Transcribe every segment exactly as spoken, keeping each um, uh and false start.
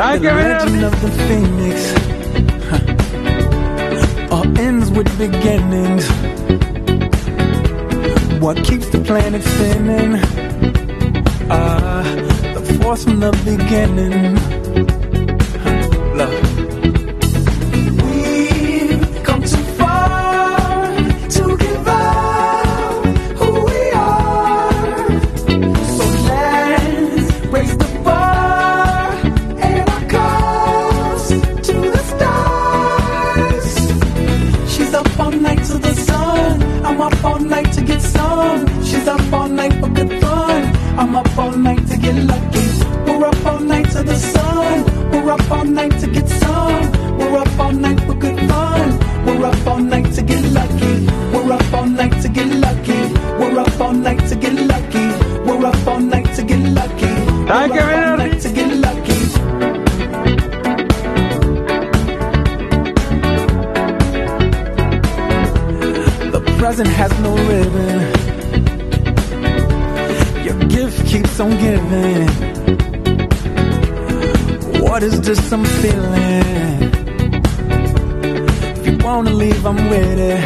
The legend of the phoenix, huh. All ends with beginnings. What keeps the planet spinning? Ah, uh, the force from the beginning. Huh. Love. I'm up all night to get some. She's up all night for good fun. I'm up all night to get lucky. We're up all night to the sun. We're up all night to get some. We're up all night for good fun. We're up all night to get lucky. We're up all night to get lucky. We're up all night to get lucky. We're up all night to get lucky. We're up all night to get lucky. Present has no ribbon. Your gift keeps on giving. What is this I'm feeling? If you wanna leave, I'm with it.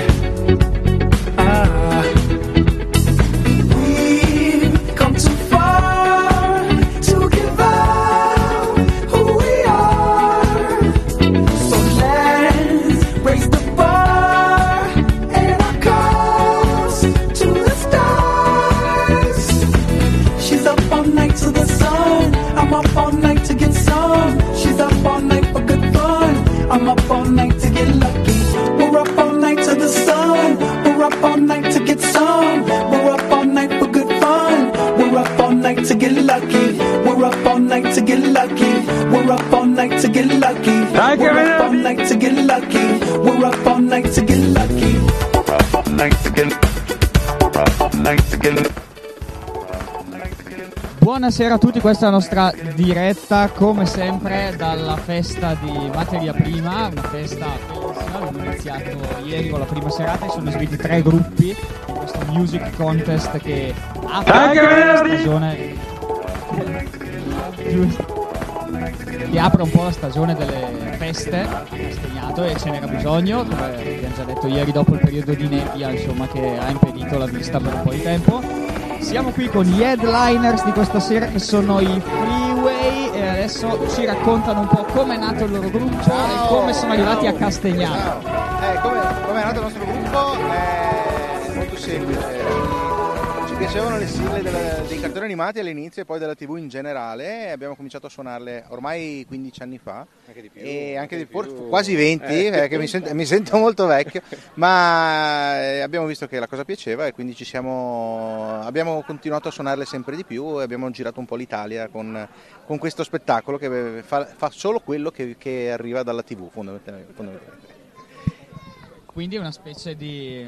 Ah. We've come too far to give up who we are. So let's raise the to the sun. I'm up all night to get some. She's up all night for good fun. I'm up all night to get lucky. We're up all night to the sun. We're up all night to get some. We're up all night for good fun. We're up all night to get lucky. We're up all night to get lucky. We're up all night to get lucky. We're up all night to get lucky. We're up all night to get lucky. We're up all night to get lucky. We're up all night to get lucky. Buonasera a tutti, questa è la nostra diretta come sempre dalla festa di Materia Prima, una festa bellissima. Abbiamo iniziato ieri con la prima serata e sono esibiti tre gruppi in questo music contest che apre la stagione che apre un po' la stagione delle feste a Castagnato, e ce n'era bisogno, come abbiamo già detto ieri, dopo il periodo di nebbia insomma che ha impedito la vista per un po' di tempo. Siamo qui con gli headliners di questa sera, che sono i Freeway, e adesso ci raccontano un po' come è nato il loro gruppo. Ciao. E come sono arrivati a Castagnato. Eh, come, come è nato il nostro gruppo? È molto semplice. Ci piacevano le sigle della, dei cartoni animati all'inizio e poi della tivù in generale, e abbiamo cominciato a suonarle ormai quindici anni fa. Anche di più. E anche, anche di più, più. quasi venti, eh, perché mi sento, mi sento molto vecchio, ma abbiamo visto che la cosa piaceva e quindi ci siamo, abbiamo continuato a suonarle sempre di più e abbiamo girato un po' l'Italia con, con questo spettacolo che fa, fa solo quello che, che arriva dalla tivù fondamentalmente. fondamentalmente. Quindi è una specie di...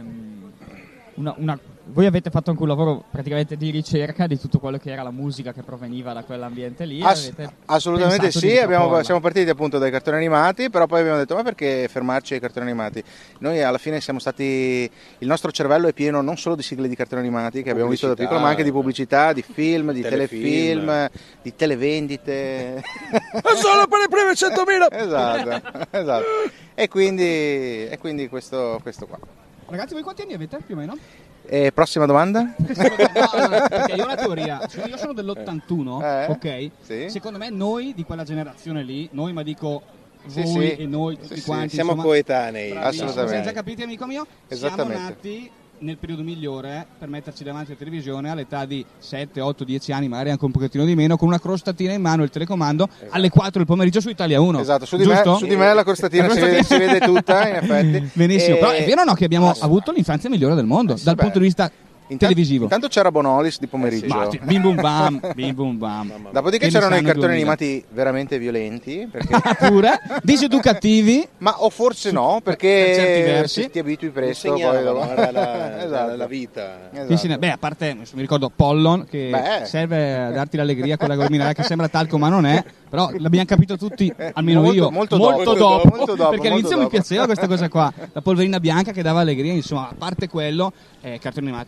Una, una, voi avete fatto anche un lavoro praticamente di ricerca di tutto quello che era la musica che proveniva da quell'ambiente lì. Ass- assolutamente sì, abbiamo, siamo partiti appunto dai cartoni animati, però poi abbiamo detto ma perché fermarci ai cartoni animati? Noi alla fine siamo stati, il nostro cervello è pieno non solo di sigle di cartoni animati che abbiamo visto da piccolo, ma anche di pubblicità, di film, di telefilm, telefilm di televendite. Solo per le prime centomila! Esatto, esatto. E quindi, e quindi questo, questo qua. Ragazzi, voi quanti anni avete più o meno? E prossima domanda? No, allora, perché io ho una teoria, cioè io sono dell'ottantuno, eh, ok? Sì. Secondo me noi di quella generazione lì, noi ma dico voi sì, sì. e noi tutti sì, quanti, sì. Siamo insomma, coetanei. Assolutamente. Senza capiti, amico mio, siamo Esattamente. nati nel periodo migliore per metterci davanti alla televisione all'età di sette, otto, dieci anni, magari anche un pochettino di meno, con una crostatina in mano, il telecomando, esatto. alle quattro del pomeriggio su Italia uno. Esatto, su di, me, su di me la crostatina, la crostatina. Si, vede, si vede tutta, in effetti. Benissimo, e... però è vero o no che abbiamo ah, avuto l'infanzia migliore del mondo, sì, dal beh. punto di vista Intanto, televisivo. Intanto c'era Bonolis di pomeriggio. Ma, bim bum bam, bim bum bam. Dopodiché che c'erano i cartoni duemila. Animati veramente violenti. Perché... Pure? Diseducativi. Ma o forse no, perché per certi versi. ti abitui presto. Poi dopo... era la, esatto. la, la vita. Esatto. Sì, sì, beh, a parte, mi ricordo Pollon, che beh. serve a darti l'allegria con la gominale che sembra talco ma non è, però l'abbiamo capito tutti, almeno molto, io, molto, molto, dopo, dopo, molto dopo, perché molto all'inizio dopo. mi piaceva questa cosa qua, la polverina bianca che dava allegria, insomma, a parte quello, eh, cartoni animati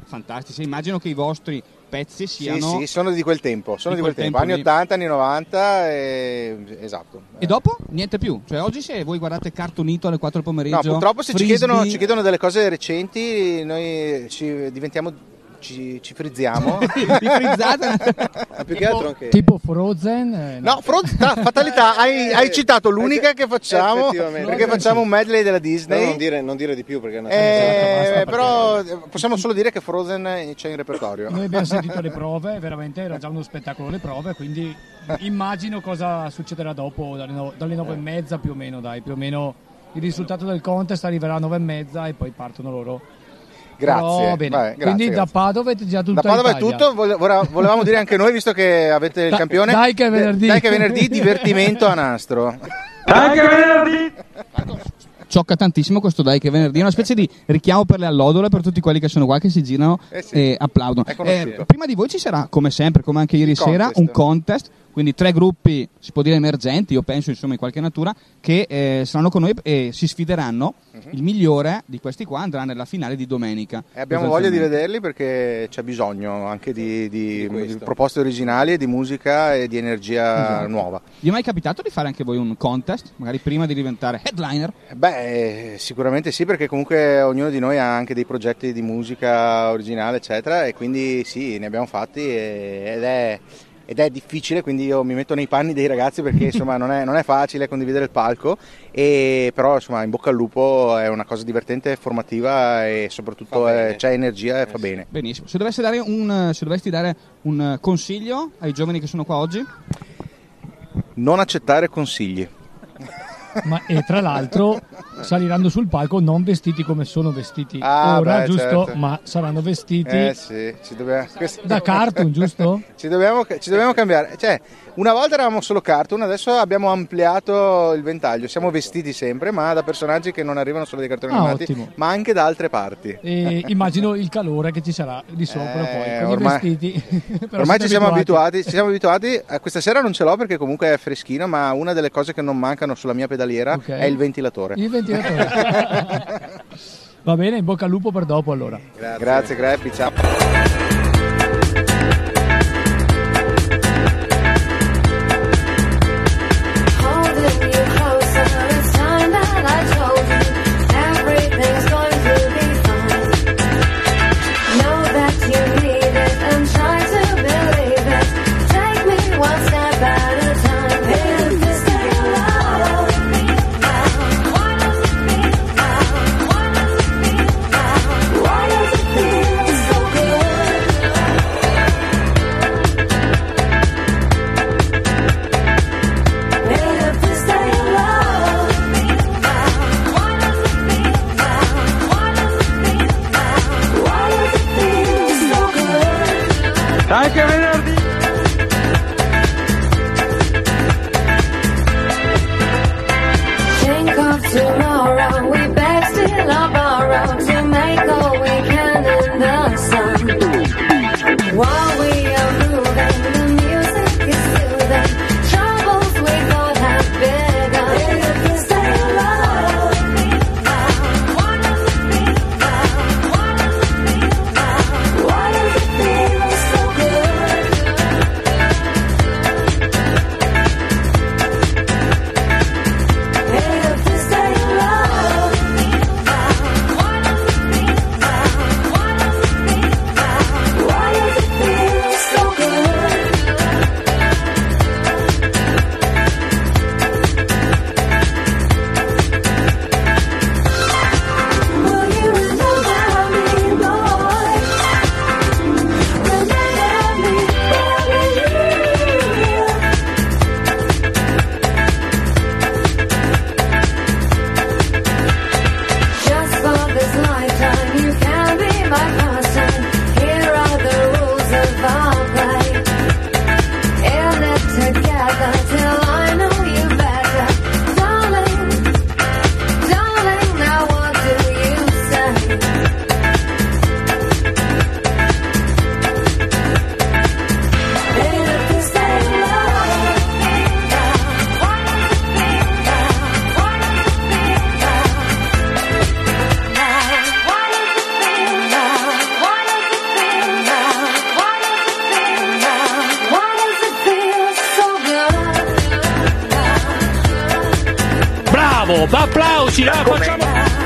fantastici. Immagino che i vostri pezzi Sì, siano... sì, sono di quel tempo, sono Di di quel quel tempo, tempo anni lì. ottanta, anni novanta, e... esatto. E dopo? Niente più. Cioè oggi se voi guardate Cartoonito alle quattro del pomeriggio... No, purtroppo se ci Frisbee- chiedono, ci chiedono delle cose recenti, noi ci diventiamo, ci, ci frizziamo. Vi frizzate? Ma più che altro anche... Tipo Frozen? eh, No, Frozen, ah, fatalità, hai, hai citato l'unica che facciamo, Effettivamente. perché facciamo un medley della No, Disney. non dire, non dire di più perché... non Eh, però possiamo solo dire che Frozen c'è in repertorio. Noi abbiamo sentito le prove, veramente era già uno spettacolo le prove, quindi immagino cosa succederà dopo, dalle, no- dalle nove e mezza più o meno, dai, più o meno il risultato del contest arriverà a nove e mezza e poi partono loro. Grazie. Però, bene. Vai, grazie, quindi grazie. da Padova avete già tutto Da Padova è Italia. tutto, vole- vora- volevamo dire anche noi, visto che avete il Da- campione. dai che è venerdì. Dai che è venerdì, divertimento a nastro. Ciocca tantissimo questo dai che venerdì è una specie di richiamo per le allodole per tutti quelli che sono qua che si girano Eh sì. e applaudono. È conosciuto. Eh, prima di voi ci sarà come sempre, come anche ieri sera, Contest. un contest, quindi tre gruppi si può dire emergenti, io penso insomma in qualche natura, che eh, saranno con noi e si sfideranno. Il migliore di questi qua andrà nella finale di domenica. E abbiamo voglia di Sostanzialmente. vederli perché c'è bisogno anche di, di- Di questo. di proposte originali, di musica e di energia Esatto. nuova. Vi è mai capitato di fare anche voi un contest, magari prima di diventare headliner? Beh, sicuramente sì, perché comunque ognuno di noi ha anche dei progetti di musica originale, eccetera, e quindi sì, ne abbiamo fatti e- ed è, ed è difficile, quindi io mi metto nei panni dei ragazzi perché insomma non è, non è facile condividere il palco, e, però insomma in bocca al lupo, è una cosa divertente, formativa e soprattutto Fa bene. è- c'è energia e fa bene. Benissimo. Se dovessi dare un, se dovresti dare un consiglio ai giovani che sono qua oggi? Non accettare consigli. Ma, e tra l'altro saliranno sul palco non vestiti come sono vestiti Ah, ora, beh, giusto? certo. Ma saranno vestiti Eh sì, ci dobbiamo, questo- da cartoon, giusto? Ci dobbiamo, ci dobbiamo cambiare. Cioè, una volta eravamo solo cartoon, adesso abbiamo ampliato il ventaglio. Siamo vestiti sempre, ma da personaggi che non arrivano solo dai cartoni Ah, animati, ottimo. ma anche da altre parti. E immagino il calore che ci sarà di sopra Eh, poi con ormai- i vestiti. Però Ormai siete ci siamo abituati, ci siamo abituati. Eh, Questa sera non ce l'ho perché comunque è freschino, ma una delle cose che non mancano sulla mia pedaliera Ok. è il ventilatore. Il ventilatore. Va bene, in bocca al lupo per dopo allora. Grazie, Greppi, ciao. Holding you closer, it's time that I told you everything's going to be fine. Know that you need it and try to believe it. Take me one step at a time. If this ain't love, why does it feel now? Why does it feel now? Why does it feel so good? Oh, ma applausi, eh, facciamo...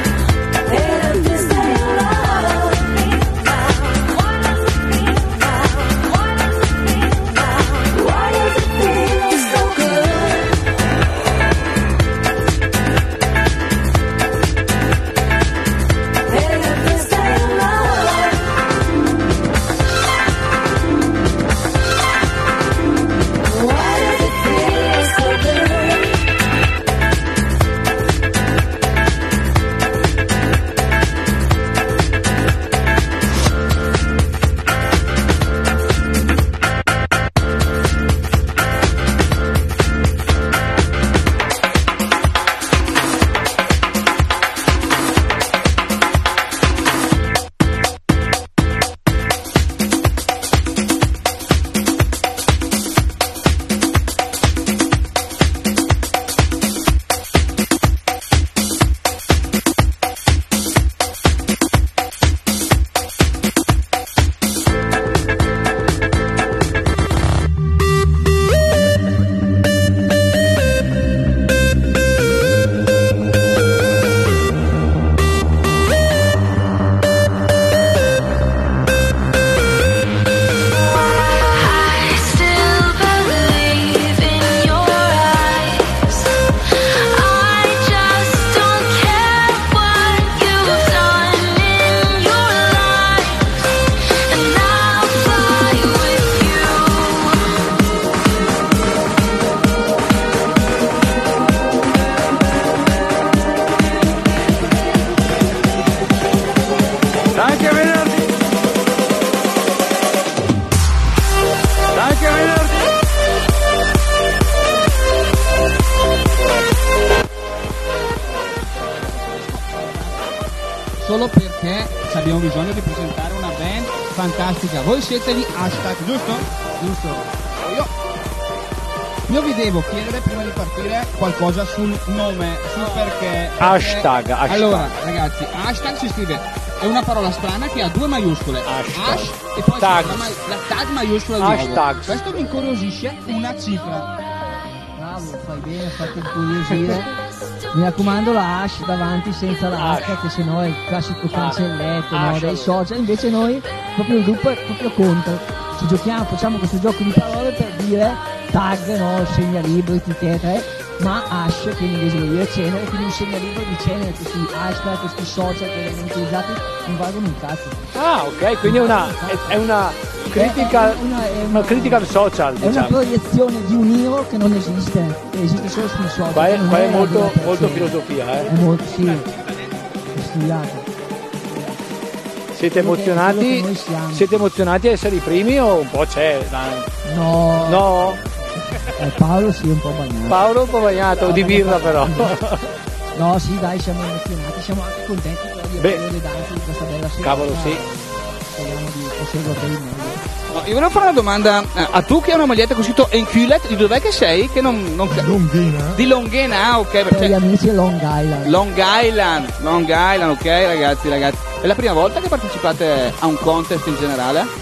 Solo perché abbiamo bisogno di presentare una band fantastica. Voi siete gli Hashtag, giusto? Giusto. Io, io vi devo chiedere prima di partire qualcosa sul nome, sul perché. perché Hashtag, hashtag. Allora, ragazzi, hashtag si scrive, è una parola strana che ha due maiuscole. Hashtag. Hash e poi Tag. la, la tag maiuscola di nuovo. Hashtag. Questo mi incuriosisce una cifra. Bravo, fai bene a farti incuriosire. Mi raccomando la hash davanti senza la H, che sennò è il classico cancelletto, no, dei social. Invece noi, proprio il gruppo è proprio contro. Ci giochiamo, facciamo questo gioco di parole per dire tag, no, segnalibro, etichetta, eh, ma hash, che in inglese vuol dire cenere, quindi un segnalibro di cenere, questi hashtag, questi social che vengono utilizzati non valgono un cazzo. Ah, ok, quindi è una, è, è una critica, È una, è una, una critica al social, è una diciamo. proiezione di un io che non esiste, esiste solo sui social. Qua è, non qua è la molto, vera molto persona. filosofia, eh. È molto, sì, è studiato. Siete Quello che- quello emozionati? che noi siamo. Siete emozionati a essere i primi o un po' c'è? da- No, No? eh, Paolo sì, un po' bagnato. Paolo un po' bagnato, di birra però. No, sì, dai, siamo emozionati, siamo anche contenti però di Beh, avere le danze di questa bella sera. Cavolo, sì. Speriamo di proseguire per il meglio. No, io volevo fare una domanda eh, a tu che hai una maglietta con scritto Enculet, di dov'è che sei? Che non, non... Longhena. Di Longhena, ah, ok, Per gli perché amici è Long Island. Long Island, Long Island, ok ragazzi, ragazzi. È la prima volta che partecipate a un contest in generale? Abbiamo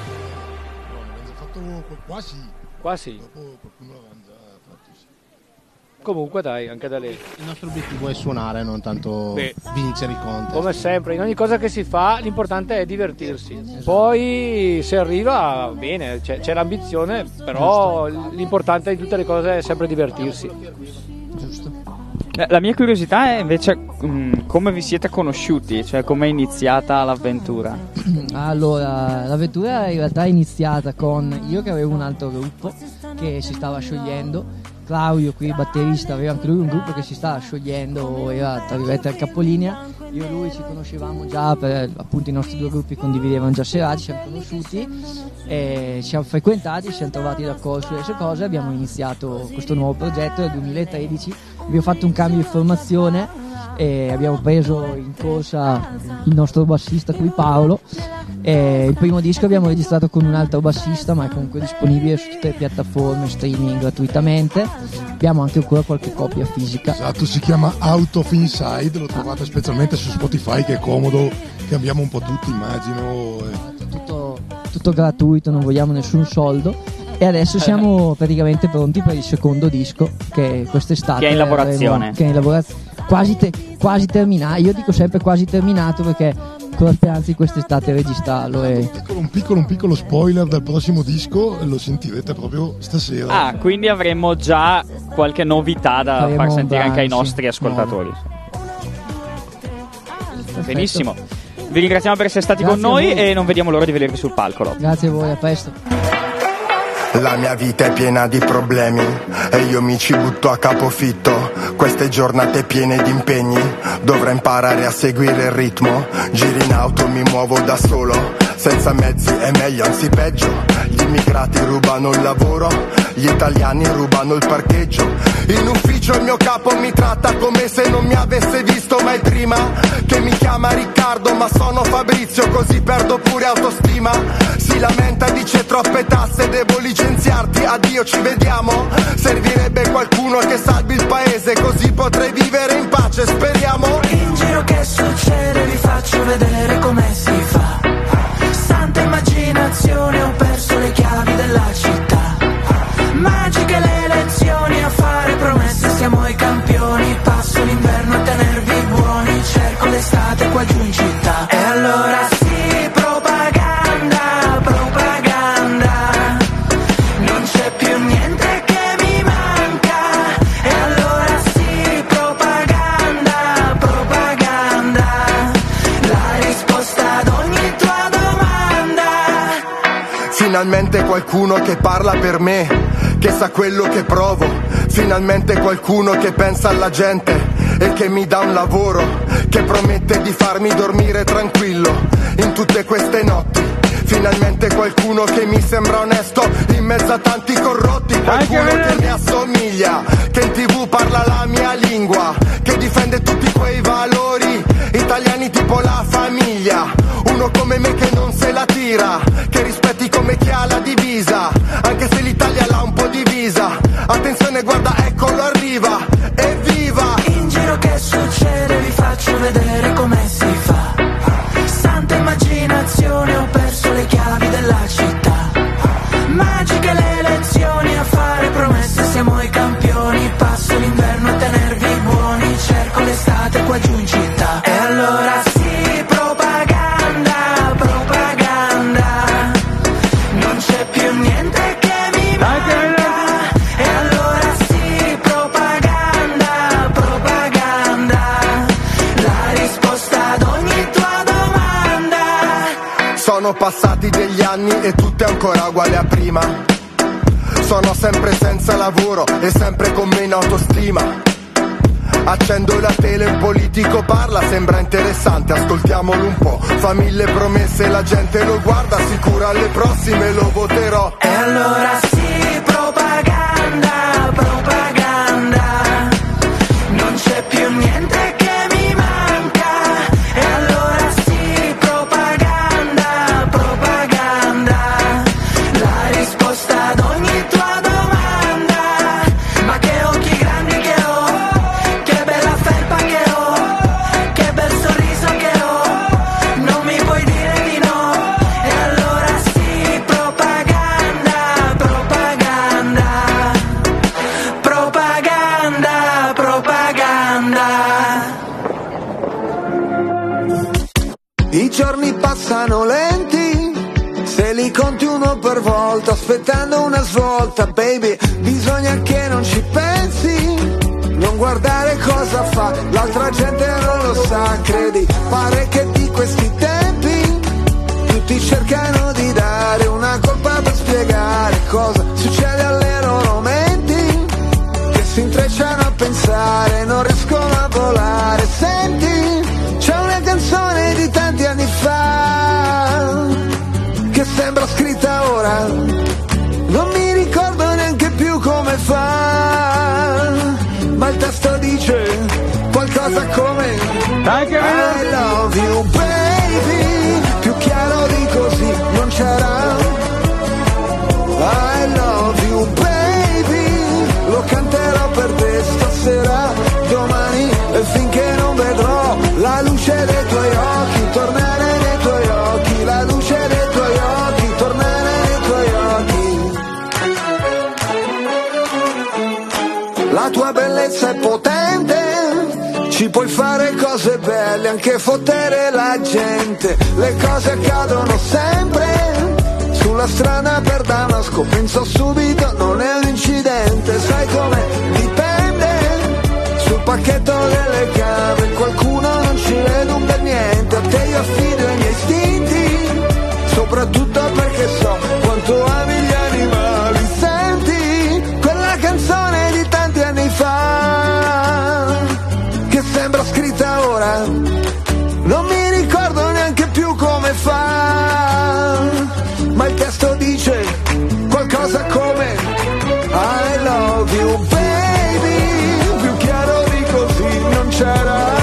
già fatto quasi. Qua sì. Dopo qualcuno l'aveva già fatto, sì. Comunque dai, anche da lì. Il nostro obiettivo è suonare, non tanto Beh, vincere i contest. come sempre, in ogni cosa che si fa l'importante è divertirsi. Poi se arriva bene, c'è, c'è l'ambizione, però l'importante di tutte le cose è sempre divertirsi. Eh, La mia curiosità è invece mh, come vi siete conosciuti, cioè come è iniziata l'avventura. Allora, l'avventura in realtà è iniziata con io che avevo un altro gruppo che si stava sciogliendo. Claudio qui, batterista, aveva anche lui un gruppo che si stava sciogliendo, era tra virgolette al capolinea. Io e lui ci conoscevamo già, per, appunto i nostri due gruppi condividevano già serate, ci siamo conosciuti, e ci siamo frequentati, ci siamo trovati d'accordo su queste cose, abbiamo iniziato questo nuovo progetto nel duemilatredici, abbiamo fatto un cambio di formazione e abbiamo preso in corsa il nostro bassista qui Paolo. E il primo disco abbiamo registrato con un altro bassista, ma è comunque disponibile su tutte le piattaforme streaming gratuitamente. Abbiamo anche ancora qualche copia fisica. Esatto, si chiama Out of Inside, lo trovate specialmente su Spotify, che è comodo, che abbiamo un po' tutti, immagino. e- Tutto, tutto gratuito, non vogliamo nessun soldo. E adesso siamo praticamente pronti per il secondo disco che quest'estate Che è in lavorazione. avremo- che è in lavorazione. quasi, te- quasi terminato. Io dico sempre quasi terminato perché con la speranza di quest'estate registrarlo. E... Un piccolo, un piccolo, un piccolo spoiler del prossimo disco, lo sentirete proprio stasera. Ah, quindi avremo già qualche novità da Faremo far un sentire anche ai brano, nostri sì, ascoltatori. Perfetto. Benissimo. Vi ringraziamo per essere stati Grazie con noi a voi. e non vediamo l'ora di vedervi sul palco. Rob. Grazie a voi, a presto. La mia vita è piena di problemi e io mi ci butto a capofitto. Queste giornate piene di impegni, dovrei imparare a seguire il ritmo. Giri in auto, mi muovo da solo, senza mezzi è meglio, anzi peggio. Gli immigrati rubano il lavoro, gli italiani rubano il parcheggio. In ufficio il mio capo mi tratta come se non mi avesse visto mai prima. Che mi chiama Riccardo ma sono Fabrizio, così perdo pure autostima. Si lamenta e dice troppe tasse, devo licenziarti, addio ci vediamo. Servirebbe qualcuno che salvi il paese, così potrei vivere in pace, speriamo. In giro che succede, vi faccio vedere come si fa. Santa immaginazione, ho perso le chiavi della città. Magiche le elezioni, a fare promesse siamo i campioni. Passo l'inverno a tenervi buoni, cerco l'estate qua giù in città. E allora sì, propaganda, propaganda, non c'è più niente che mi manca. E allora sì, propaganda, propaganda, la risposta ad ogni tua domanda. Finalmente qualcuno che parla per me, che sa quello che provo. Finalmente qualcuno che pensa alla gente e che mi dà un lavoro, che promette di farmi dormire tranquillo in tutte queste notti. Finalmente qualcuno che mi sembra onesto in mezzo a tanti corrotti. Qualcuno che mi assomiglia, che in tv parla la mia lingua, che difende tutti quei valori italiani tipo la famiglia. Uno come me che non se la tira, che rispetti come chi ha la divisa, anche se l'Italia l'ha un po' divisa. Attenzione, guarda, eccolo arriva, evviva! In giro che succede, vi faccio vedere come si fa. Santa immaginazione, ho perso le chiavi della città. Magiche le elezioni, a fare promesse siamo i campioni. Passo l'inverno a tenervi buoni, cerco l'estate qua giù in città. E allora sì, propaganda, propaganda, non c'è più niente che mi manca. E allora sì, propaganda, propaganda, la risposta ad ogni tua domanda. Sono passati degli anni e tutto è ancora uguale a prima. Sono sempre senza lavoro e sempre con meno autostima. Accendo la tele, il politico parla, sembra interessante, ascoltiamolo un po'. Fa mille promesse, la gente lo guarda, sicuro alle prossime lo voterò. E allora sì, propaganda, propaganda, non c'è più niente che mi manca. E allora sì, propaganda, propaganda, la risposta ad ogni tua domanda. Ma che occhi grandi che ho, che bella felpa che ho, che bel sorriso che ho, non mi puoi dire di no. E allora sì, propaganda, propaganda, propaganda, propaganda. I giorni passano lenti, se li conti uno per volta, aspettando una svolta, baby, bisogna che non ci pensi, non guardare cosa fa, l'altra gente non lo sa, credi, pare che di questi tempi tutti cercano di dare una colpa per spiegare cosa succede alle loro menti, che si intrecciano a pensare, non riescono a volare. Senti, c'è una canzone di tanti anni fa che sembra scritta ora, non mi ricordo neanche più come fa, ma il testo dice qualcosa come I love you baby, più chiaro di così non c'era. I love you baby, lo canterò per te stasera, domani e finché non vedrò la luce dei tuoi occhi, tornare nei tuoi occhi, la luce dei tuoi occhi, tornare nei tuoi occhi. La tua bellezza è potente, ci che fottere la gente, le cose accadono sempre. Sulla strada per Damasco penso subito non è un incidente. Sai come dipende, sul pacchetto delle chiavi qualcuno non ci vede un per niente. A te io affido i miei istinti, soprattutto perché so quanto ami gli animali. Senti quella canzone di tanti anni fa che sembra scritta ora, non mi ricordo neanche più come fa, ma il testo dice qualcosa come I love you baby, più chiaro di così non c'era.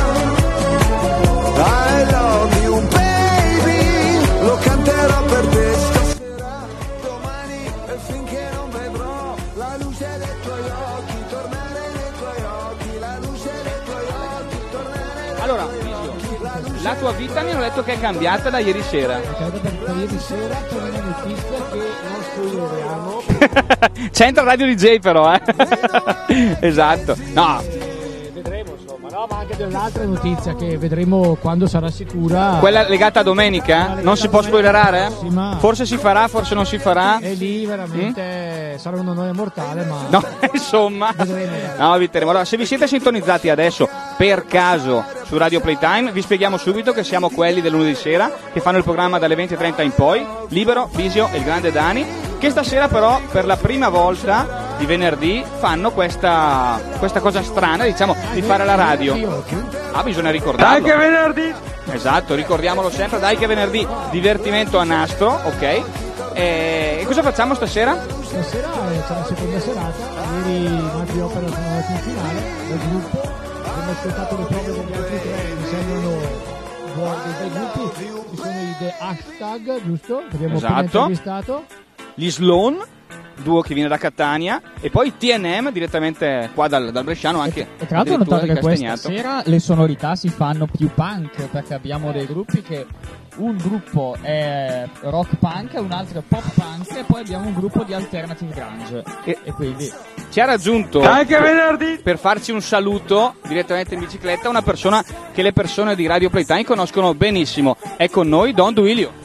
I love you baby, lo canterò per te stasera, domani e finché non vedrò la luce dei tuoi occhi, tornare nei tuoi occhi, la luce dei tuoi occhi, tornare. Allora, la tua vita mi hanno detto che è cambiata da ieri sera. Da ieri sera c'è una notizia che non spoileriamo. C'entra Radio D J però, eh. Esatto. No. Vedremo insomma, no, ma anche dell'altra notizia che vedremo quando sarà sicura. Quella legata a domenica? Non si può spoilerare? Sì, ma Forse si farà, forse non si farà. E lì veramente mm? sarà una noia mortale, ma no, insomma. No, vi terremo. Allora, se vi siete sintonizzati adesso per caso su Radio Playtime, vi spieghiamo subito che siamo quelli del lunedì sera che fanno il programma dalle venti e trenta in poi, Libero, Bisio e il grande Dani, che stasera però per la prima volta di venerdì fanno questa questa cosa strana, diciamo, di fare la radio. Ah, bisogna ricordarlo. Dai che venerdì! Esatto, ricordiamolo sempre, dai che venerdì, divertimento a nastro, ok? E, e cosa facciamo stasera? Stasera c'è la seconda serata, ieri Maggi Opera sono andati in finale del gruppo, abbiamo ascoltato le prove degli altri tre che mi sembrano buoni dei gruppi, ci sono i The Hashtag, giusto? Che abbiamo appena Esatto. intervistato. Gli Sloan, duo che viene da Catania, e poi T N M direttamente qua dal, dal Bresciano, anche E tra l'altro ho addirittura notato di che questa Castagnato. sera le sonorità si fanno più punk, perché abbiamo dei gruppi che un gruppo è rock punk, un altro è pop punk e poi abbiamo un gruppo di alternative grunge. E, e quindi ci ha raggiunto Anche venerdì per farci un saluto direttamente in bicicletta una persona che le persone di Radio Playtime conoscono benissimo. È con noi Don Duilio.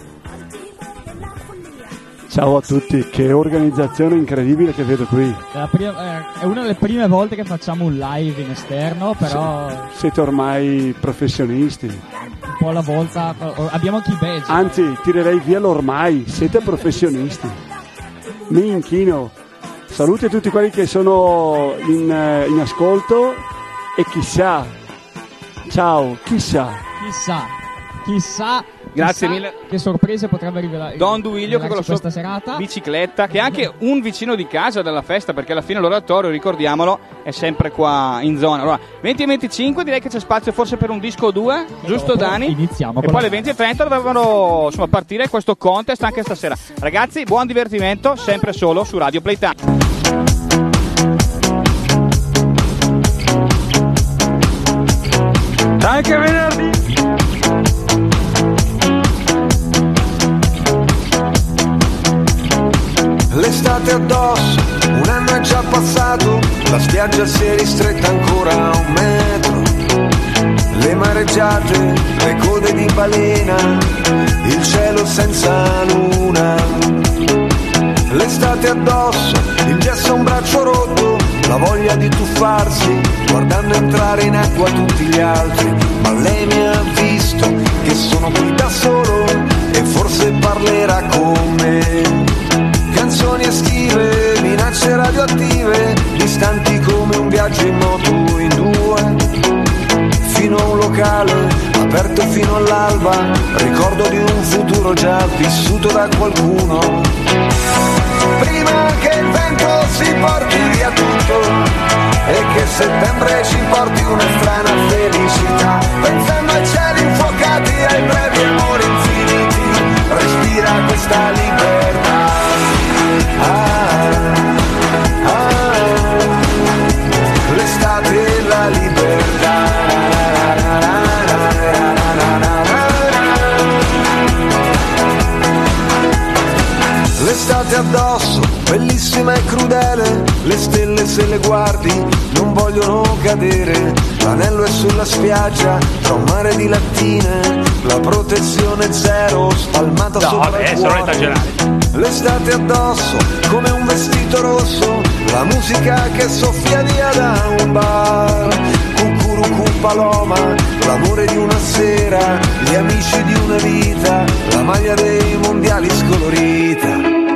Ciao a tutti, che organizzazione incredibile che vedo qui. È, la prima- eh, è una delle prime volte che facciamo un live in esterno, però S- Siete ormai professionisti. un po' alla volta abbiamo anche i badge. Anzi, tirerei via l'ormai, siete professionisti. Mi inchino. Saluti a tutti quelli che sono in, eh, in ascolto e chissà. Ciao, chissà. Chissà, chissà. Grazie chissà mille. Che sorprese potrebbe rivelare Don Duilio che con la sua questa serata. bicicletta, che è anche un vicino di casa della festa, perché alla fine l'oratorio, ricordiamolo, è sempre qua in zona. Allora, venti e venticinque direi che c'è spazio forse per un disco o due, giusto dopo Dani? iniziamo E con poi la- alle venti e trenta dovevano insomma partire questo contest anche stasera. Ragazzi, buon divertimento, sempre solo su Radio Playtime. Dai che venerdì! L'estate addosso, un anno è già passato, la spiaggia si è ristretta ancora a un metro. Le mareggiate, le code di balena, il cielo senza luna. L'estate addosso, il gesso a un braccio rotto, la voglia di tuffarsi, guardando entrare in acqua tutti gli altri. Ma lei mi ha visto che sono qui da solo e forse parlerà con me. Canzoni estive, minacce radioattive, distanti come un viaggio in moto in due. Fino a un locale, aperto fino all'alba, ricordo di un futuro già vissuto da qualcuno. Prima che il vento si porti via tutto e che settembre ci porti una strana felicità, pensando ai cieli infuocati, ai brevi amori infiniti, respira questa libertà. Ah, ah, l'estate e la libertà. L'estate addosso, bellissima e crudele, le stelle se le guardi non vogliono cadere, l'anello è sulla spiaggia tra un mare di lattine, la protezione zero spalmata No, sopra vabbè, il sono cuore, esagerati. l'estate addosso come un vestito rosso, la musica che soffia via da un bar, cucurucu paloma, l'amore di una sera, gli amici di una vita, la maglia dei mondiali scolorita.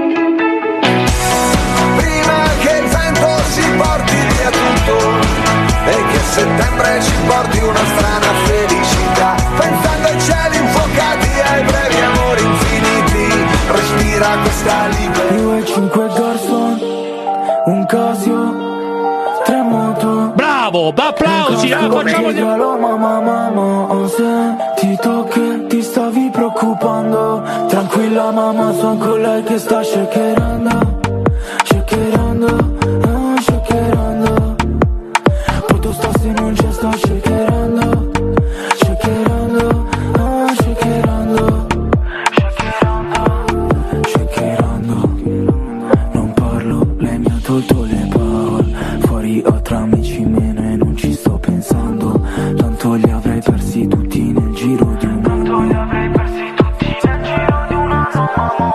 Prima che il vento si porti via tutto e che settembre ci porti una strana felicità, pensando ai cieli infuocati, ai brevi amori infiniti, respira questa libertà. Io e cinque garçon, un Casio, tre moto. Bravo, applausi, ah, facciamo di... Mamma, mamma, ho sentito che ti stavi preoccupando. Tranquilla mamma, son con lei che sta shakerando, shakerando, ah, shakerando. Poi tu sta se non c'è, sta shakerando, shakerando, ah, shakerando, shakerando, shakerando. Non parlo, lei mi ha tolto le parole. Fuori ho tra amici meno e non ci sto pensando. Tanto li avrei persi tutti nel giro di un anno. Tanto li avrei persi tutti nel giro di un anno.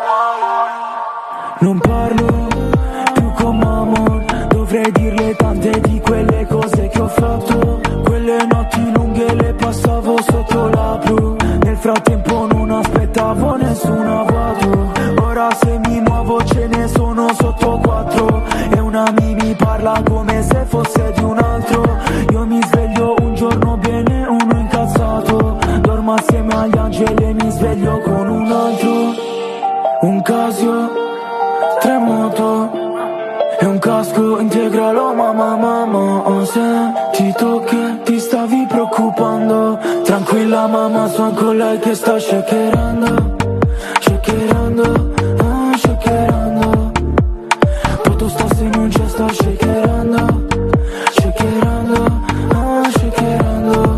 Non parlo più con mamma, dovrei dirle tante di quelle cose che ho fatto. Quelle notti lunghe le passavo sotto la blu. Nel frattempo non aspettavo nessun avvato. Ora se mi muovo ce ne sono sotto quattro. E una mi mi parla come se fosse di un altro. Io mi sveglio un giorno bene, uno incazzato. Dormo assieme agli angeli e mi sveglio con un altro. Un Casio, tre moto e un casco integralo, mamma, mamma. Ho sentito che ti stavi preoccupando. Tranquilla mamma, sono con lei che sta shakerando, shakerando, ah, shakerando. Poi tu sta se non c'è, sta shakerando, shakerando, ah, shakerando.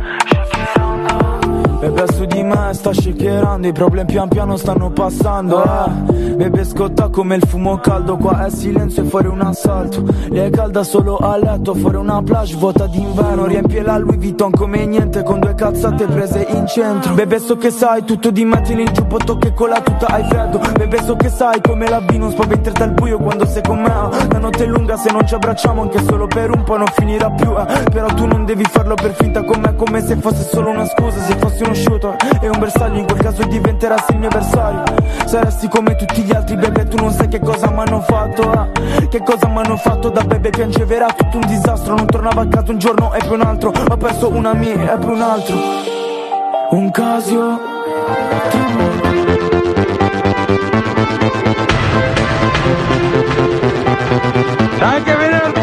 Bebe su di me sta shakerando, i problemi pian piano stanno passando, eh. Bebe scotta come il fumo caldo, qua è silenzio e fuori un assalto. Lei è calda solo a letto, fuori una plage vuota d'inverno. Riempie la Louis Vuitton come niente, con due cazzate prese in centro. Bebe so che sai tutto di me, tieni il giubbotto che con la tuta hai freddo. Bebe so che sai come la B non spaventare al buio quando sei con me. La notte è lunga, se non ci abbracciamo anche solo per un po' non finirà più, eh. Però tu non devi farlo per finta con me, come se fosse solo una scusa. Se fossi uno shooter e un bersaglio, in quel caso diventerassi il mio avversario. Saresti come tutti gli altri, bebe, tu non sai che cosa m'hanno fatto, eh. Che cosa m'hanno fatto, da bebe piangeva, era tutto un disastro. Non tornavo a casa un giorno e poi un altro. Ho perso una mia e poi un altro. Un Casio, Dai che venerdì.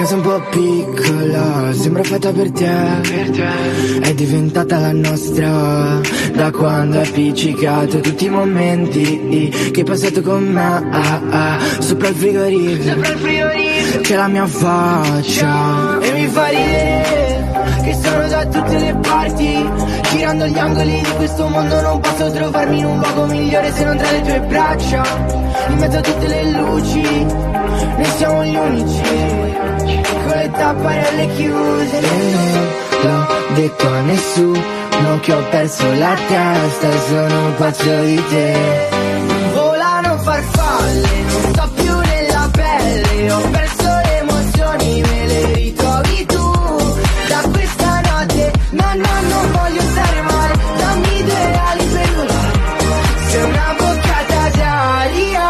casa un po' piccola, sembra fatta per te, per te. È diventata la nostra, da quando hai appiccicato tutti i momenti che hai passato con me, ah, ah. Sopra il frigorifero, sopra il frigorifero c'è la mia faccia e mi fa ridere che sono da tutte le parti, girando gli angoli di questo mondo non posso trovarmi in un luogo migliore se non tra le tue braccia, in mezzo a tutte le luci, noi siamo gli unici, con le tapparelle chiuse. E non l'ho detto a nessuno che ho perso la testa e sono un pazzo di te. Volano farfalle, non sto più nella pelle, ho perso le emozioni, me le ritrovi tu. Da questa notte, no, no, non voglio stare male, dammi due ali per volare, sei una boccata d'aria.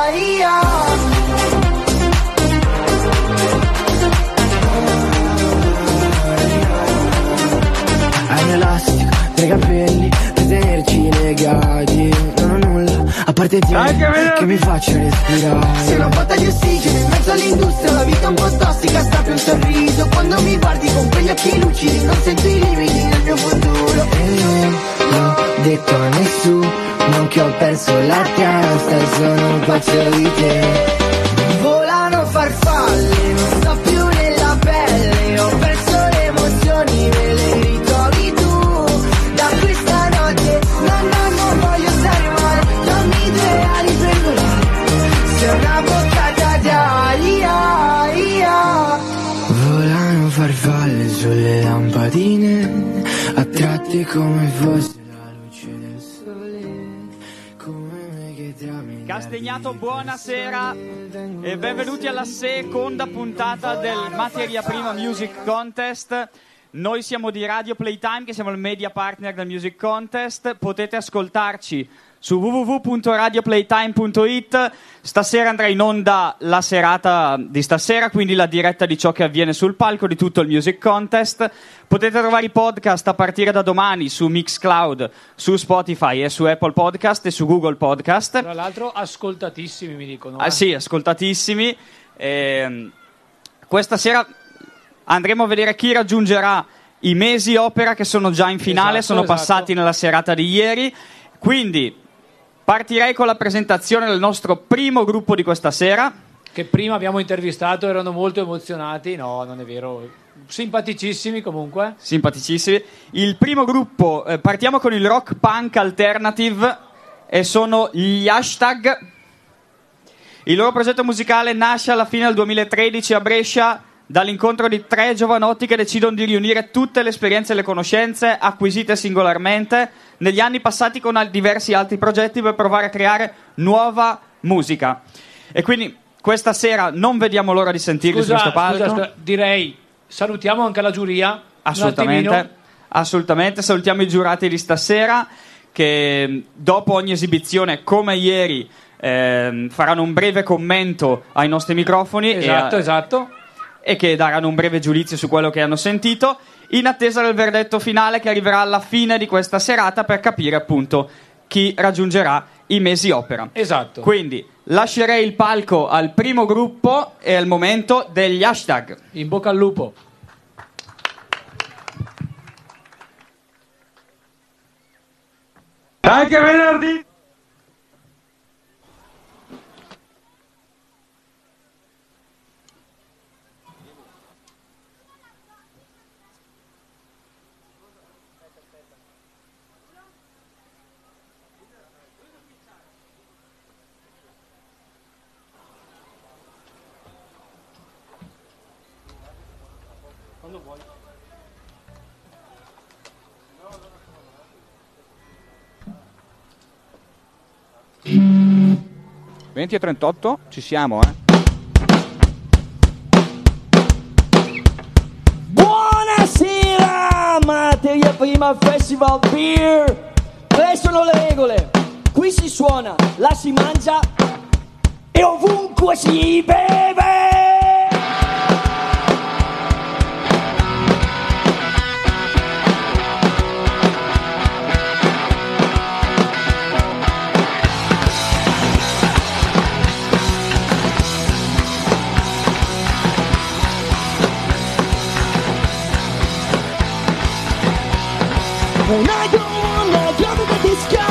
Hai un elastico tra i capelli per tenerci legati, non ho nulla a parte te che mi faccia respirare. Sei una botta di ossigeno in mezzo all'industria, la vita è un po' tossica, sta più un sorriso quando mi guardi con quegli occhi lucidi, non sento i limiti del mio futuro. E non l'ho detto a nessuno che ho perso la testa e sono un pazzo di te. Volano farfalle, non sto più nella pelle, ho perso le emozioni, me le ritrovi tu. Da questa notte, no, no, non voglio stare male, dammi due ali per volare, sei una boccata d'aria. Volano farfalle sulle lampadine, attratte come fosse la luce del sole, come me che trami. Castagnato, buonasera e benvenuti alla seconda puntata del Materia Prima Music Contest. Noi siamo di Radio Playtime, che siamo il media partner del Music Contest. Potete ascoltarci su w w w punto radio playtime punto i t. Stasera andrà in onda la serata di stasera, quindi la diretta di ciò che avviene sul palco di tutto il Music Contest. Potete trovare i podcast a partire da domani su Mixcloud, su Spotify e su Apple Podcast e su Google Podcast. Tra l'altro ascoltatissimi, mi dicono. Ah eh. sì, ascoltatissimi. E questa sera andremo a vedere chi raggiungerà i Mesi Opera, che sono già in finale, Esatto, sono esatto. passati nella serata di ieri. Quindi partirei con la presentazione del nostro primo gruppo di questa sera, che prima abbiamo intervistato, erano molto emozionati. No, non è vero, simpaticissimi comunque. Simpaticissimi. Il primo gruppo, eh, partiamo con il rock punk alternative, e sono gli Hashtag. Il loro progetto musicale nasce alla fine del duemilatredici a Brescia, dall'incontro di tre giovanotti che decidono di riunire tutte le esperienze e le conoscenze acquisite singolarmente negli anni passati con al- diversi altri progetti per provare a creare nuova musica. E quindi questa sera non vediamo l'ora di sentirli Scusa, su questo palco. scusa, scusa, direi salutiamo anche la giuria. un Assolutamente, attimino. assolutamente. Salutiamo i giurati di stasera, che dopo ogni esibizione, come ieri, ehm, faranno un breve commento ai nostri microfoni. Esatto, e a- esatto. e che daranno un breve giudizio su quello che hanno sentito, in attesa del verdetto finale che arriverà alla fine di questa serata per capire appunto chi raggiungerà i Mesi Opera. Esatto. Quindi lascerei il palco al primo gruppo e al momento degli Hashtag. In bocca al lupo. Anche venerdì. venti e trentotto, ci siamo, eh. Buonasera, Materia Prima Festival Beer. Tre sono le regole. Qui si suona, là si mangia e ovunque si beve. And I don't wanna go to the disco.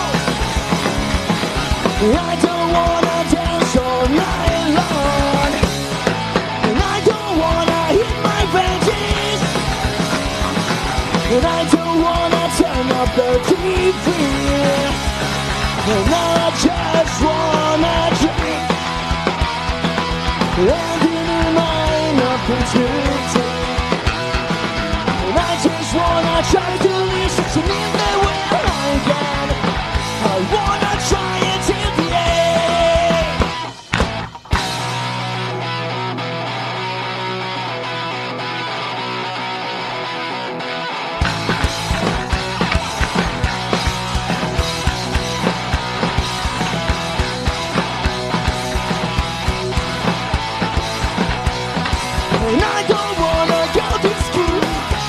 And I don't wanna dance all night long. And I don't wanna hit my benches. And I don't wanna turn up the T V. And I just wanna drink. And in mine up until ten. And I just wanna try to listen to me the way I can. I wanna try it till the end. And I don't wanna go to school.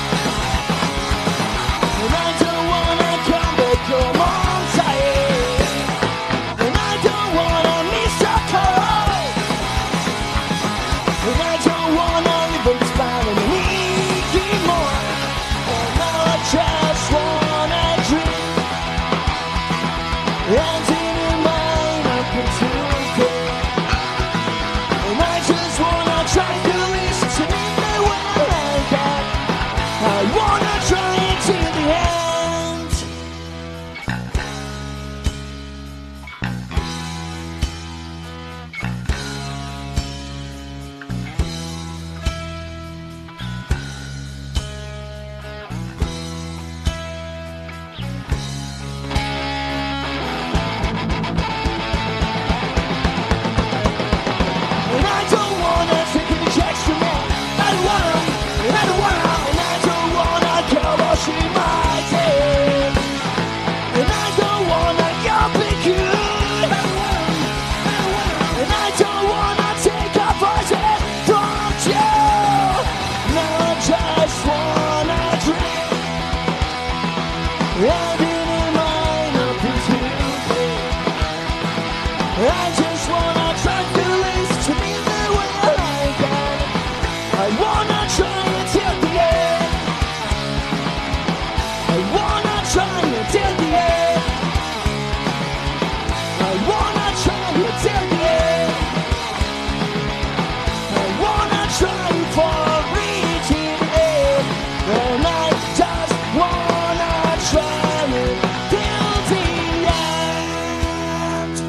And I don't wanna come back home on time. And I don't wanna miss a call. And I don't wanna live on this planet anymore. And I just wanna drink. And in mind I can do it. And I just wanna try to listen to me the way I can. I wanna try it till the end. And I don't wanna take any checks from me. I don't wanna, and I don't wanna, and I don't wanna go washing my head. And I don't wanna go be good. And I don't wanna take a poison from you. No, I just wanna drink. And in mine up until then. I just wanna try to listen to me the way I can. I wanna try it till the end. I wanna try it till the end. I wanna try it till the end. I wanna try for reaching it. And I just wanna try it till the end.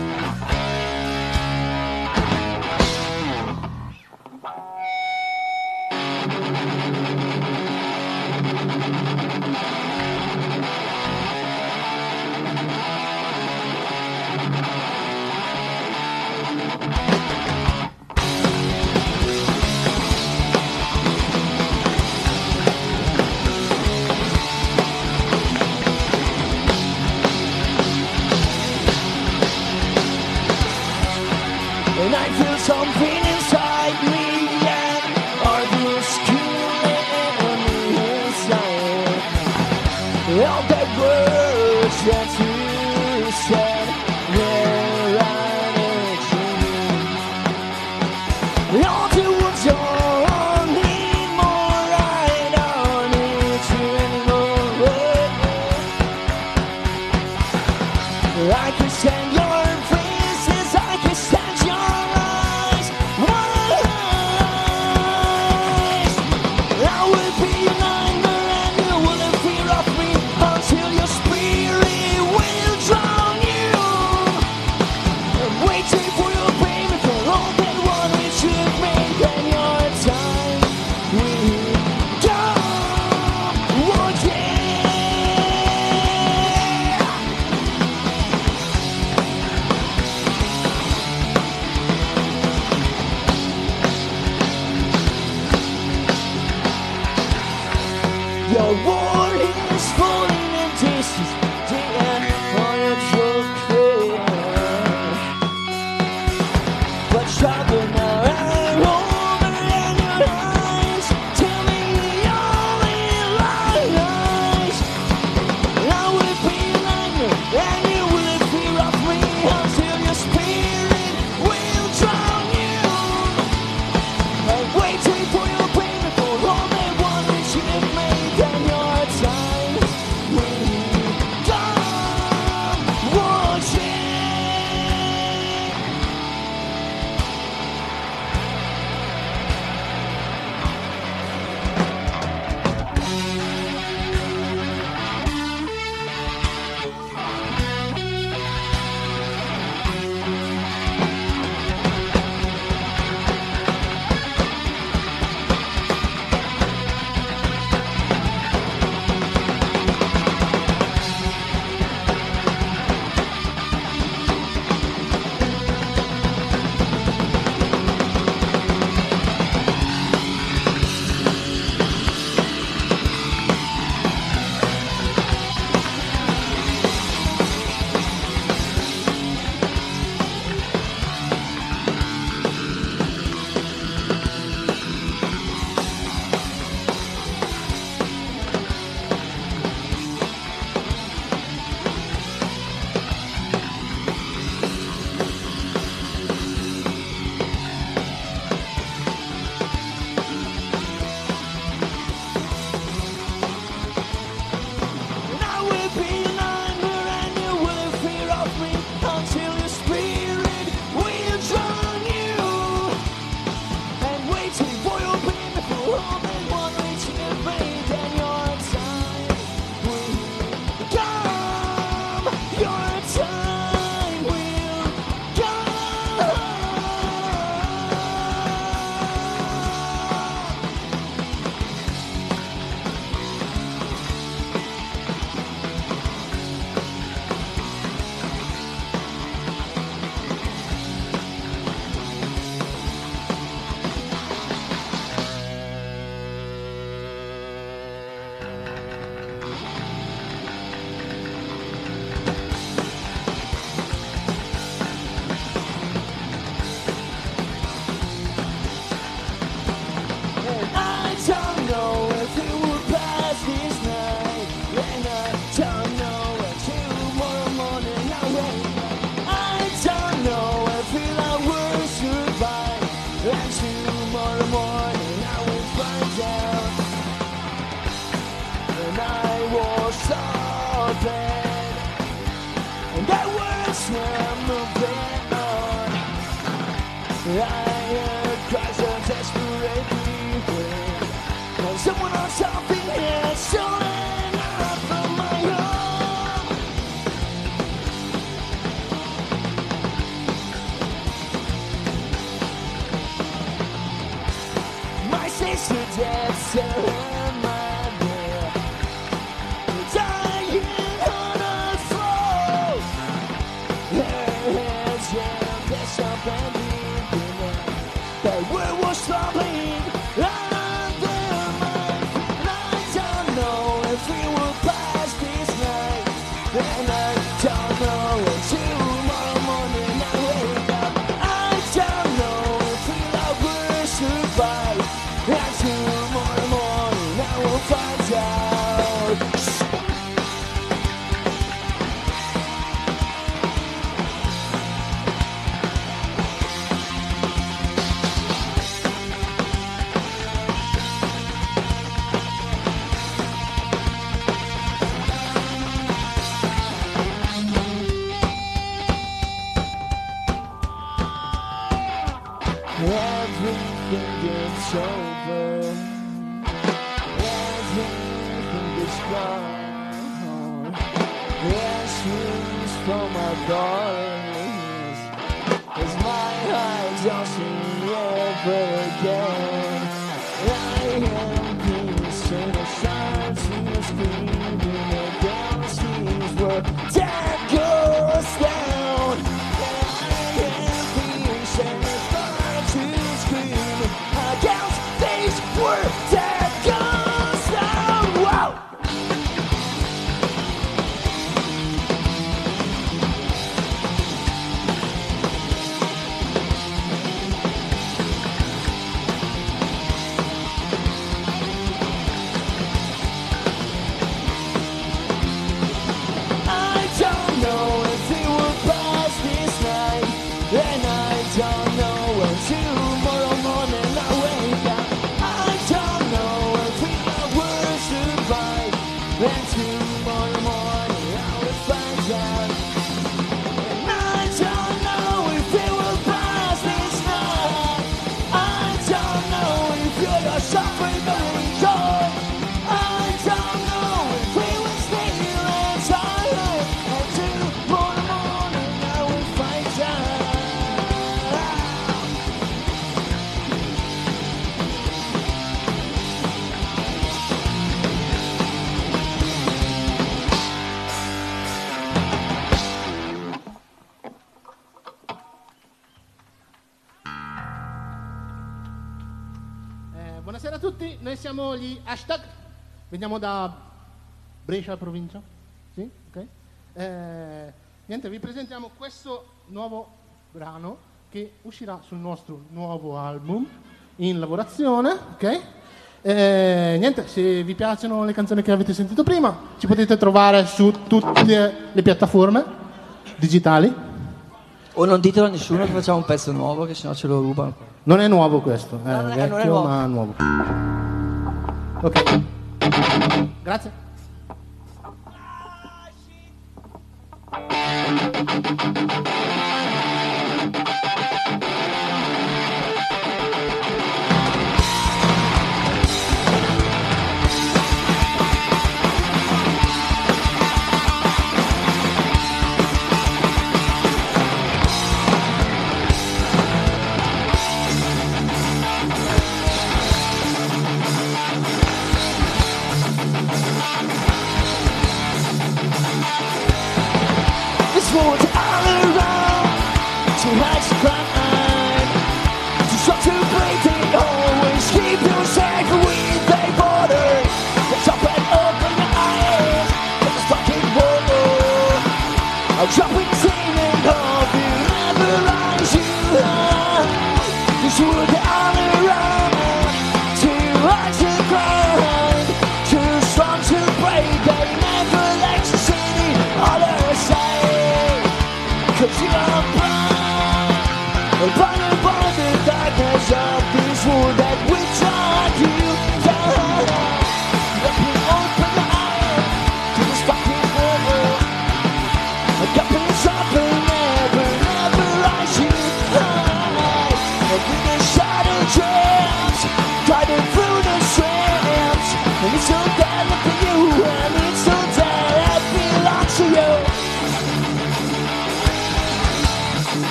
And I feel something inside me, and are you screaming on the inside? All the words that you said were right at you. All the words don't need more, I don't need you anymore. I can stand your faces, I can stand your eyes. Eyes. I will be your nightmare and you wouldn't fear of me until your spirit will drown you. I'm waiting for your baby for all that one it should make, and your time will come. Oh yeah. Your world is falling in pieces, the end for your true care. But trouble now and over in your eyes. Tell me the only lies. I will be like you, and you will fear of me until your spirit will drown you. I'm waiting for your baby for all they want is you made, and your someone on top of it, showing up from my own. My sister dead, so am I there. Dying on the floor. Her hands jammed, there's something deep in there. The world was troubling under my feet. And I don't know if we will pass this night. And I don't know if tomorrow morning I wake up. I don't know if we'll ever survive. And tomorrow morning I will find out. Everything gets over. Everything gets gone. There's rooms for my boys. As my eyes don't see ever again. I am peace in a sign to screaming against these words. Time goes down. I am peace and it's fine to scream against these words. Time goes down. Whoa! I don't know if it will pass this night, and I don't know when tomorrow morning I wake up. I don't know if we will survive, and tomorrow morning I will find out. And I don't know if it will pass this night. I don't know if you're suffering or enjoy. I don't know if we will stay inside. And tomorrow morning I will find out. Eh, buonasera a tutti, noi siamo gli Hashtag, veniamo da Brescia provincia, sì? Ok? Eh, niente, vi presentiamo questo nuovo brano che uscirà sul nostro nuovo album in lavorazione, ok? Eh, niente, se vi piacciono le canzoni che avete sentito prima, ci potete trovare su tutte le piattaforme digitali. O non ditelo a nessuno che facciamo un pezzo nuovo, che sennò ce lo rubano. Non è nuovo questo, è No, non è- vecchio non è nuovo. ma nuovo. Ok. Grazie. It's for all around.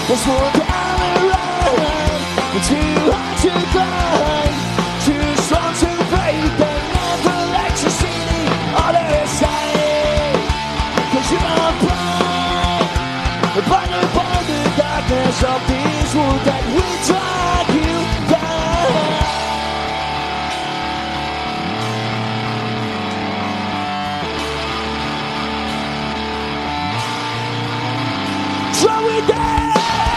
It's more down and run, too hard to climb, too strong to break, but never let you see the other side. Cause you are blind, blinded by the darkness of this world that will drag you down. Throw it down.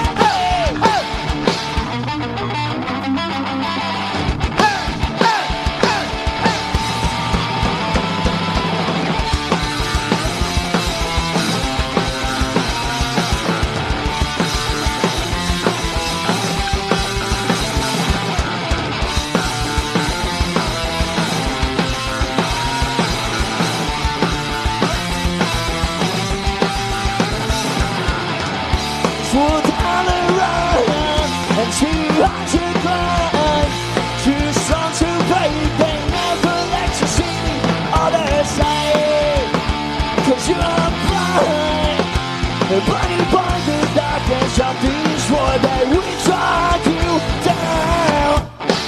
Foot on the run, and too hard to climb, too strong to break, they never let you see the other side. Cause you are blind, blinded by the darkness of this world that will drag you down.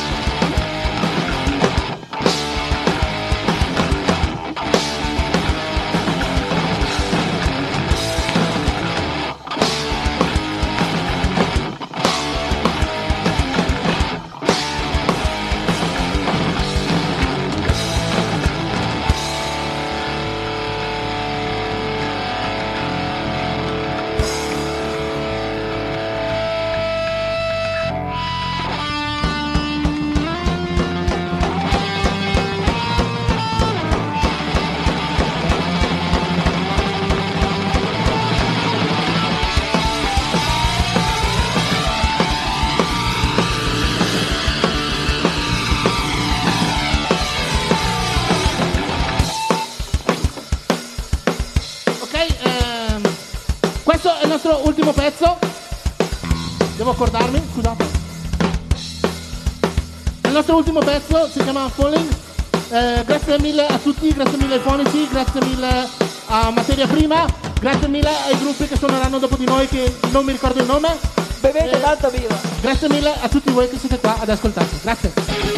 Questo è il nostro ultimo pezzo. Devo accordarmi, scusate. Il nostro ultimo pezzo si chiama Falling. Eh, grazie mille a tutti, grazie mille ai fonici, grazie mille a Materia Prima, grazie mille ai gruppi che suoneranno dopo di noi che non mi ricordo il nome. Bevete eh, tanto birra. Grazie mille a tutti voi che siete qua ad ascoltarci. Grazie.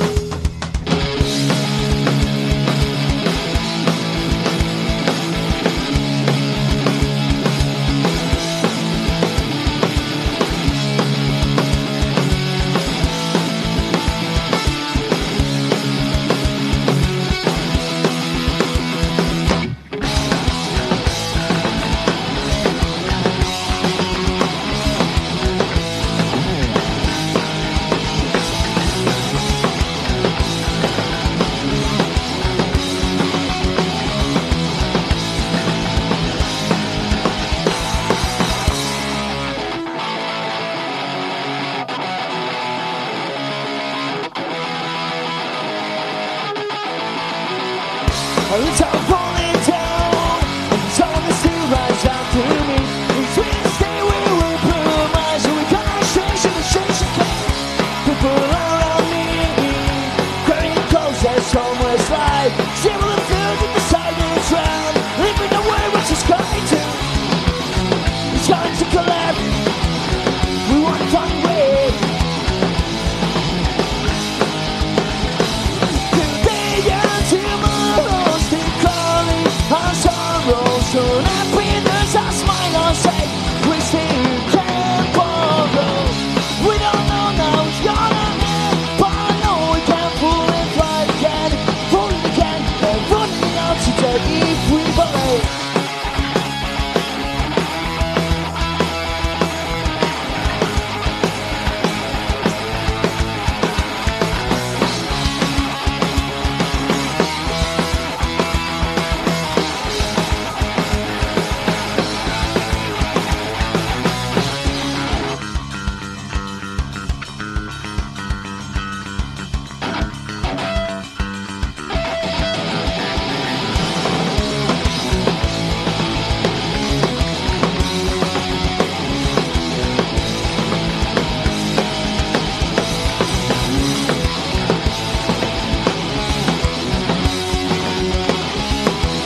It's all falling down, and it's all this to rise up to me. It's we stay where we put our minds, so we can't change the change again. People around me, crying close as homeless life. Several of them in the silence round, living away which is coming to. It's going to collapse. We want to find a way. Today and tomorrow. Our sorrow, soon happiness, our smile, our say, we still can't borrow. We don't know now it's gonna end, but I know we can pull it right again, pull it again, and run it out today if we believe.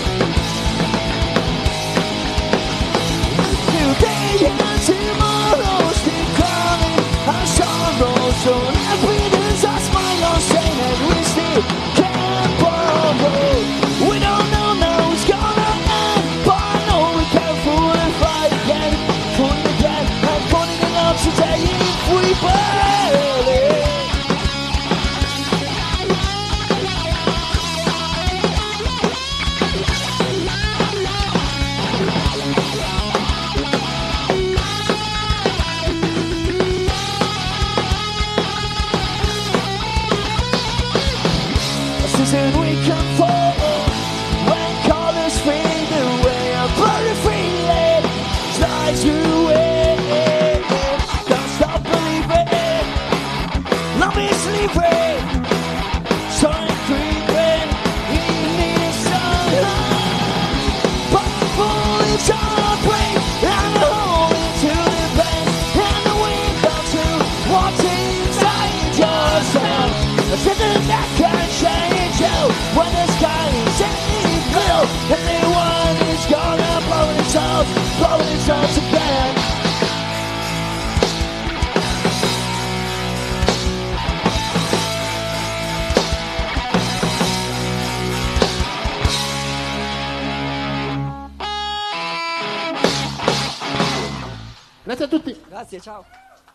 Tomorrow true. Can't stop believing. Love is sleeping. So I'm creeping. You need something. Powerful is our brain. And the hole into the bend. And the window to what's inside yourself. A sentence that can change you when the sky is in blue. Everyone is gonna blow themselves, blow themselves again. Grazie a tutti. Grazie, ciao.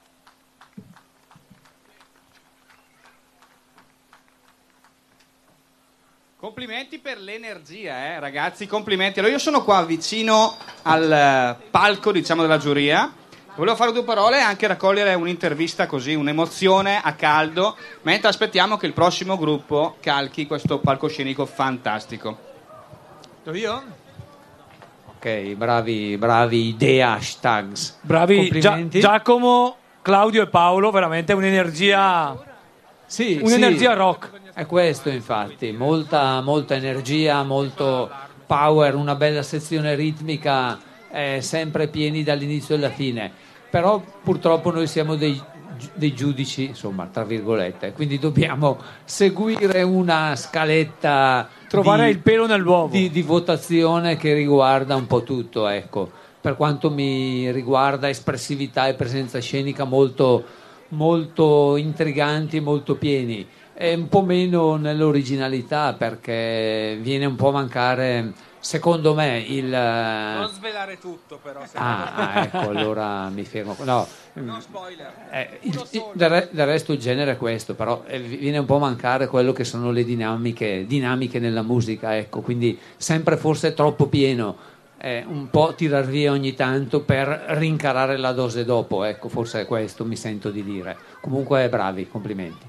Complimenti per l'energia, eh, ragazzi, complimenti. Allora io sono qua vicino al eh, palco, diciamo, della giuria. Volevo fare due parole e anche raccogliere un'intervista così, un'emozione a caldo, mentre aspettiamo che il prossimo gruppo calchi questo palcoscenico fantastico. Io? Ok, bravi, bravi The Hashtags. Bravi Gia- Complimenti. Giacomo, Claudio e Paolo, veramente un'energia. Sì, un'energia sì, rock. È questo, infatti, molta, molta energia, molto power, una bella sezione ritmica, eh, sempre pieni dall'inizio alla fine. Però purtroppo noi siamo dei, dei giudici, insomma, tra virgolette, quindi dobbiamo seguire una scaletta, Trovare di, il pelo nell'uovo. di, di votazione che riguarda un po' tutto, ecco. Per quanto mi riguarda, espressività e presenza scenica molto, molto intriganti, molto pieni. È un po' meno nell'originalità, perché viene un po' a mancare, secondo me, il... Non svelare tutto, però. Ah, ah, ecco, allora mi fermo. No, No spoiler. eh, il, il- del, re- del resto il genere è questo, però eh, viene un po' a mancare quello che sono le dinamiche, dinamiche nella musica, ecco, quindi sempre forse troppo pieno, eh, un po' tirar via ogni tanto per rincarare la dose dopo, ecco, forse è questo, mi sento di dire. Comunque bravi, complimenti.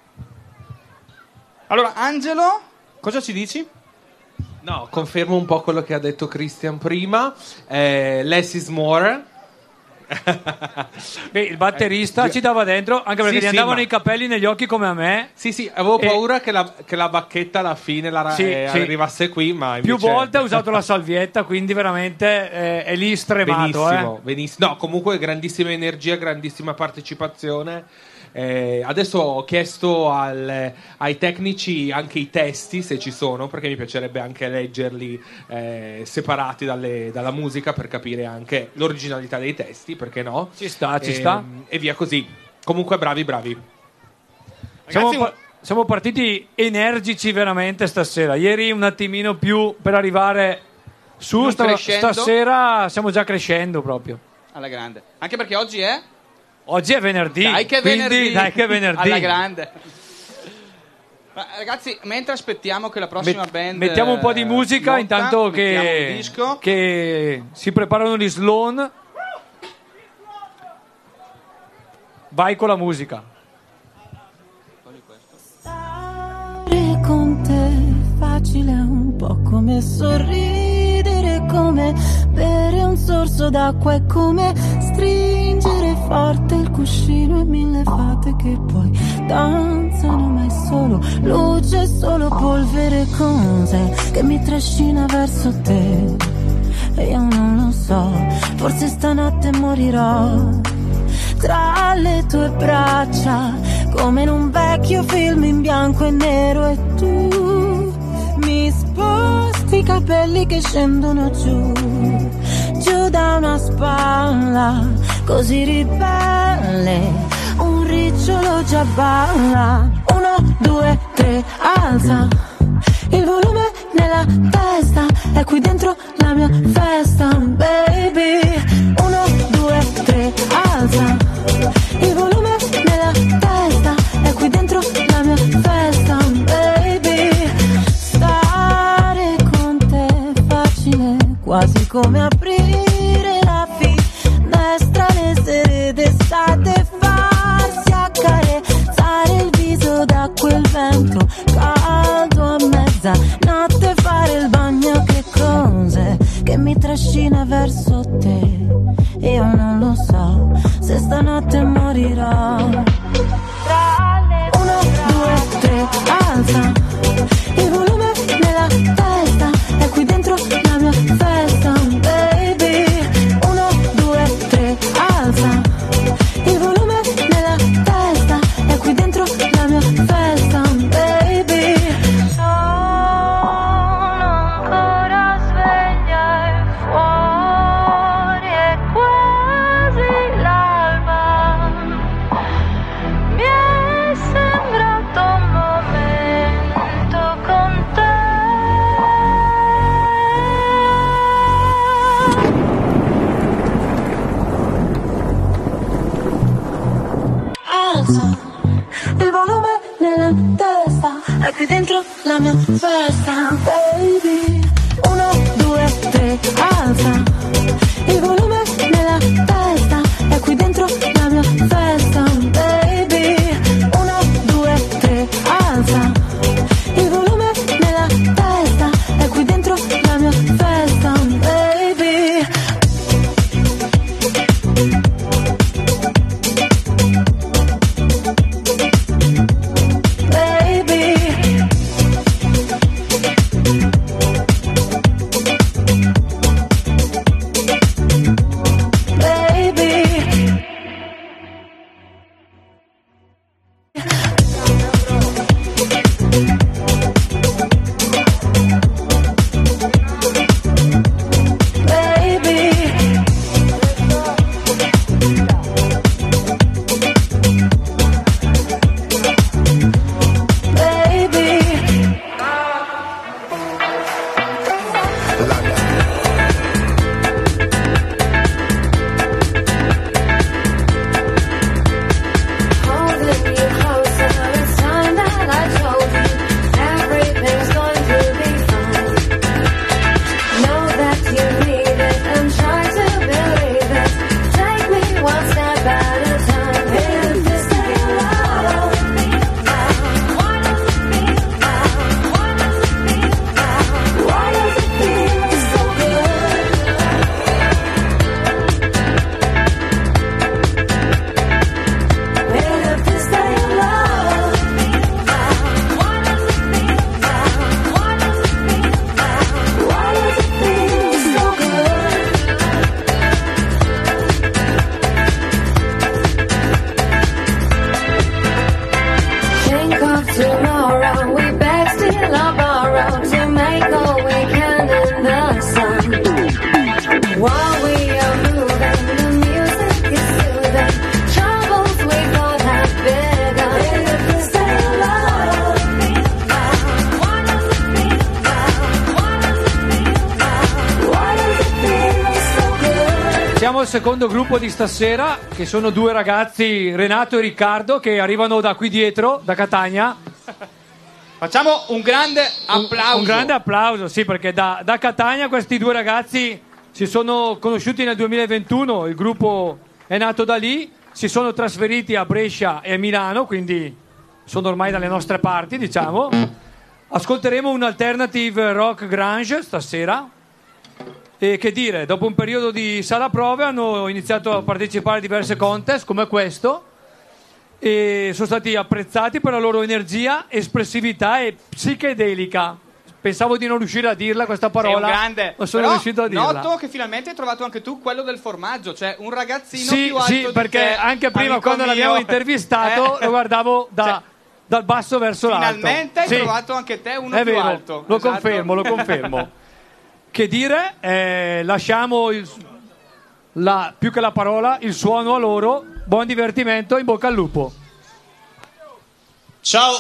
Allora, Angelo, cosa ci dici? No, confermo un po' quello che ha detto Christian prima. Eh, less is more. Beh, il batterista Eh, ci dava dentro, anche perché sì, gli sì, andavano ma- i capelli negli occhi come a me. Sì, sì, avevo E- paura che, la, che la bacchetta alla fine la, ra- Sì, eh, sì. arrivasse qui, ma Più invece... volte ha usato la salvietta, quindi veramente eh, è lì stremato. Benissimo, eh. benissimo. No, comunque grandissima energia, grandissima partecipazione. Eh, adesso ho chiesto al- ai tecnici anche i testi, se ci sono, perché mi piacerebbe anche leggerli eh, separati dalle- dalla musica per capire anche l'originalità dei testi, perché no? Ci sta, ci E- sta. E via così. Comunque bravi, bravi. Siamo, Ragazzi, pa- siamo partiti energici veramente stasera. Ieri un attimino più per arrivare su, Non sta- crescendo. stasera stiamo già crescendo proprio. Alla grande. Anche perché oggi è... Oggi è venerdì. Dai che quindi venerdì. dai che è venerdì. Alla grande. Ma, ragazzi, mentre aspettiamo che la prossima Met- band mettiamo un po' di eh, musica monta, intanto mettiamo un che, disco. che si preparano gli Sloan. Vai con la musica. Stare con te facile è un po' come sorridere, come bere un sorso d'acqua, è come stringere forte il cuscino e mille fate che poi danzano, ma è solo luce, solo polvere, cos'è che mi trascina verso te e io non lo so, forse stanotte morirò tra le tue braccia, come in un vecchio film in bianco e nero, e tu mi sposti i capelli che scendono giù, giù da una spalla, così ribelle, un ricciolo già balla. Uno, due, tre, alza il volume nella testa, è qui dentro la mia festa, baby. Uno, due, tre, alza il volume nella testa, è qui dentro la mia festa, baby. Stare con te è facile, quasi come aprire la finestra le sere d'estate, farsi accarezzare il viso da quel vento caldo a mezzanotte, fare il bagno, che cos'è che mi trascina verso te e non so se stanotte morirò. Uno, due, tre, alza il volume nella testa, è qui dentro la mia festa, baby. Uno, due, tre, alza il volume nella testa, è qui dentro la mia festa, baby. Sono ancora sveglia e fuori è quasi l'alba. Mi è sembrato un momento con te. Alza il volume nella testa, è qui dentro la mia festa, baby. Uno, due, tre, alza il volume nella testa, è qui dentro la mia festa, baby. Uno, due, tre, alza il volume nella testa, è qui dentro la mia festa, baby. Baby, baby. Think of tomorrow, we beg still or borrow to make all we can in the sun. While we are moving, the music is soothing. Troubles we both have bigger. If we stay alive, what does it feel? What does it feel so good? Siamo al secondo gruppo di stasera, che sono due ragazzi, Renato e Riccardo, che arrivano da qui dietro, da Catania. Facciamo un grande applauso. Un, un grande applauso, sì, perché da, da Catania questi due ragazzi si sono conosciuti nel duemilaventuno, il gruppo è nato da lì, si sono trasferiti a Brescia e a Milano, quindi sono ormai dalle nostre parti, diciamo. Ascolteremo un alternative rock grunge stasera. E che dire, dopo un periodo di sala prove hanno iniziato a partecipare a diverse contest come questo e sono stati apprezzati per la loro energia, espressività e psichedelica. Pensavo di non riuscire a dirla questa parola, Sei un grande. ma sono Però riuscito a dirla. noto che finalmente hai trovato anche tu quello del formaggio, cioè un ragazzino Sì, più alto sì, di perché te, anche prima amico quando mio. l'abbiamo intervistato Eh. lo guardavo da, Cioè, dal basso verso l'alto. finalmente hai Sì. trovato anche te uno È più vero, alto. lo Esatto. confermo, lo confermo. Che dire, eh, lasciamo il, la, più che la parola, il suono a loro. Buon divertimento, in bocca al lupo. Ciao.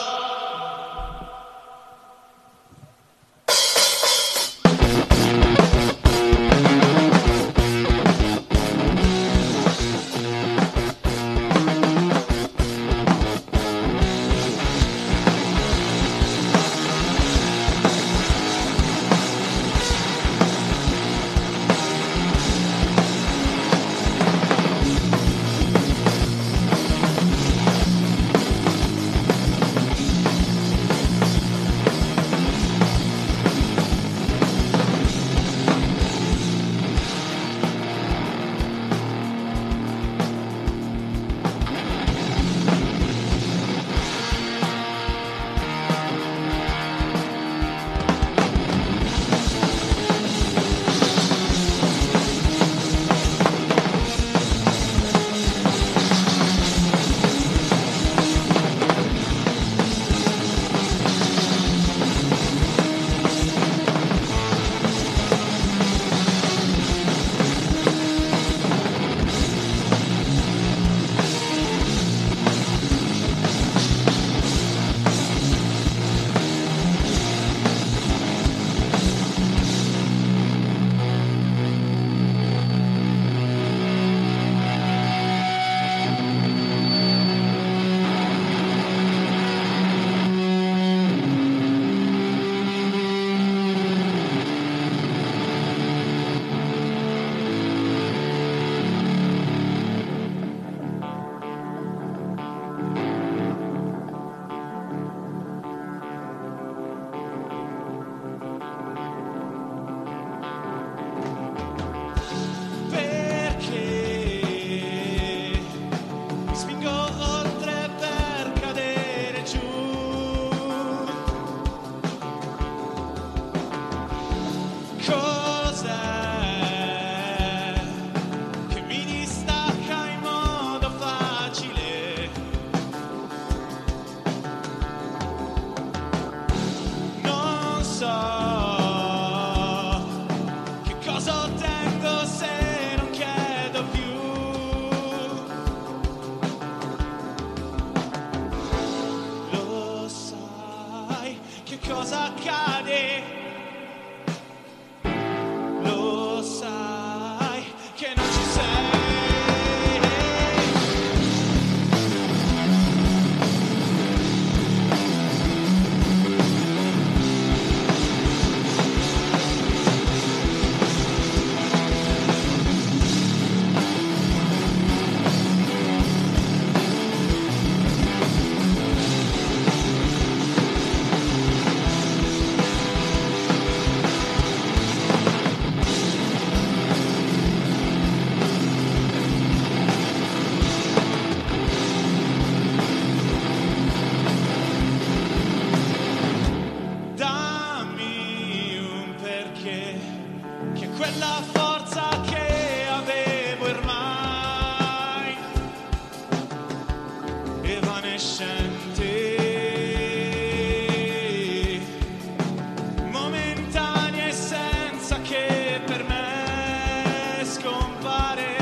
evanescente, momentanea essenza che per me scompare,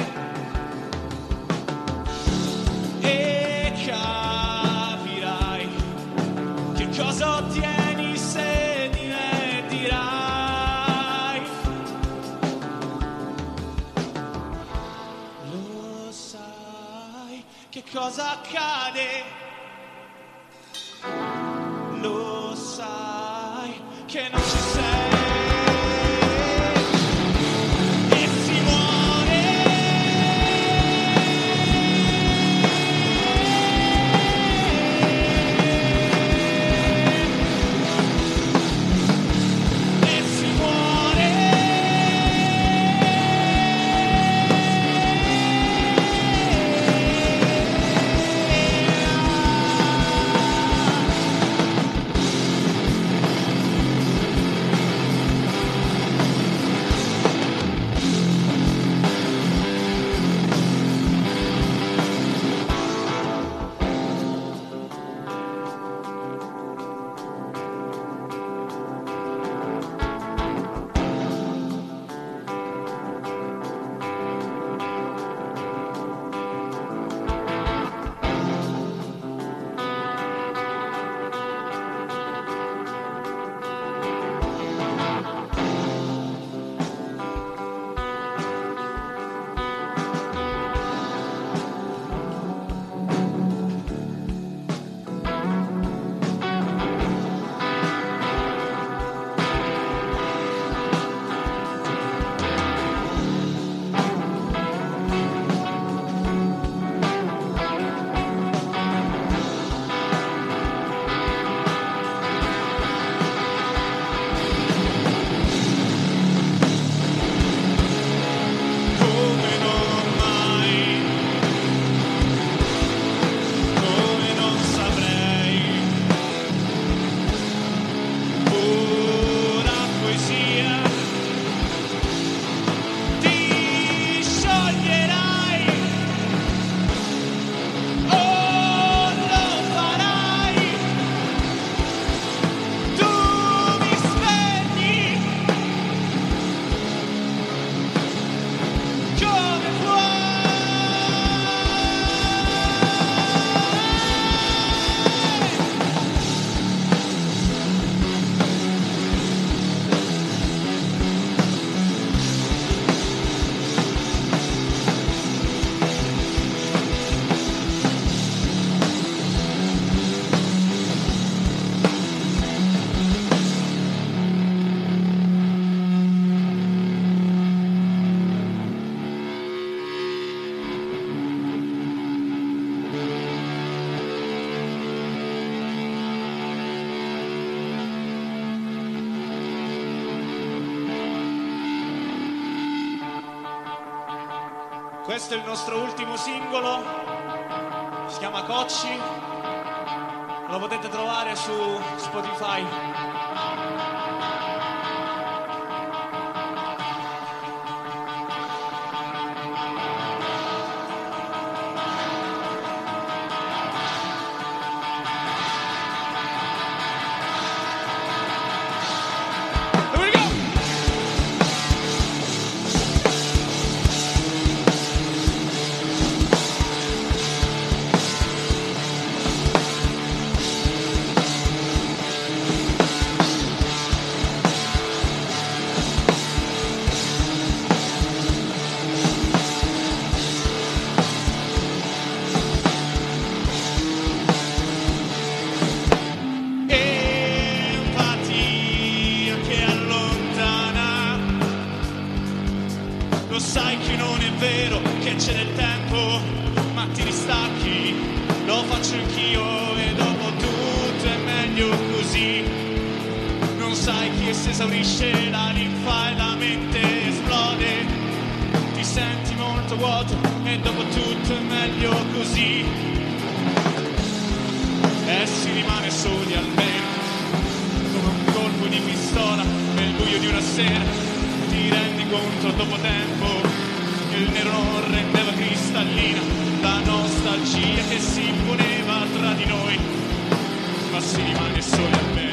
e capirai che cosa ottieni se di me dirai. Lo sai che cosa accade? Lo sai che non ci sei. E si muore. E si muore. Questo è il nostro ultimo singolo, si chiama Cocci, lo potete trovare su Spotify. sai che non è vero che c'è del tempo, ma ti distacchi, lo faccio anch'io e dopo tutto è meglio così. Non sai che si esaurisce la linfa e la mente esplode, ti senti molto vuoto e dopo tutto è meglio così. E si rimane soli almeno, come un colpo di pistola nel buio di una sera. Ti rendi conto dopo tempo che il nero non rendeva cristallina la nostalgia. magia che si imponeva tra di noi, ma si rimane soli almeno.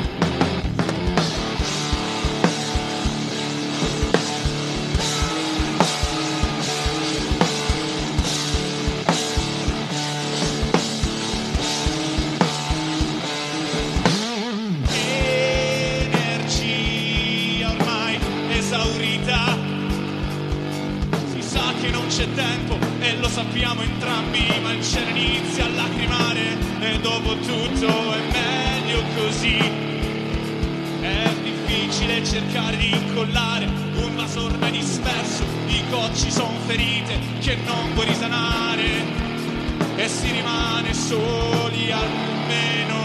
Energia ormai esaurita, si sa che non c'è tempo e lo sappiamo entrambi, ma il cielo inizia a lacrimare e dopo tutto è meglio così. È difficile cercare di incollare un vaso ormai disperso di gocci son ferite che non puoi risanare e si rimane soli almeno.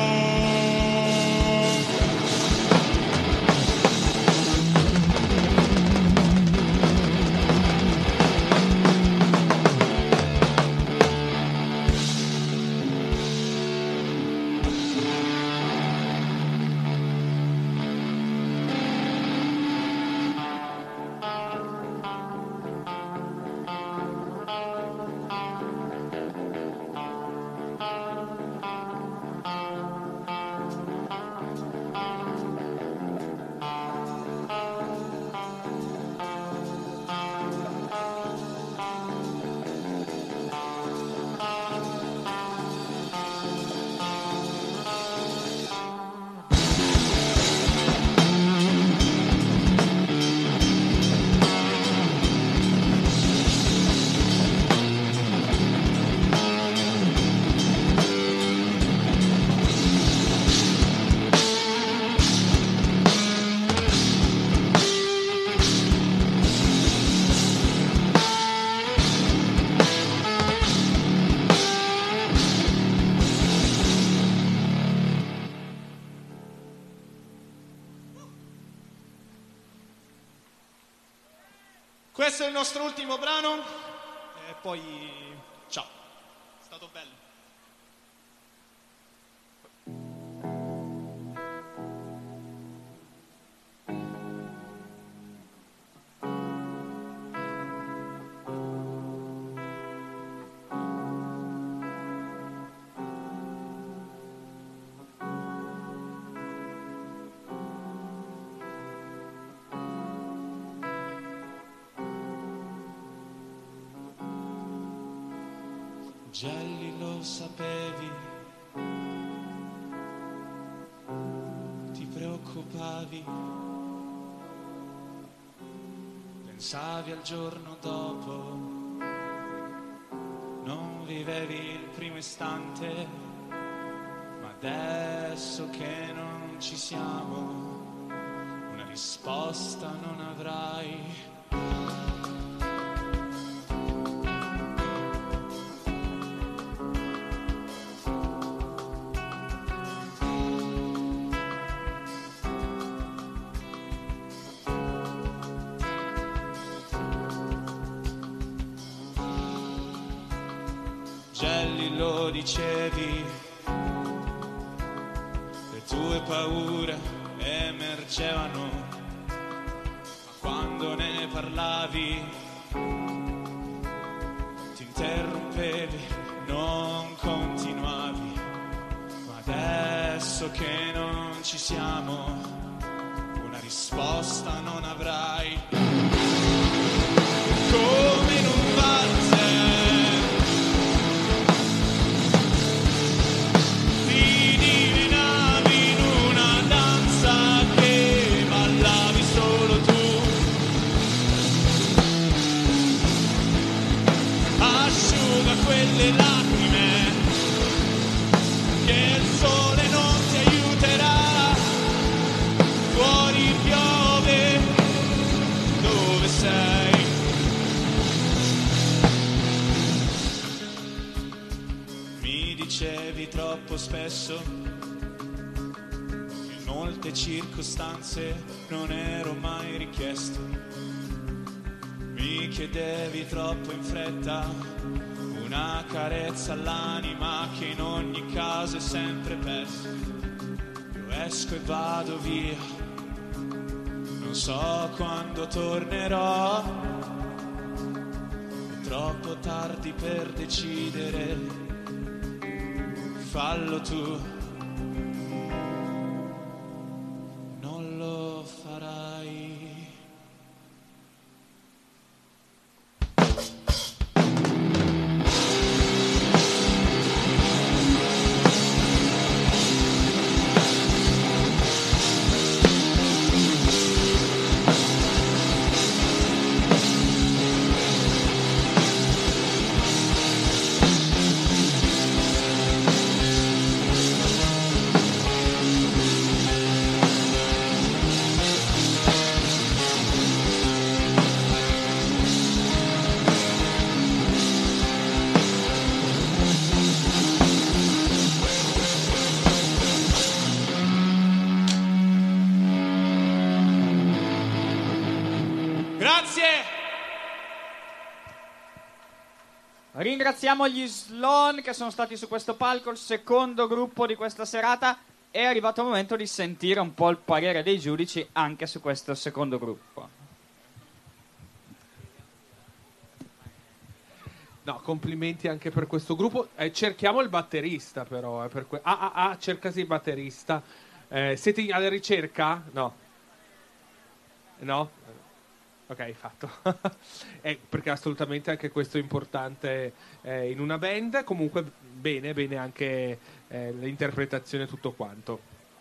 Questo è il nostro ultimo brano e poi ciao, è stato bello. Gelli, lo sapevi, ti preoccupavi, pensavi al giorno dopo, non vivevi il primo istante, ma adesso che non ci siamo, una risposta non avrai. Gelli, lo dicevi, le tue paure emergevano, ma quando ne parlavi ti interrompevi, non continuavi, ma adesso che non ci siamo, una risposta non avrai. Come in un valzer quelle lacrime che il sole non ti aiuterà, fuori piove, dove sei? Mi dicevi troppo spesso, in molte circostanze non ero mai richiesto, mi chiedevi troppo in fretta una carezza all'anima che in ogni caso è sempre persa. Io esco e vado via, non so quando tornerò, e troppo tardi per decidere, fallo tu, non lo farai. Ringraziamo gli Sloan che sono stati su questo palco, il secondo gruppo di questa serata. È arrivato il momento di sentire un po' il parere dei giudici anche su questo secondo gruppo. No, complimenti anche per questo gruppo. Eh, cerchiamo il batterista però. Eh, per que- ah, ah, ah, cercasi il batterista. Eh, siete alla ricerca? No. No? Ok, fatto. eh, perché assolutamente anche questo è importante eh, in una band. Comunque bene, bene anche eh, l'interpretazione e tutto quanto.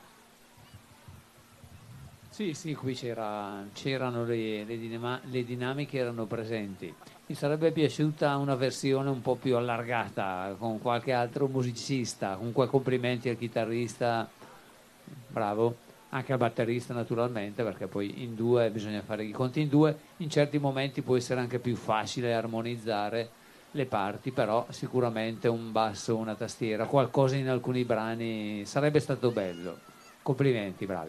Sì, sì, qui c'era, c'erano le, le, dinama- le dinamiche erano presenti. Mi sarebbe piaciuta una versione un po' più allargata, con qualche altro musicista. Comunque complimenti al chitarrista, bravo. Anche al batterista naturalmente, perché poi in due bisogna fare i conti in due, in certi momenti può essere anche più facile armonizzare le parti, però sicuramente un basso, una tastiera, qualcosa in alcuni brani sarebbe stato bello. Complimenti, bravi.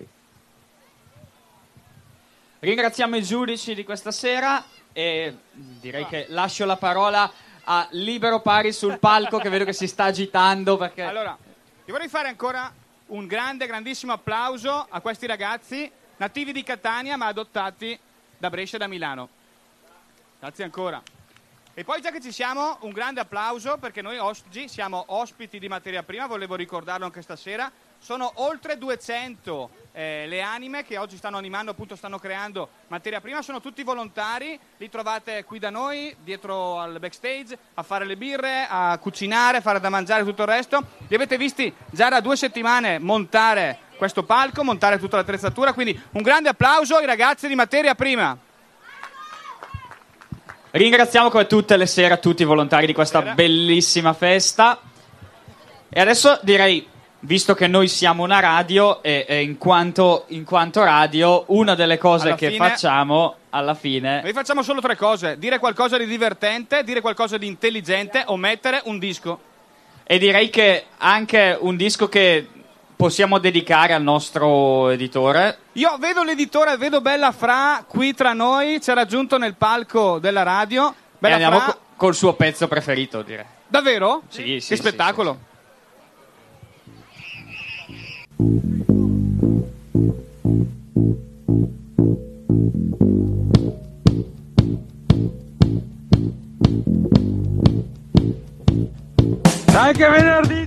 Ringraziamo i giudici di questa sera e direi che lascio la parola a Libero Pari sul palco, che vedo che si sta agitando perché... Allora, io vorrei fare ancora un grande, grandissimo applauso a questi ragazzi nativi di Catania ma adottati da Brescia e da Milano. Grazie ancora. E poi, già che ci siamo, un grande applauso perché noi oggi siamo ospiti di Materia Prima, volevo ricordarlo anche stasera. Sono oltre duecento eh, le anime che oggi stanno animando, appunto stanno creando Materia Prima, sono tutti volontari, li trovate qui da noi, dietro al backstage, a fare le birre, a cucinare, a fare da mangiare, tutto il resto. Li avete visti già da due settimane montare questo palco, montare tutta l'attrezzatura, quindi un grande applauso ai ragazzi di Materia Prima. Ringraziamo come tutte le sere tutti i volontari di questa bellissima festa. E adesso direi, visto che noi siamo una radio e, e in, quanto, in quanto radio, una delle cose Alla che fine- facciamo alla fine... Noi facciamo solo tre cose: dire qualcosa di divertente, dire qualcosa di intelligente o mettere un disco. E direi che anche un disco che possiamo dedicare al nostro editore. Io vedo l'editore, vedo Bella Fra qui tra noi, ci ha raggiunto nel palco della radio. E Bella andiamo Fra, co- col suo pezzo preferito, direi. davvero? Sì, sì, Che sì, spettacolo. Anche venerdì.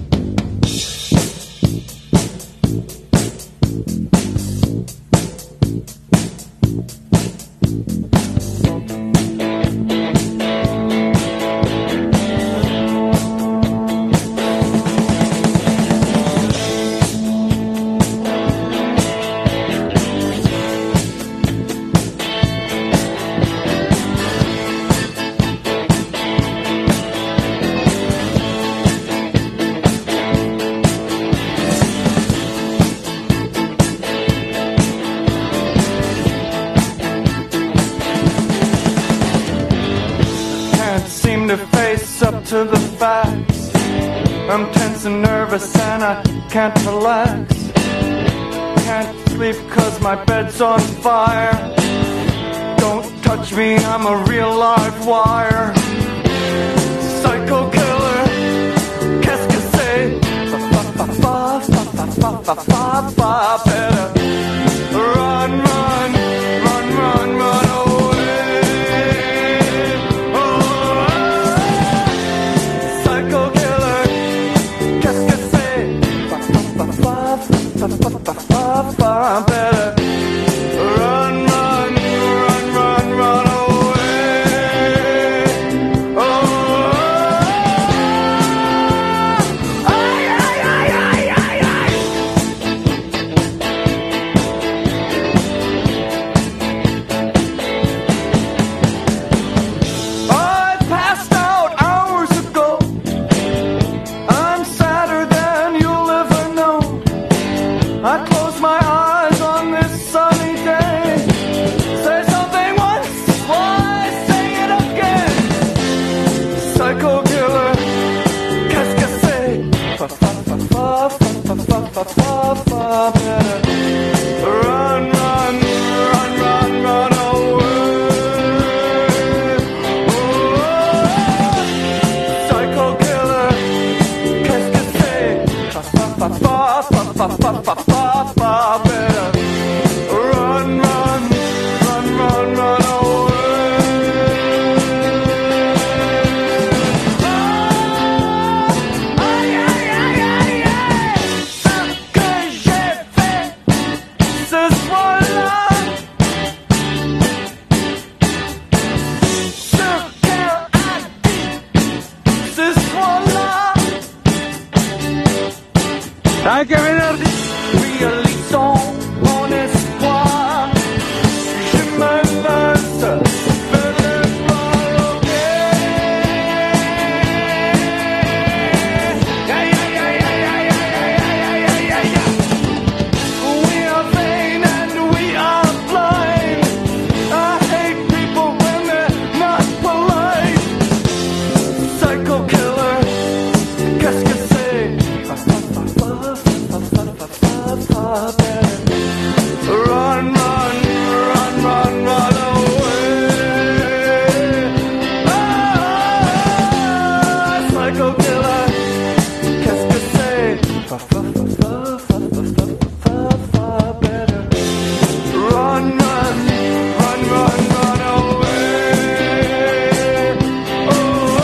Can't seem to face up to the facts. I'm tense and nervous and I can't relax. Can't sleep cause my bed's on fire. Don't touch me, I'm a real live wire. Psycho killer, qu'est-ce que c'est? Fa fa fa fa fa fa fa fa fa. Better run, run, run, run, run away. Oh. Anche venerdì qui all'Isson on espoir. Je me lance vers le parler. Yeah, yeah, yeah, yeah, yeah, yeah, yeah, yeah, yeah. We are vain and we are blind. I hate people when they're not polite. Psycho killer, qu'est-ce que c'est? Run, run, run, run, run away. Ah, psycho killer, qu'est-ce que c'est? Fa, fa, fa, fa, fa, fa, fa, fa, better. Run, run, run, run, run away. Oh,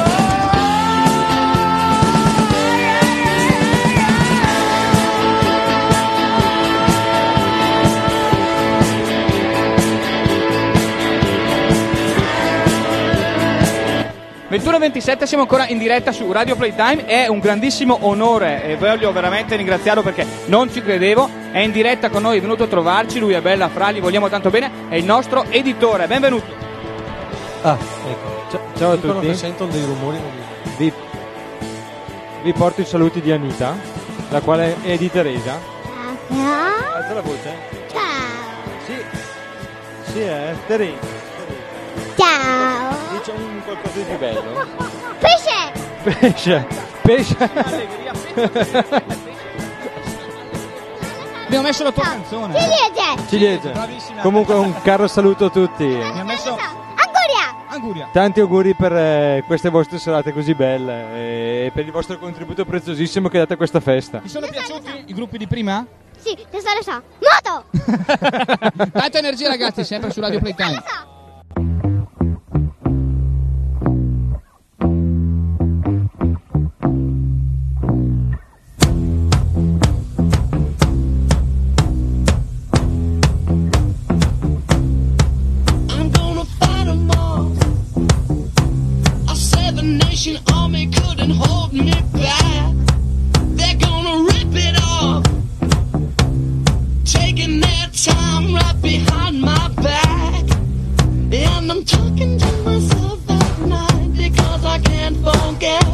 ventuno e ventisette, siamo ancora in diretta su Radio Playtime. È un grandissimo onore e voglio veramente ringraziarlo perché non ci credevo. È in diretta con noi, è venuto a trovarci. Lui è Bella Fra, gli vogliamo tanto bene. È il nostro editore. Benvenuto. Ah, ecco. Ciao, ciao a Dicono tutti. che sentono dei rumori. Vi, vi porto i saluti di Anita, la quale è di Teresa. Alza la voce. Ciao. Sì, sì, è Teresa. Ciao. Dice un qualcosa di bello. Pesce. Pesce, pesce. Abbiamo messo la tua canzone. Ciliegie. Ciliegie. Bravissima. Comunque un caro saluto a tutti. Mi ha messo Anguria. Anguria. Tanti auguri per eh, queste vostre serate così belle e per il vostro contributo preziosissimo che date a questa festa. Ti sono piaciuti i gruppi di prima? Sì, adesso lo so. Moto. Tanta energia ragazzi, sempre su Radio Playtime. I'm gonna fight 'em all. A seven nation army couldn't hold me back. They're gonna rip it off, taking their time right behind my back. And I'm talking to myself at night because I can't forget.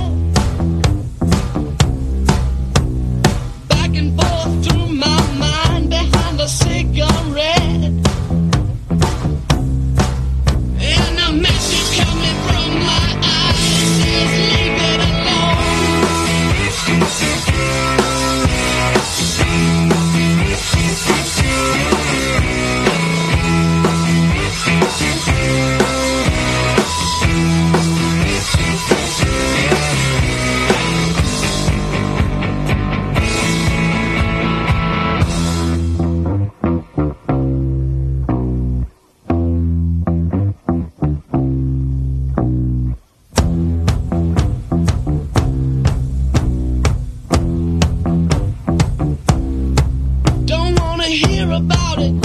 Back and forth through my mind behind a cigarette. And a message coming from my eyes says leave it don't wanna hear about it.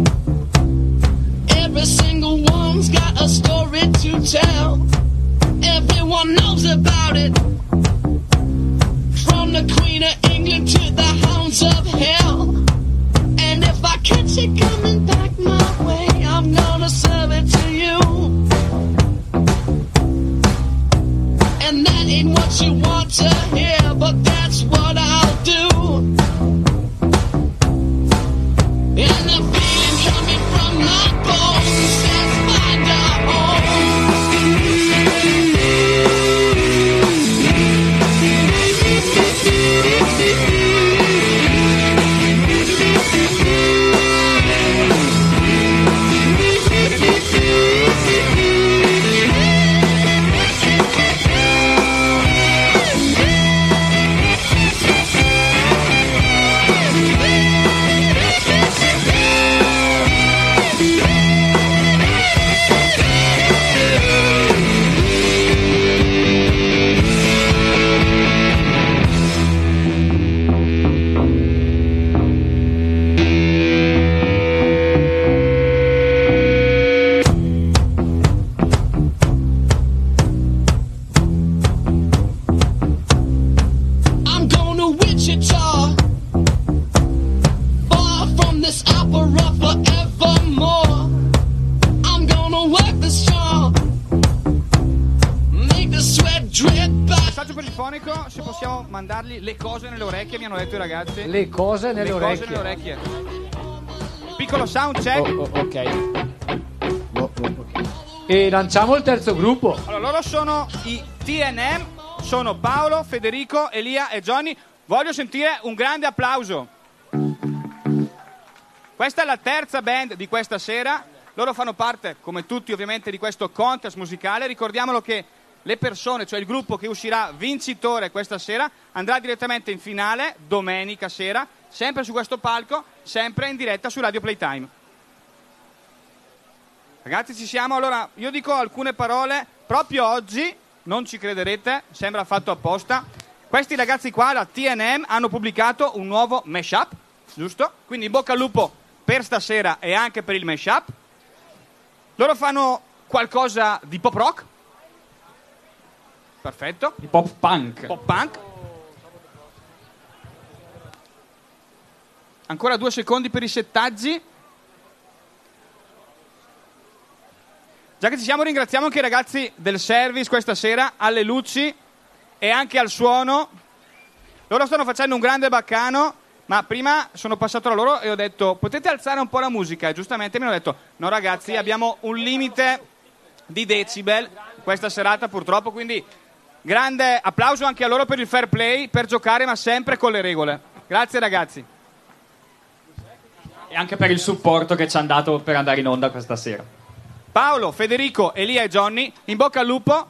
Every single one's got a story to tell. Everyone knows about it. From the Queen of England to the hounds of hell. And if I catch it coming back my way, I'm gonna serve it to you. And that ain't what you want to hear, but that's what I'll do. And the feeling coming from my bones says find a home. messaggio per il fonico, se possiamo mandargli le cose nelle orecchie, mi hanno detto i ragazzi. Le cose nelle le orecchie. Cose nelle orecchie. Piccolo sound check. Oh, oh, ok. E lanciamo il terzo gruppo. Allora, loro sono i T N M, sono Paolo, Federico, Elia e Johnny. Voglio sentire un grande applauso. Questa è la terza band di questa sera. Loro fanno parte, come tutti ovviamente, di questo contest musicale. Ricordiamolo che le persone, cioè il gruppo che uscirà vincitore questa sera, andrà direttamente in finale domenica sera, sempre su questo palco, sempre in diretta su Radio Playtime. Ragazzi, ci siamo? Allora, io dico alcune parole. Proprio oggi, non ci crederete, sembra fatto apposta, questi ragazzi qua, la T N M, hanno pubblicato un nuovo mashup, giusto? Quindi in bocca al lupo per stasera e anche per il mashup. Loro fanno qualcosa di pop rock. Perfetto. Di pop punk. Pop punk. Ancora due secondi per i settaggi. Già che ci siamo, ringraziamo anche i ragazzi del service questa sera, alle luci e anche al suono. Loro stanno facendo un grande baccano, ma prima sono passato da loro e ho detto potete alzare un po' la musica, e giustamente mi hanno detto no ragazzi, abbiamo un limite di decibel questa serata purtroppo, quindi grande applauso anche a loro per il fair play, per giocare ma sempre con le regole. Grazie ragazzi. E anche per il supporto che ci hanno dato per andare in onda questa sera. Paolo, Federico, Elia e Johnny, in bocca al lupo.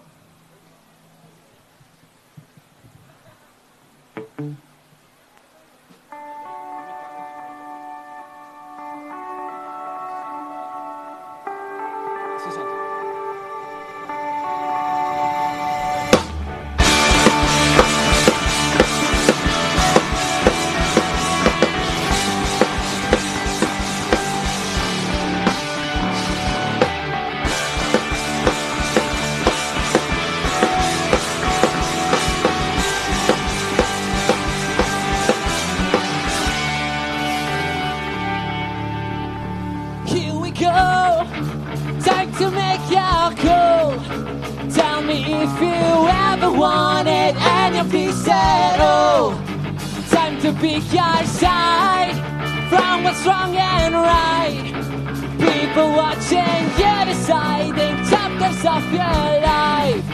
Here we go, time to make your call. Tell me if you ever wanted any of this at all. Time to pick your side from what's wrong and right. People watching you deciding chapters of your life.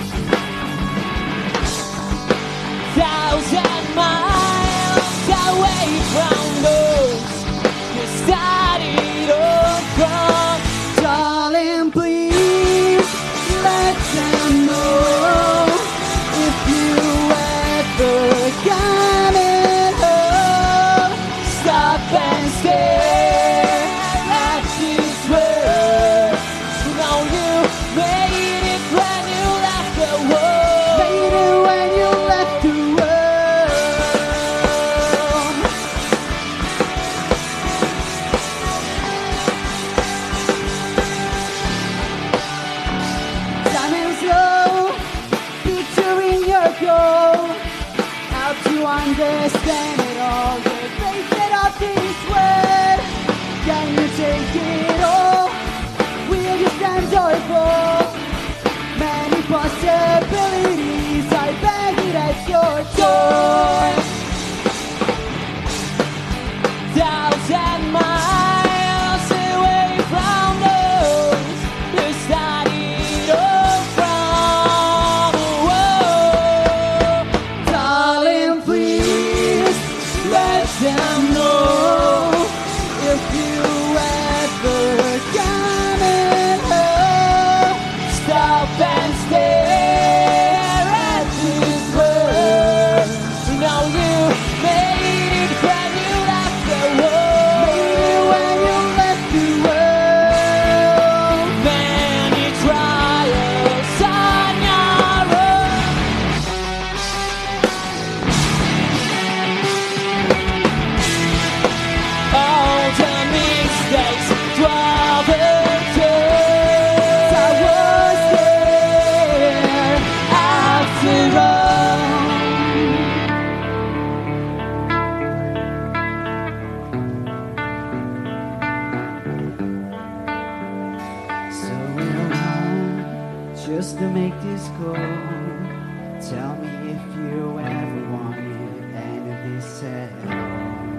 Thousand miles away from those you started all from. Darling, please let them know if you ever coming home. Stop and stare at this world. You know you made it when you left the world. Made it when you left the world. Time and slow, picturing your goal. How to understand it all. The basic of this world. Can you take it all? Will you stand joyful? Many possibilities, I beg it at your door. Thousand miles away from those who started all from. Whoa. Darling, please let them know if you ever coming home. Stop and stare at this world. You know you made it when you left the world. Made it when you left the world. Many trials on your own. All the mistakes dwell the tears. I was there after all. So we're home just to make this call. Tell me you ever wanted any of this at all.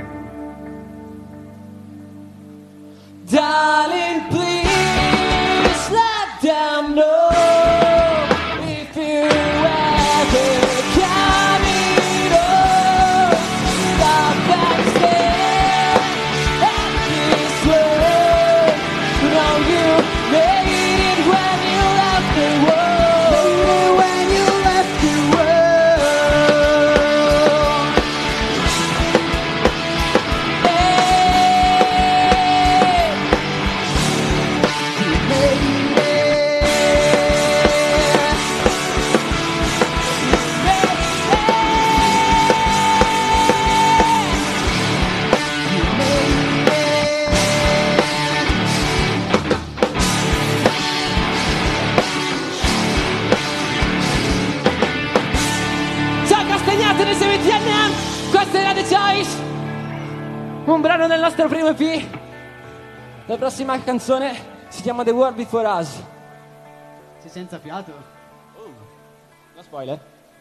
Darling, please let them know if you ever coming home. Stop and stare at this world. Know you made it when you left the world. When you left the world. Hey, you made it. Ciao Castagnate dei Seventy N M, questa è la The Choice, un brano del nostro primo E P. La prossima canzone si chiama The World Before Us. Sei senza fiato? No spoiler.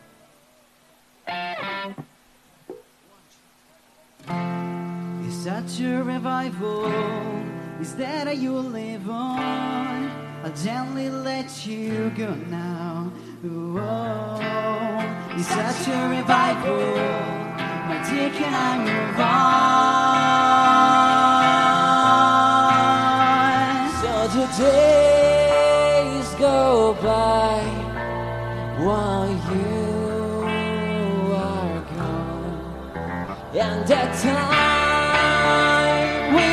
Is such a revival? Is that how you live on? I'll gently let you go now. Oh, it's such a revival. My dear, can I move on? So the days go by while you are gone, and that time we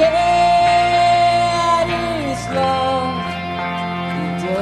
had is lost in the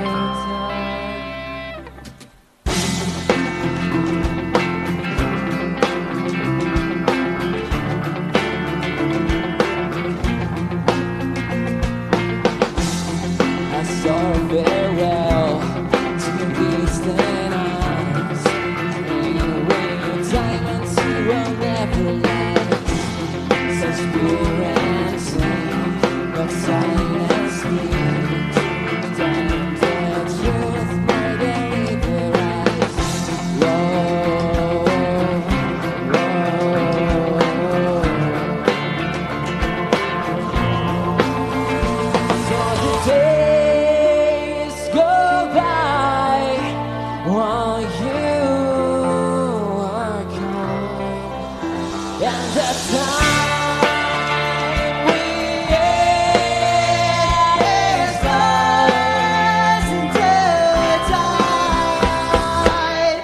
I saw her very well to the distant eyes. Rain away your diamonds, you will never last. Such pure and sane, but silence needs. Down the truth more than either eyes. Whoa, whoa. So the days go by while you are gone, and the time we had is lost in the tide.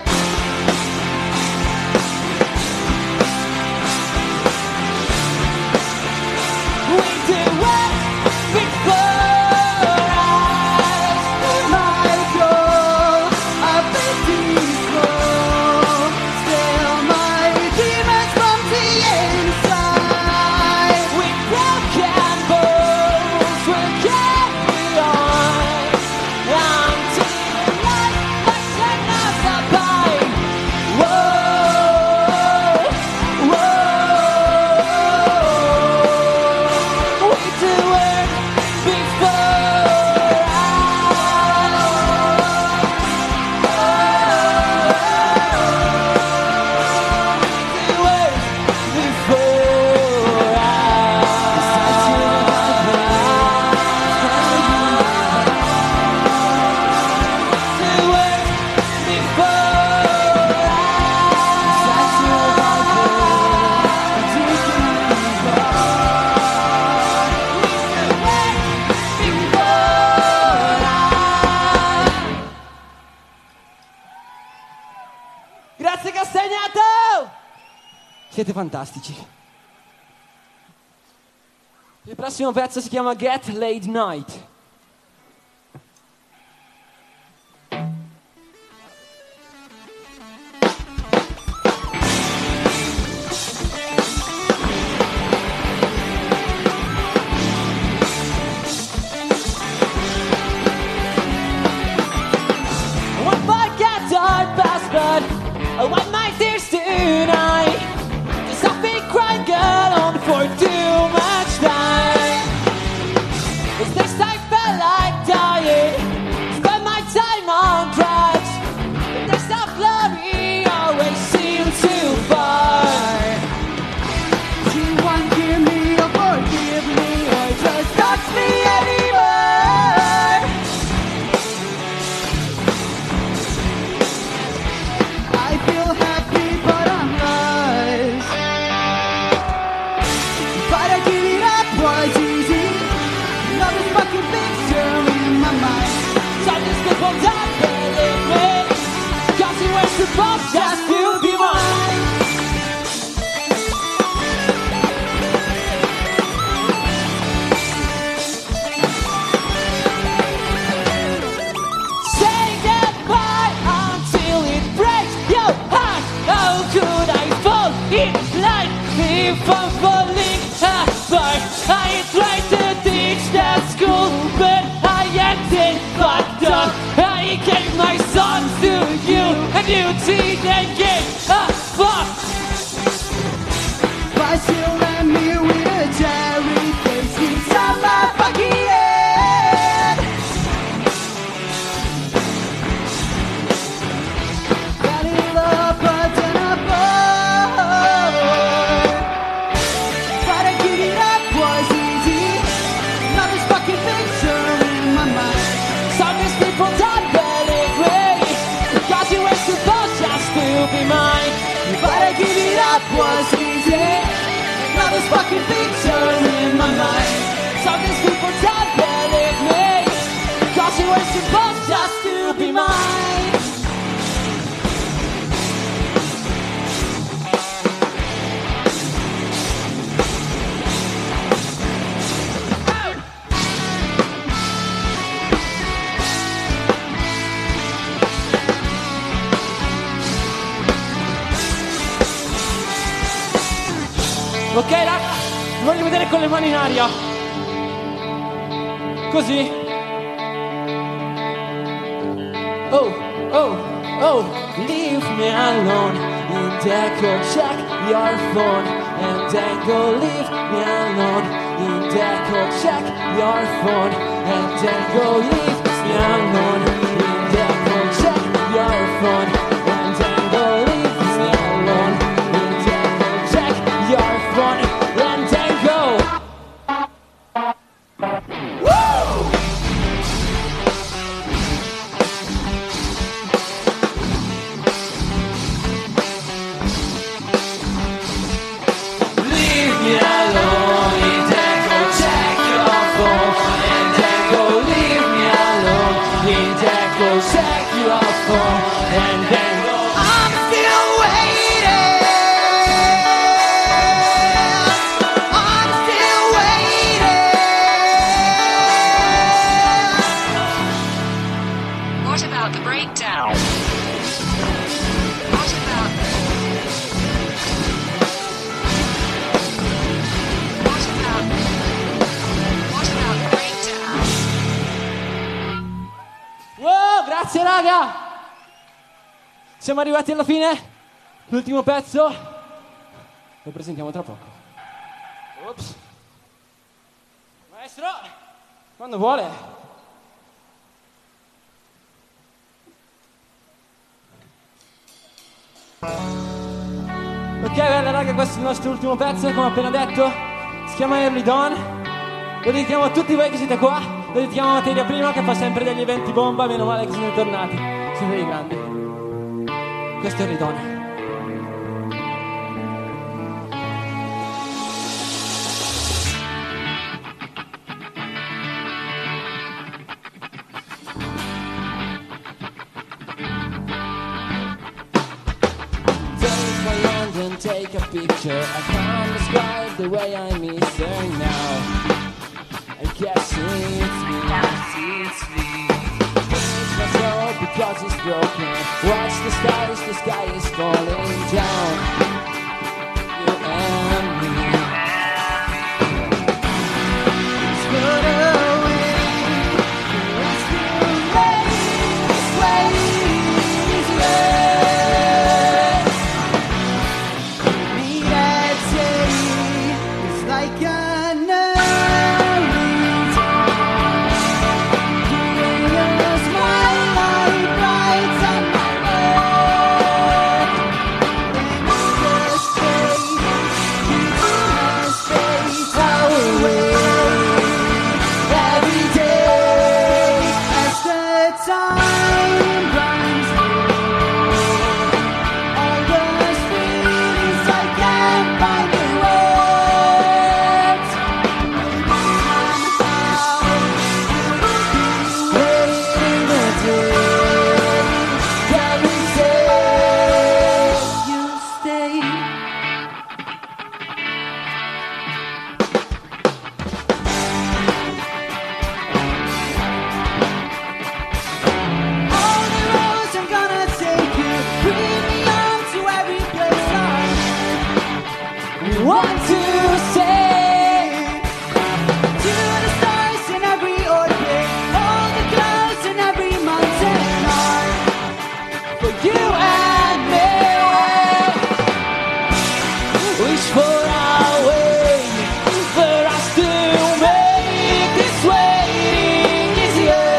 We do what before us, my goal, a peaceful, still my demons from the inside. We broken bones will carry on until life must turn us apart. Whoa, whoa, we do it before Grazie Castagnato! Siete fantastici. Il prossimo pezzo si chiama Get Late Night. One bite got dark bastard. What my tears tonight? Cause I've been crying girl on for too much time. Is this time supposed just to be mine. Say goodbye until it breaks your heart. How could I fall in line if I'm falling apart? I tried to teach that school, but I ended fucked up. I gave my son to you, and you didn't give a fuck. Why still I'm here with a cherry face inside my fucking head? Got in love, but then I bought. But I give it up was easy. Now this fucking picture in my mind. Some of these people don't believe me, because you were supposed just to be mine. But I give it up was easy. Now this fucking picture in my mind. Some of these people don't believe me, because you were supposed just to be mine. Ok raga, vi voglio vedere con le mani in aria. Così. Oh, oh, oh, leave me alone. In deco, check your phone. And then go leave me alone. In deco, check your phone. And then go leave me alone. In deco, check your phone. And then go leave me alone. In deco, check your phone. And then go. Woo! Leave me alone, and then go check your phone. And then go leave me alone, and then go check your phone. And then go. I'm still waiting. I'm still waiting. What about the breakdown? What about What about What about the breakdown? Wow, grazie raga! Siamo arrivati alla fine. L'ultimo pezzo lo presentiamo tra poco. Ops. Maestro, quando vuole. Ok, bella raga, questo è il nostro ultimo pezzo, come ho appena detto. Si chiama Early Dawn. Lo dedichiamo a tutti voi che siete qua. Lo dedichiamo a Materia Prima, che fa sempre degli eventi bomba. Meno male che siete tornati. Siete dei grandi. Questo è Early Dawn. Take my hand and take a picture. I can't describe the way I miss her now. I guess it's me, it's me. It's my soul because it's broken. Watch the stars, the sky is falling down. You and me. It's good away. It's too late. This way is late. Me that day is like an early dawn. Here's my light bright on my way. And want to say to the stars in every orbit, all the clouds in every mountain are for you and me. Wish for our way, for us to make this waiting easier.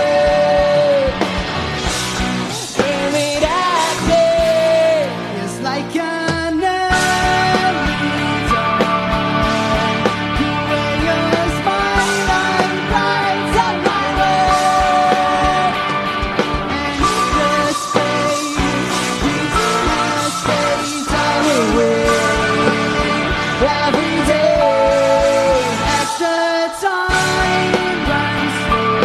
Bring me that day. It's like an early dawn. The way your smile and bright on my way. And the space, between the space I will wait. Every day, as the time runs slow.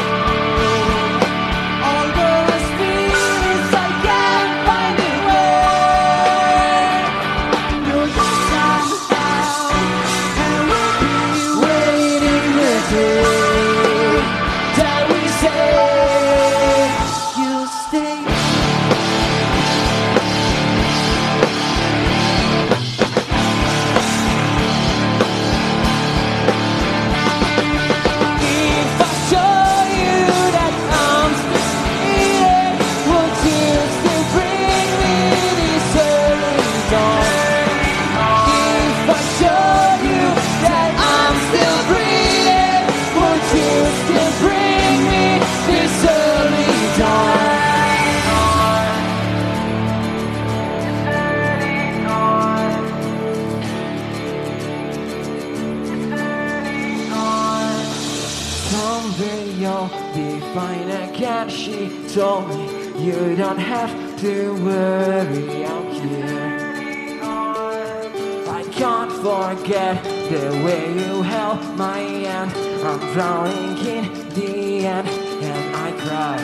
All those feelings I can't find a way. You're here somehow, and we'll be waiting the day that we say you'll stay. If I show you that I'm still here, won't you still bring me this early dawn? If I show you that I'm still breathing, won't you still bring me this early dawn? Someday you'll be fine again, she told me. You don't have to worry, I'm here. I can't forget the way you held my hand. I'm drowning in the end, and I cry.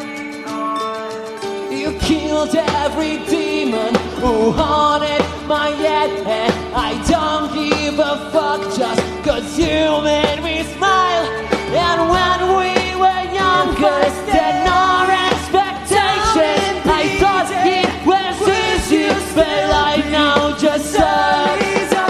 You killed every demon who haunted my head, and I don't give a fuck just cause you made me smile. And when we were younger, then our expectations, I thought it was easy, but I now just suck.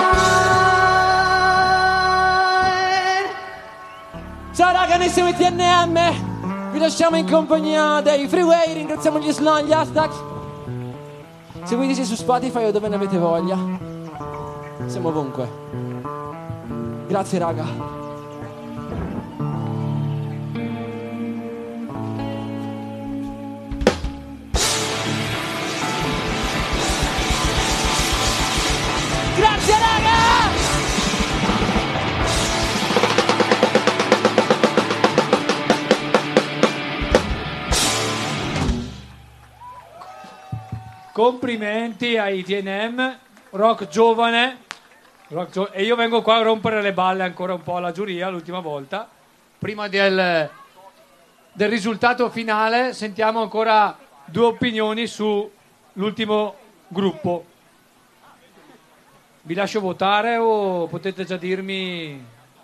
Ciao raga, noi siamo i T N M, vi lasciamo in compagnia dei Freeway, ringraziamo gli Slan, gli hashtag. Seguiteci su Spotify o dove ne avete voglia, siamo ovunque. Grazie raga. Grazie raga! Complimenti ai T N M, rock giovane, rock gio- e io vengo qua a rompere le balle ancora un po' alla giuria l'ultima volta. Prima del, del risultato finale sentiamo ancora due opinioni sull'ultimo gruppo. Vi lascio votare o potete già dirmi?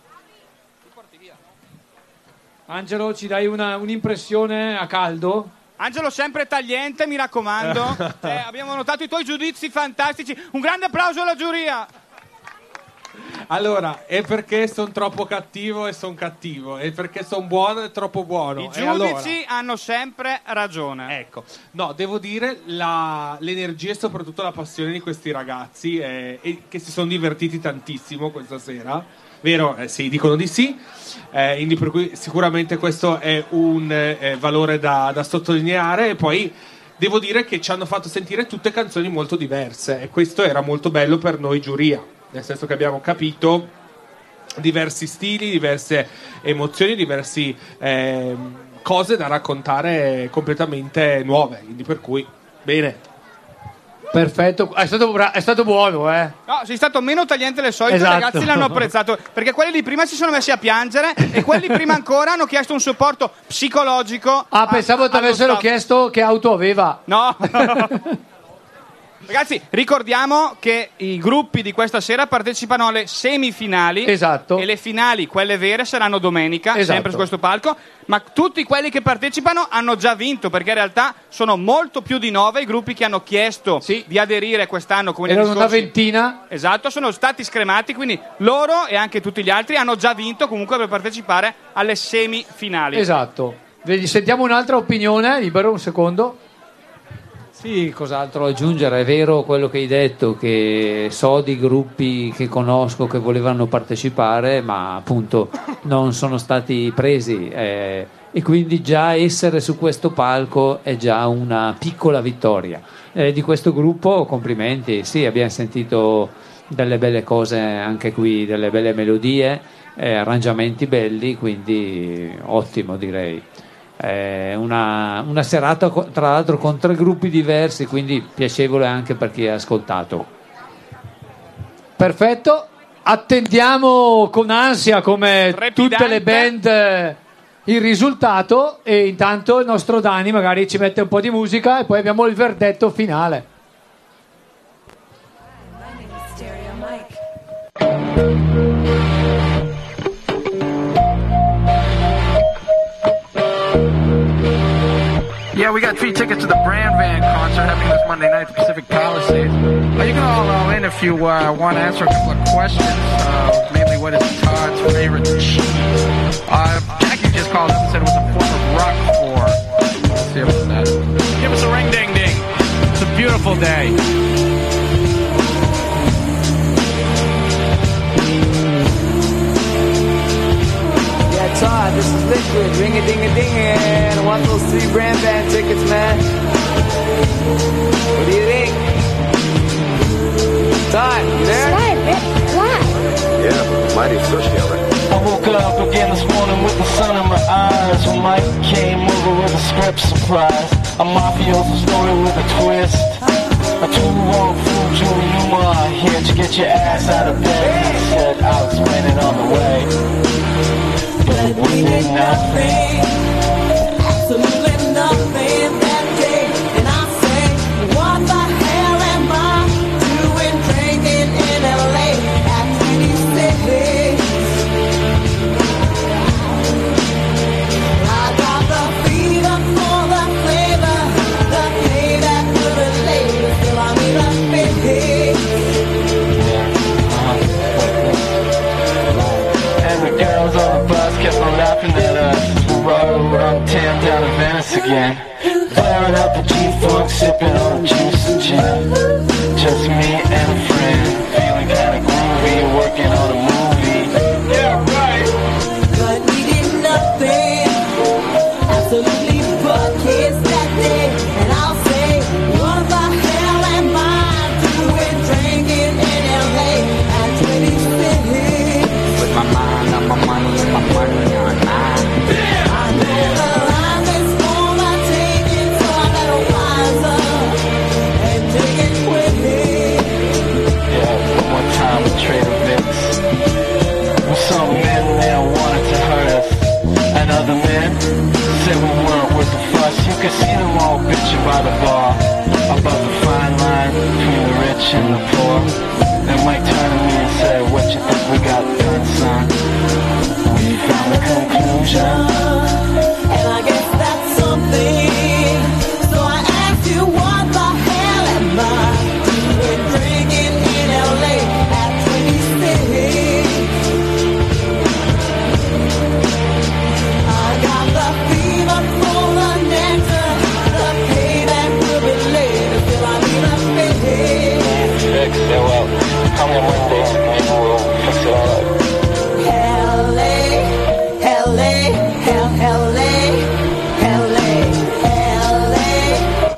Angelo, ci dai una, un'impressione a caldo? Angelo sempre tagliente, mi raccomando. Eh, abbiamo notato i tuoi giudizi fantastici. Un grande applauso alla giuria. Allora, è perché sono troppo cattivo e sono cattivo, è perché sono buono e troppo buono. I E giudici allora? hanno sempre ragione. Ecco, no, devo dire la, l'energia e soprattutto la passione di questi ragazzi eh, e che si sono divertiti tantissimo questa sera, vero? Eh, sì, dicono di sì, eh, quindi per cui sicuramente questo è un eh, valore da, da sottolineare. E poi devo dire che ci hanno fatto sentire tutte canzoni molto diverse e questo era molto bello per noi giuria, nel senso che abbiamo capito diversi stili, diverse emozioni, diverse eh, cose da raccontare completamente nuove, quindi per cui bene. Perfetto, è stato, bra- è stato buono, eh. No, sei stato meno tagliente del solito, Esatto. i ragazzi l'hanno apprezzato, perché quelli di prima si sono messi a piangere e quelli prima ancora hanno chiesto un supporto psicologico. Ah, pensavo ti allo avessero staff. chiesto che auto aveva. No. Ragazzi, ricordiamo che i gruppi di questa sera partecipano alle semifinali. Esatto. E le finali, quelle vere, saranno domenica, Esatto. sempre su questo palco. Ma tutti quelli che partecipano hanno già vinto, perché in realtà sono molto più di nove i gruppi che hanno chiesto di aderire quest'anno. Come Erano una ventina. Esatto, sono stati scremati, quindi loro e anche tutti gli altri hanno già vinto comunque per partecipare alle semifinali. Esatto. Vedi, sentiamo un'altra opinione, libero un secondo. Sì, cos'altro aggiungere? È vero quello che hai detto, che so di gruppi che conosco che volevano partecipare, ma appunto non sono stati presi. Eh, e quindi già essere su questo palco è già una piccola vittoria. Eh, di questo gruppo complimenti, sì, abbiamo sentito delle belle cose anche qui, delle belle melodie, eh, arrangiamenti belli, quindi ottimo direi. Eh, una, una serata co- tra l'altro con tre gruppi diversi, quindi piacevole anche per chi ha ascoltato. Perfetto, attendiamo con ansia come tutte le band eh, il risultato, e intanto il nostro Dani magari ci mette un po' di musica e poi abbiamo il verdetto finale. Yeah, we got free tickets to the Brand Van concert happening this Monday night at the Pacific Palisades. Uh, you can all roll in if you uh, want to answer a couple of questions, uh, mainly what is Todd's favorite cheese. Uh, Jackie just called up and said it was a form of Roquefort. Let's see about that. Give us a ring ding ding. It's a beautiful day. Todd, this is Liquid, ring a ding a ding, and I want those three Brand Van tickets, man. What do you think? Todd, you there? Yeah, mighty socialist. I woke up again this morning with the sun in my eyes. When Mike came over with a script surprise. A mafioso story with a twist. A two-wrong fool, Julie Newmar, here to get your ass out of bed. He said, I'll explain it on the way. But we did nothing, absolutely nothing that day. And I say, what the hell am I doing drinking in L A at twenty-six? I got the fever for the flavor, the flavor to relate. Still I'm in a fix. And the girls on the bus kept on laughing at us. We rode around town down to Venice again. Flaring up the G-Funk, sipping on juice and gin. Just me and a friend, feeling kinda groovy, working on a movie. Yeah, right. But we did nothing, absolutely but kids that day. And I'll say, what the hell am I doing drinking in L A at twenty-six? With my mind on my money and my money on mine. I know the line is for the taking, so I better wise up and take it with me. Yeah, one time we traded Vicks with some men, they wanted to hurt us, and other men said we weren't worth the fuss. You could see them all bitching by the bar about the fine line between the rich and the poor. And Mike turned to me and said, what you think we got done, son? We found a conclusion, and I guess that's something. So I asked you, what the hell am I doing drinking in L A at twenty-six? I got the fever for the nectar, the payback will be later, still I need a fix. Fix, yeah, well, come on Monday, maybe we'll fix it all up. L A, L A, L A, L A, L A.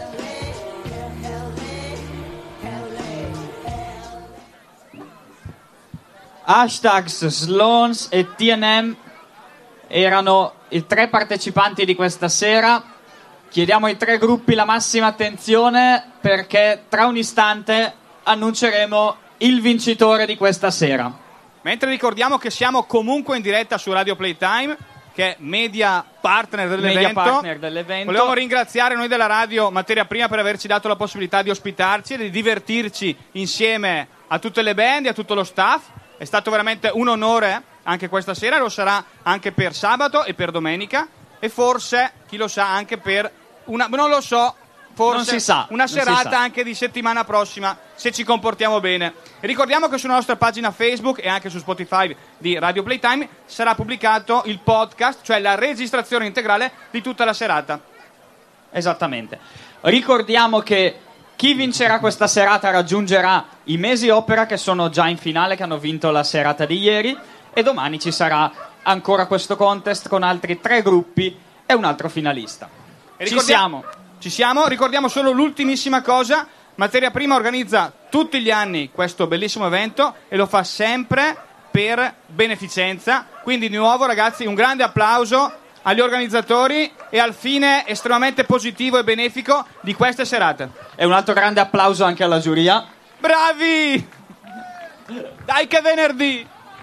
Hashtags, Sloans e T and M erano i tre partecipanti di questa sera. Chiediamo ai tre gruppi la massima attenzione perché tra un istante annunceremo il vincitore di questa sera. Mentre ricordiamo che siamo comunque in diretta su Radio Playtime, che è media partner dell'evento. Media partner dell'evento. Volevamo ringraziare noi della radio Materia Prima per averci dato la possibilità di ospitarci e di divertirci insieme a tutte le band e a tutto lo staff. È stato veramente un onore anche questa sera, lo sarà anche per sabato e per domenica e forse, chi lo sa, anche per una, non lo so, forse Non si sa, una non si serata sa. anche di settimana prossima, se ci comportiamo bene. E ricordiamo che sulla nostra pagina Facebook e anche su Spotify di Radio Playtime sarà pubblicato il podcast, cioè la registrazione integrale di tutta la serata. Esattamente. Ricordiamo che chi vincerà questa serata raggiungerà i Mesi Opera, che sono già in finale, che hanno vinto la serata di ieri, e domani ci sarà ancora questo contest con altri tre gruppi e un altro finalista. E Ci ricordia- siamo. Ci siamo, ricordiamo solo l'ultimissima cosa. Materia Prima organizza tutti gli anni questo bellissimo evento e lo fa sempre per beneficenza. Quindi di nuovo, ragazzi, un grande applauso agli organizzatori e al fine estremamente positivo e benefico di queste serate. E un altro grande applauso anche alla giuria. Bravi! Dai che è venerdì!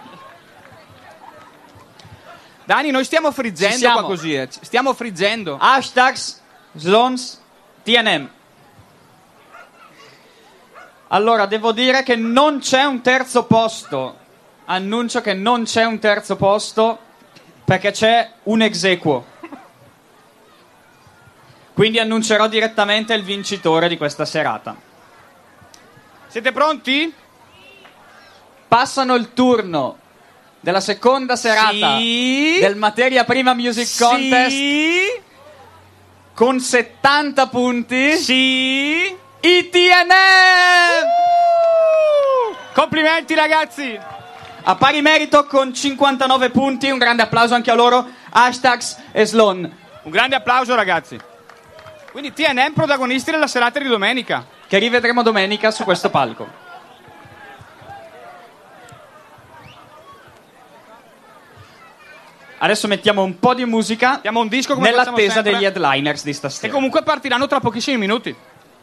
Dani, noi stiamo Ci friggendo siamo. qua così, eh. Stiamo friggendo. Hashtags Slons T N M. Allora, devo dire che non c'è un terzo posto. Annuncio che non c'è un terzo posto perché c'è un ex aequo. Quindi annuncerò direttamente il vincitore di questa serata. Siete pronti? Passano il turno della seconda serata Sì. del Materia Prima Music Sì. Contest con settanta punti. Sì. I T N M! Complimenti ragazzi! A pari merito con cinquantanove punti, un grande applauso anche a loro. Hashtags e Slon. Un grande applauso ragazzi. Quindi T N M protagonisti della serata di domenica, che rivedremo domenica su questo palco. Adesso mettiamo un po' di musica. Mettiamo un disco come facciamo nell'attesa sempre, degli headliners di che stasera. comunque partiranno tra pochissimi minuti.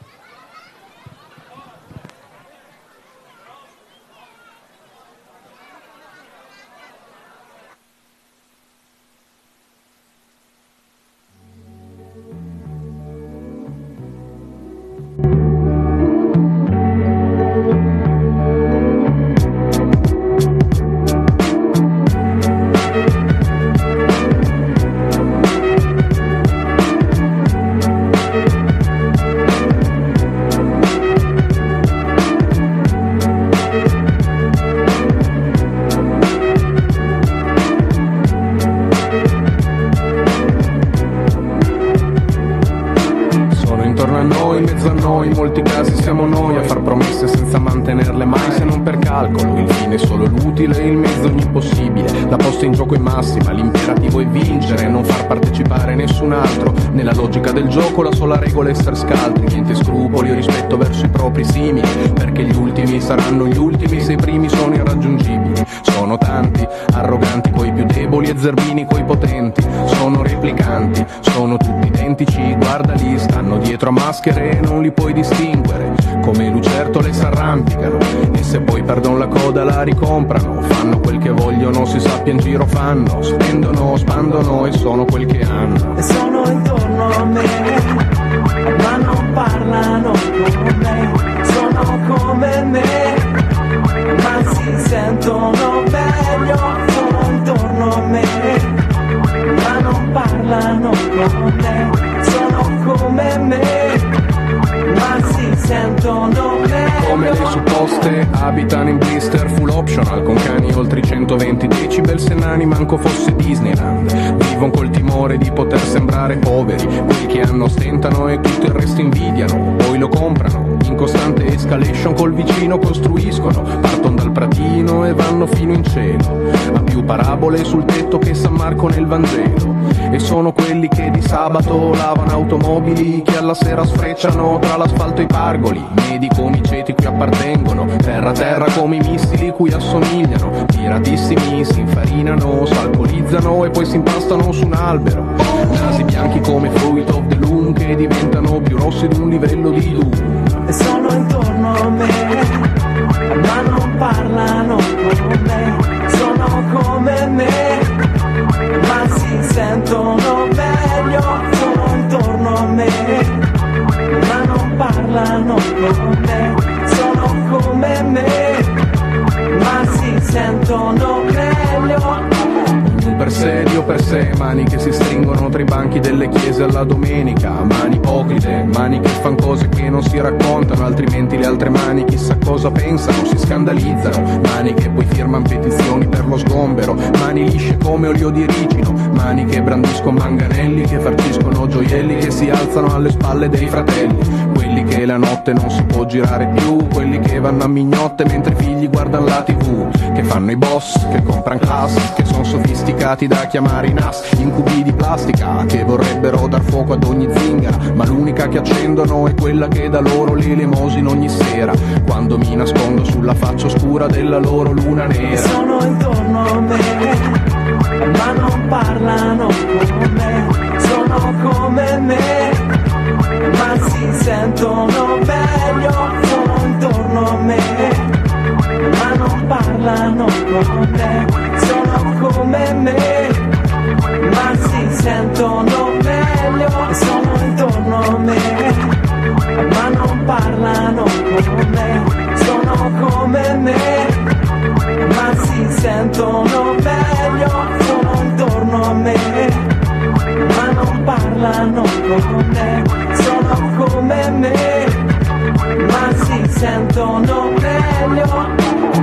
Sono intorno a noi, in mezzo a noi, in molti casi siamo noi a far promesse senza mantenerle mai, se non per calcolo. Il fine è solo l'utile, il mezzo ogni possibile. La posta in gioco è massima, l'imperativo è vincere, non far partecipare nessun altro. Nella logica del gioco la sola regola è essere scaltri, niente scrupoli o rispetto verso i propri simili, perché gli ultimi saranno gli ultimi se i primi sono irraggiungibili. Sono tanti, arroganti coi più deboli e zerbini coi potenti. Sono replicanti, sono tutti identici, guardali, stanno dietro a maschere e non li puoi distinguere. Come lucertole s'arrampicano e se poi perdono la coda la ricomprano. Fanno quel che vogliono, si sappia in giro fanno, spendono, spandono e sono quel che hanno. E sono intorno a me, ma non parlano con me. Sono come me, ma si sentono meglio. Sono intorno a me, ma non parlano con me. Sono come me, ma si sentono meglio. Come le supposte abitano in blister full optional, con cani oltre i centoventi decibel, se nani manco fosse Disneyland. Vivono col timore di poter sembrare poveri, quelli che hanno stentano e tutto il resto invidiano, poi lo comprano, in costante escalation col vicino costruiscono, partono dal pratino e vanno fino in cielo, ha più parabole sul tetto che San Marco nel Vangelo. E sono quelli che di sabato lavano automobili, che alla sera sfrecciano tra l'asfalto e i pargoli, medi come i ceti cui appartengono, terra a terra come i missili cui assomigliano, tiratissimi si infarinano, s'alcolizzano e poi si impastano su un albero, nasi bianchi come fruit of the loom che diventano più rossi di un livello di Doom. E sono intorno a me, ma non parlano con me. Sono come me, ma si come, sono come me, ma si sentono meglio. Per sé, Dio per sé, mani che si stringono tra i banchi delle chiese alla domenica, mani ipocrite, mani che fan cose che non si raccontano, altrimenti le altre mani chissà cosa pensano, si scandalizzano, mani che poi firman petizioni per lo sgombero, mani lisce come olio di ricino, mani che brandiscono manganelli, che farciscono gioielli, che si alzano alle spalle dei fratelli, quelli che la notte non si può girare più, quelli che vanno a mignotte mentre i figli guardano la tivù, che fanno i boss, che compran class, che sono sofisticati da chiamare i nas, incubi di plastica che vorrebbero dar fuoco ad ogni zingara, ma l'unica che accendono è quella che dà loro l'elemosina ogni sera, quando mi nascondo sulla faccia oscura della loro luna nera. Sono intorno a me, ma non parlano come me, sono come me, ma si sentono meglio. Sono intorno a me, ma non parlano come me, sono come me, ma si sentono meglio. Sono intorno a me, ma non parlano come me, sono come me, ma si sentono meglio. Sono intorno a me, ma non parlano come me, sono come me, ma si sentono meglio.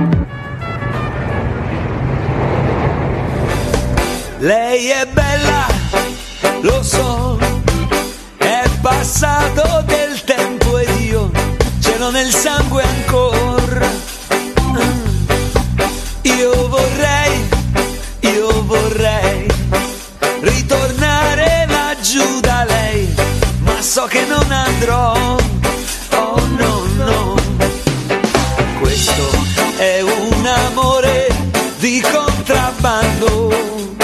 Lei è bella, lo so, è passato del tempo ed io ce l'ho nel sangue ancora. Io vorrei, io vorrei ritornare laggiù da lei, ma so che non andrò, oh no no. Questo è un amore di contrabbando,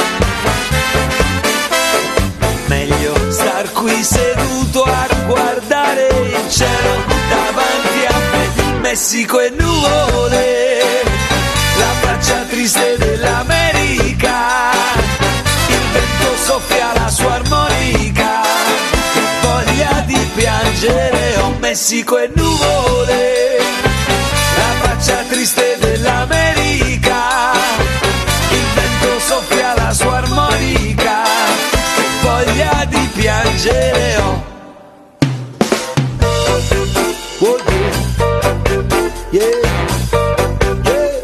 meglio star qui seduto a guardare il cielo davanti a me, Messico e nuvole, la faccia triste dell'America, il vento soffia la sua armonica, che voglia di piangere, oh Messico e nuvole, la faccia triste dell'America, il vento soffia la sua armonica, che voglia di piangere, oh. Oh yeah, yeah, yeah.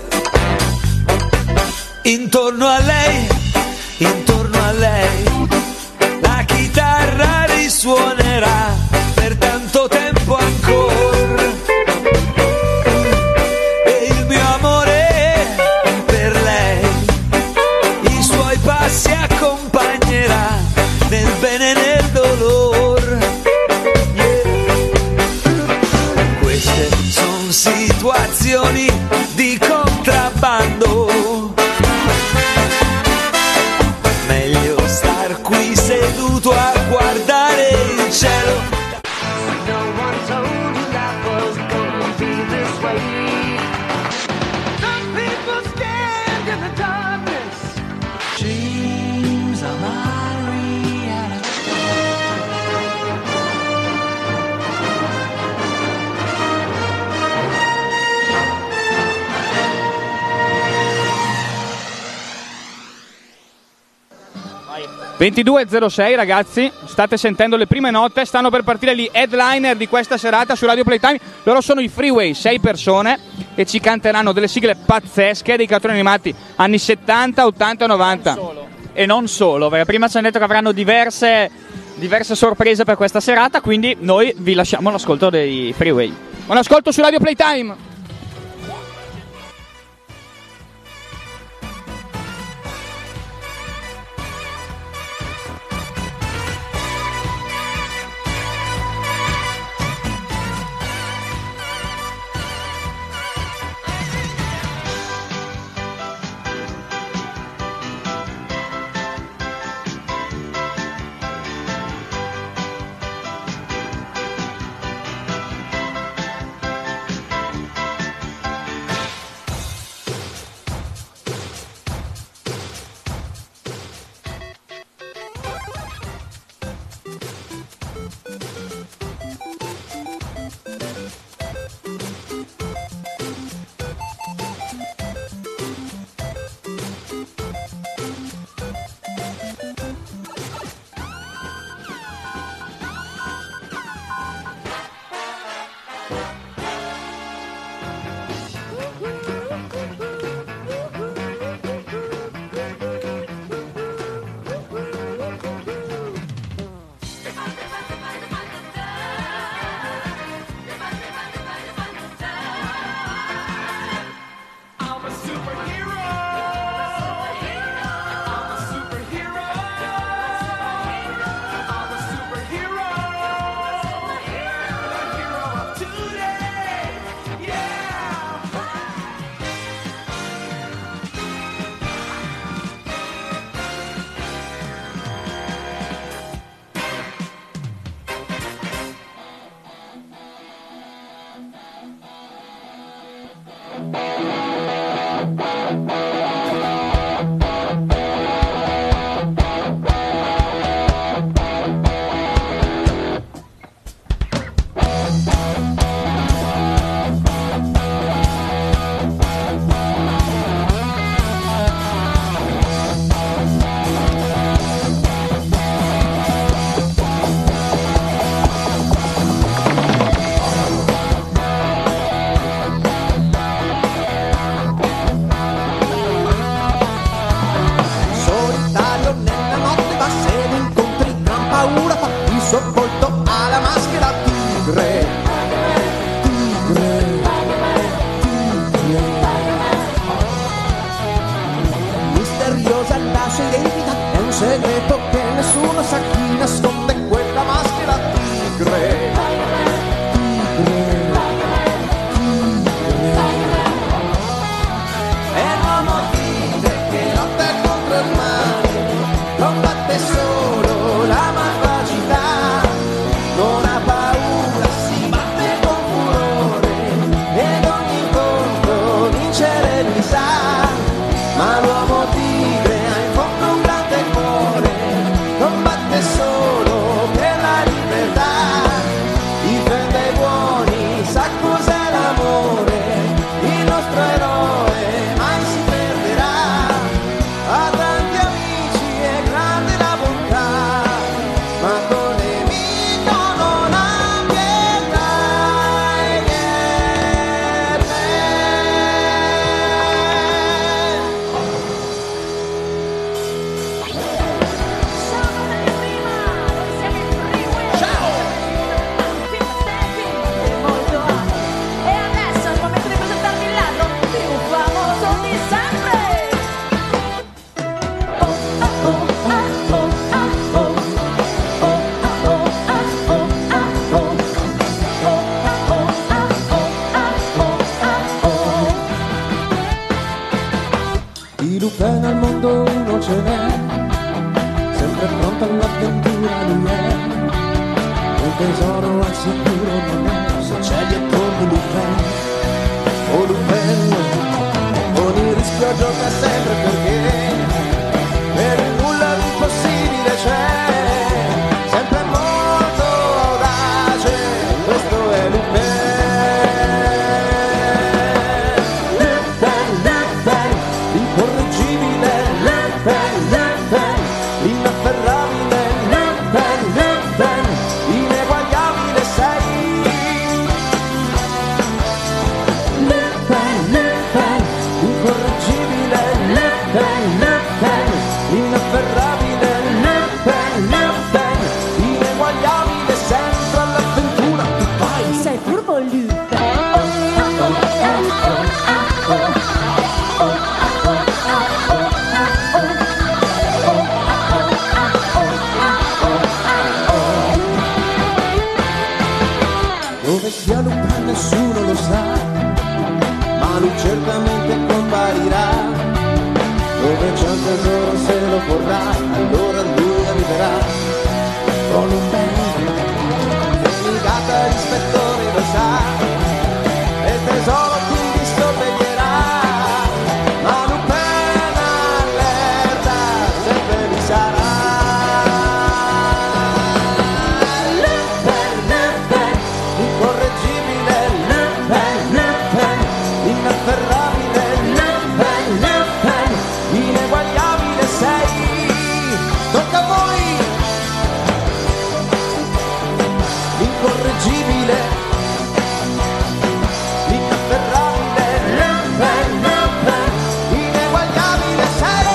Intorno a lei, intorno a lei, la chitarra risuonerà per tanto tempo ancora, e il mio amore per lei i suoi passi accompagnerà nel bene e nel dolore. Yeah. Queste son situazioni di contrabbando, meglio star qui seduto a guardare il cielo. No one told you life was gonna be this way. Some people stand in the darkness. Dreams are my reality. ventidue e zero sei ragazzi, state sentendo le prime note, stanno per partire gli headliner di questa serata su Radio Playtime. Loro sono i Freeway, sei persone, e ci canteranno delle sigle pazzesche dei cartoni animati anni settanta, ottanta e novanta. E non solo, perché prima ci hanno detto che avranno diverse, diverse sorprese per questa serata, quindi noi vi lasciamo l'ascolto dei Freeway. Buon ascolto su Radio Playtime. Solitario nella notte, ma se lo incontri gran paura, fa il suo volto alla maschera tigre. Tigre. Tigre. Misteriosa la sua identità, è un segreto che nessuno sa, chi nasconde quella maschera tigre. È l'uomo tigre che lotta contro il male, combatte solo la malvagità, non ha paura, si batte con furore ed ogni incontro vincere lui sa. Ma l'uomo tigre ha in fondo un grande cuore, combatte solo per la libertà, difende i buoni, sa cos'è l'amore, il nostro eroe mai si perderà, ha tanti amici e grande la bontà, ma con nemico non ha pietà e niente. E adesso è il momento di presentarvi il ladro più famoso di sempre. Di Lupin al mondo uno ce n'è, sempre pronto all'avventura lui è, un tesoro al sicuro non è, se c'è dietro di Lupin, o Lupin, ogni rischio gioca sempre perché, per il nulla l'impossibile c'è, sempre molto audace, questo è Lupin. Lupin, Lupin, incorreggibile, Lupin, Lupin, inafferrabile, Lupin, Lupin, ineguagliabile sei. Lupin, Lupin, incorreggibile, Lupin, Lupin, inafferrabile, Lupin, Lupin, ineguagliabile, sempre all'avventura tu vai. Sei furbo, Lupin. Dove sia Lupin nessuno lo sa, ma lui certamente comparirà. Dove c'è un tesoro se lo vorrà, allora lui arriverà. Con un bel fumigata l'ispettore lo sa, e il tesoro quindi sorveglierà. Ma Lupin allerta sempre vi sarà. Lupin, Lupin, incorreggibile, Lupin, Lupin, inafferrabile, Lupin, Lupin, ineguagliabile sei. Tocca a voi. Incorreggibile, inafferrabile, Lupin, Lupin, ineguagliabile sei.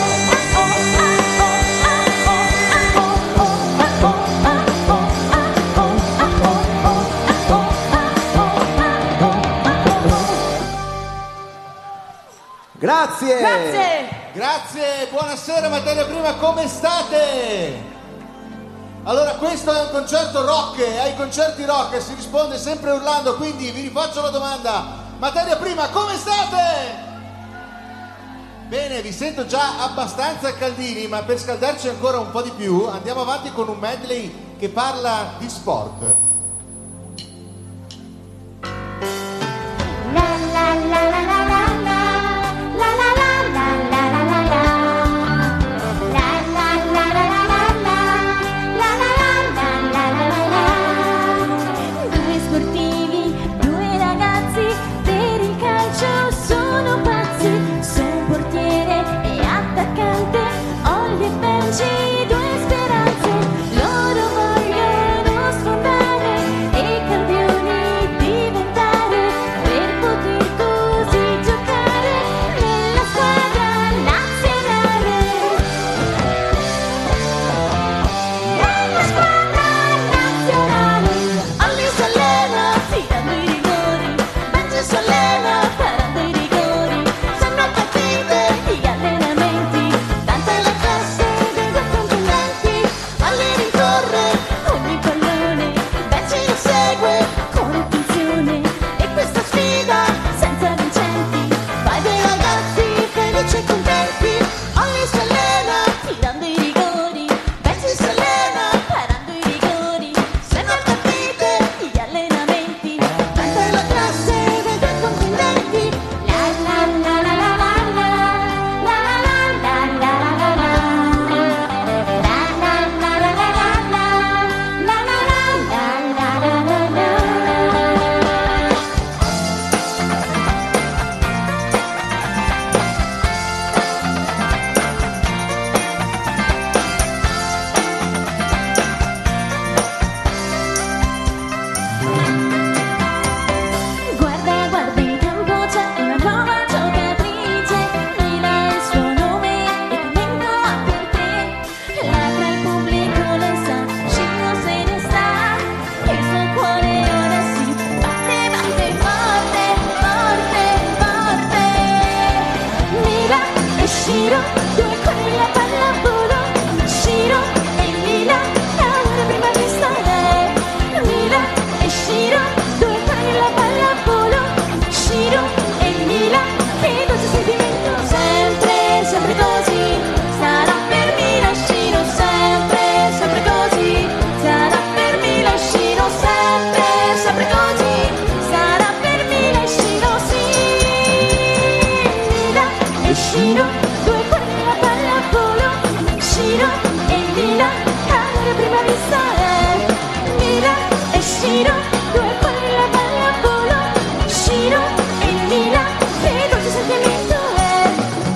Grazie. Grazie. Grazie, buonasera materia prima, come state? Allora, questo è un concerto rock e ai concerti rock si risponde sempre urlando, quindi vi rifaccio la domanda. Materia prima, come state? Bene, vi sento già abbastanza caldini, ma per scaldarci ancora un po' di più andiamo avanti con un medley che parla di sport. La la la la la la. Shiro, due cuori la pallavolo, Shiro e Lila, l'amore a prima vista è Lila e Shiro, due cuori la pallavolo, Shiro e Lila, che dolce sentimento, sempre, sempre così, sarà per Mila Shiro, sempre, sempre così, sarà per Mila Shiro, sempre, sempre così, sarà per Mila Shiro, sì. Mila e Shiro, due cuori nella pallavolo, Shiro e Lila, amore a prima vista è Mila e Shiro, due cuori nella pallavolo, Shiro e Lila, che dolce sentimento è.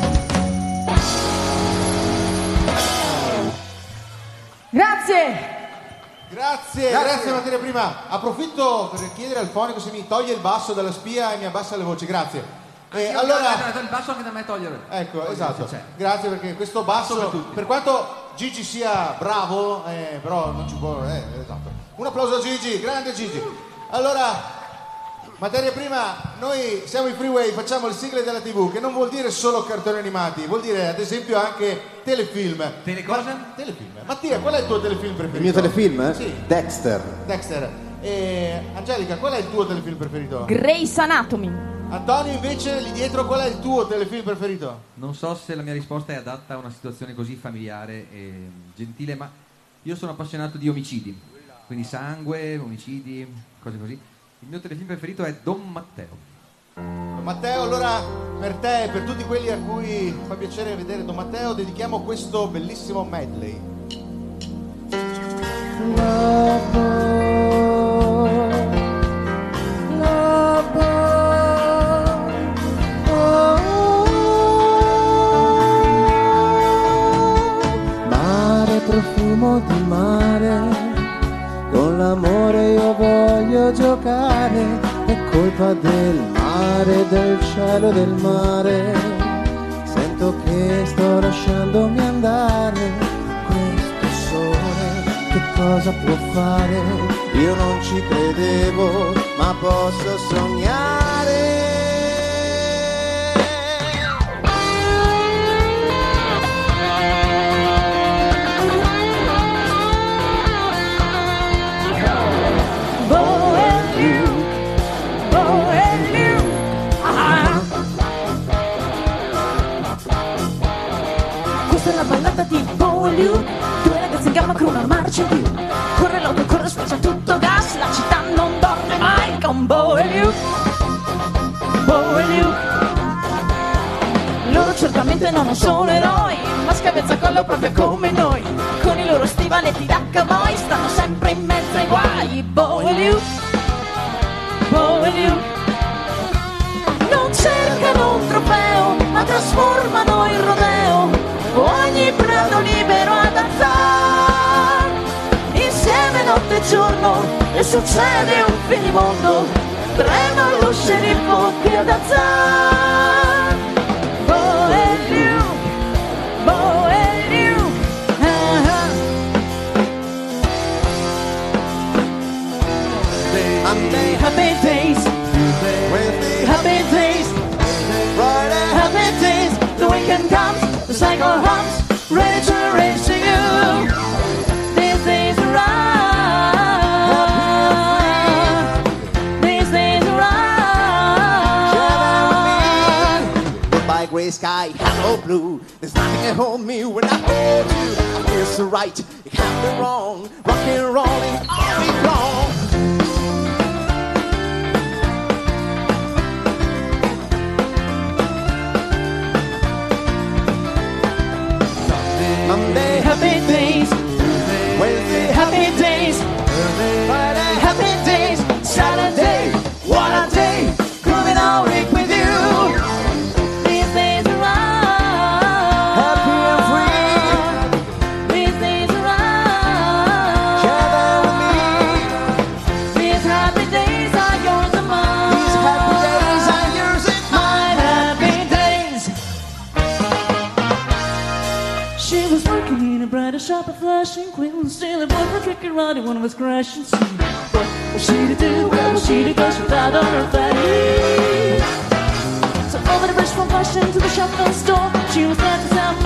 Grazie. Grazie, grazie materia prima. Approfitto per chiedere al fonico se mi toglie il basso dalla spia e mi abbassa le voci, grazie. E Io allora ho dato il basso anche da me togliere. Ecco, Poi esatto. c'è. Grazie perché questo basso, Per tutti. per quanto Gigi sia bravo, eh, però non ci può. Eh, esatto. Un applauso a Gigi, grande Gigi. Allora, materia prima, noi siamo i Freeway, facciamo le sigle della tivù, che non vuol dire solo cartoni animati, vuol dire ad esempio anche telefilm. Tele cosa? Ma- telefilm. Mattia, qual è il tuo telefilm preferito? Il mio telefilm? Sì. Dexter. Dexter. E Angelica, qual è il tuo telefilm preferito? Grey's Anatomy. Antonio invece lì dietro qual è il tuo telefilm preferito? Non so se la mia risposta è adatta a una situazione così familiare e gentile, ma io sono appassionato di omicidi, quindi sangue, omicidi, cose così. Il mio telefilm preferito è Don Matteo. Don Matteo, allora per te e per tutti quelli a cui fa piacere vedere Don Matteo dedichiamo questo bellissimo medley. Mare, profumo di mare, con l'amore io voglio giocare, è colpa del mare, del cielo, del mare, sento che sto lasciandomi andare, questo sole che cosa può fare? Io non ci credevo, ma posso sognare. Bo and Luke, Bo and Luke, ah. Questa è la ballata di Bo and Luke, due ragazzi in gamba con una marcia in più. Corre l'auto, corre spazio, tutto gas, la città non dorme mai con Bo and Luke, Bo and Luke. Loro certamente non sono eroi, ma scavezzacollo proprio come noi. Con i loro stivaletti da cowboy stanno sempre in mezzo ai guai. Bo and Luke, Bo and Luke. Non cercano un trofeo, ma trasformano il rodeo ogni prato libero a danzare. Insieme notte e giorno e succede un finimondo, trema lo sceriffo qui a danzare. Bo and Luke, Bo and Luke, ah-ah. Monday, Happy days, Wednesday, happy days, Friday, happy days. The weekend comes, the cycle hums, ready to race to you. These days are right. These days are right. goodbye gray sky, hello blue. There's nothing to hold me when I hold you. I feel so right, it can't be wrong. Rock and rolling all week long. Monday, Happy days, Wednesday, happy days, Friday, happy days, Saturday, what a day, grooving all week with you. These days are right. happy and free. These days are right. Share them with me. These happy days are yours and mine. These happy days are yours and mine. Happy days. She was working in a bridal shop, a flashing queen, stealing boy for tricky riding one of his crashing scene. What was she to do? Where was she to go? She flat on her face. So over the bridge from Flushing to the shotgun store, she was glad to sound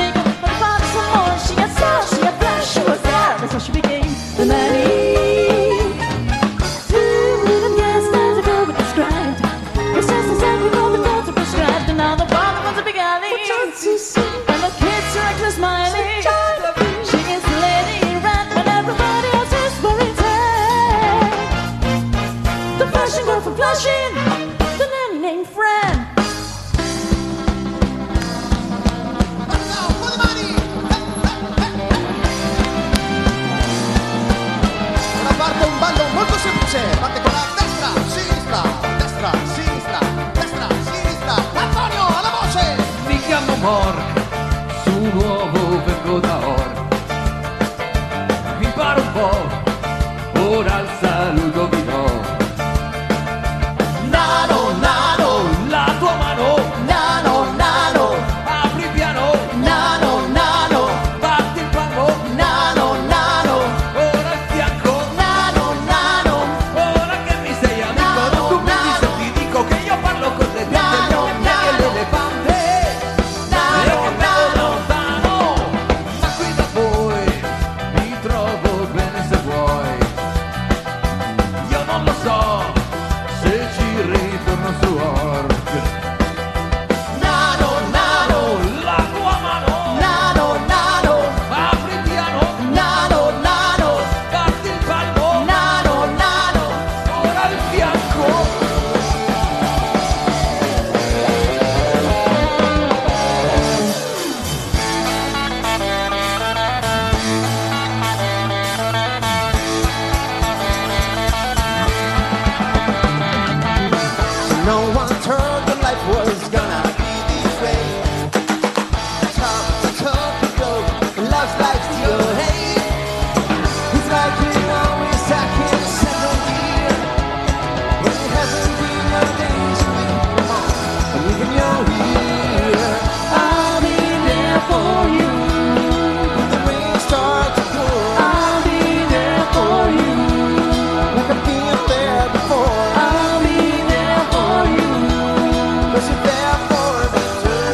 No one thought that life was gonna be this way. Talk to talk to go, love's like your hate. It's like you know we're stuck in a second gear. When it hasn't been your days, come on, I'm leaving your ear. I'll be there for you. When the rain starts to pour, I'll be there for you. Like I've been there before. I'll be there for you. Cause you're there for me too.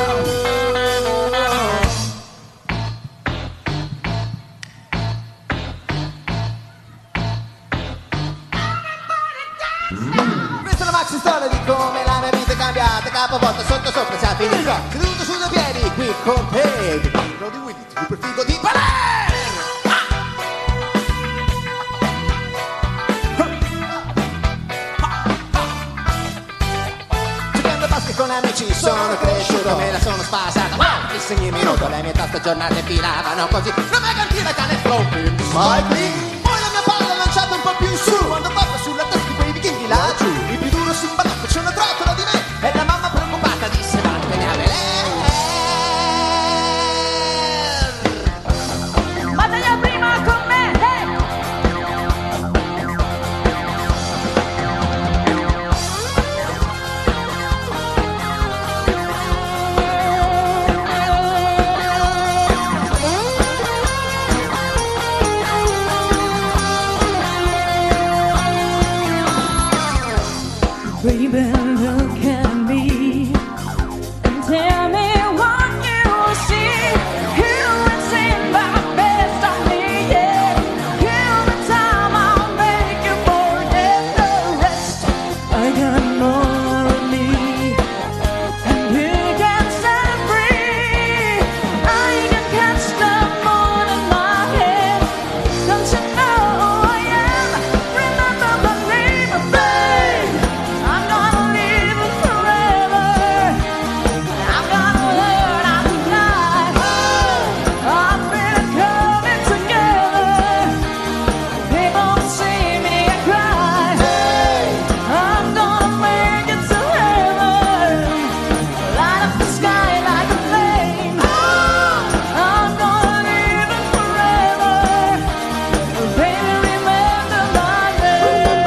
Questa è una maxi storia di come la mia vita è cambiata, capovolta sotto sopra, si è finita. Seduto su due piedi qui con te, ti parlo di Willy, ti prefigo di Palermo. Giocando a basket con amici sono cresciuto, me la sono spasata, wow! Il segni minuto, le mie taste giornate filavano così. La mia cantina cane flow, my bling. Poi la mia palla lanciata un po' più in su, quando proprio sulla testa di quei vichinghi laggiù. Il più duro sul balcone c'è una trottola di me, e la mamma preoccupata disse vattene a Belè. Battaglia prima con me, hey! Baby, look at me and tell me what you see. You ain't seen my best on me yet. Give me time, I'll make you forget the rest. I got more of me, and you can set free. I can catch the moon in my head. Don't you know who I am? Remember the name of me. I'm gonna live it forever. I'm gonna learn how to fly. I'm really coming together. People see me and cry. I'm gonna make it to heaven. Light up the sky like a flame. I'm gonna live it forever. Baby, remember my name.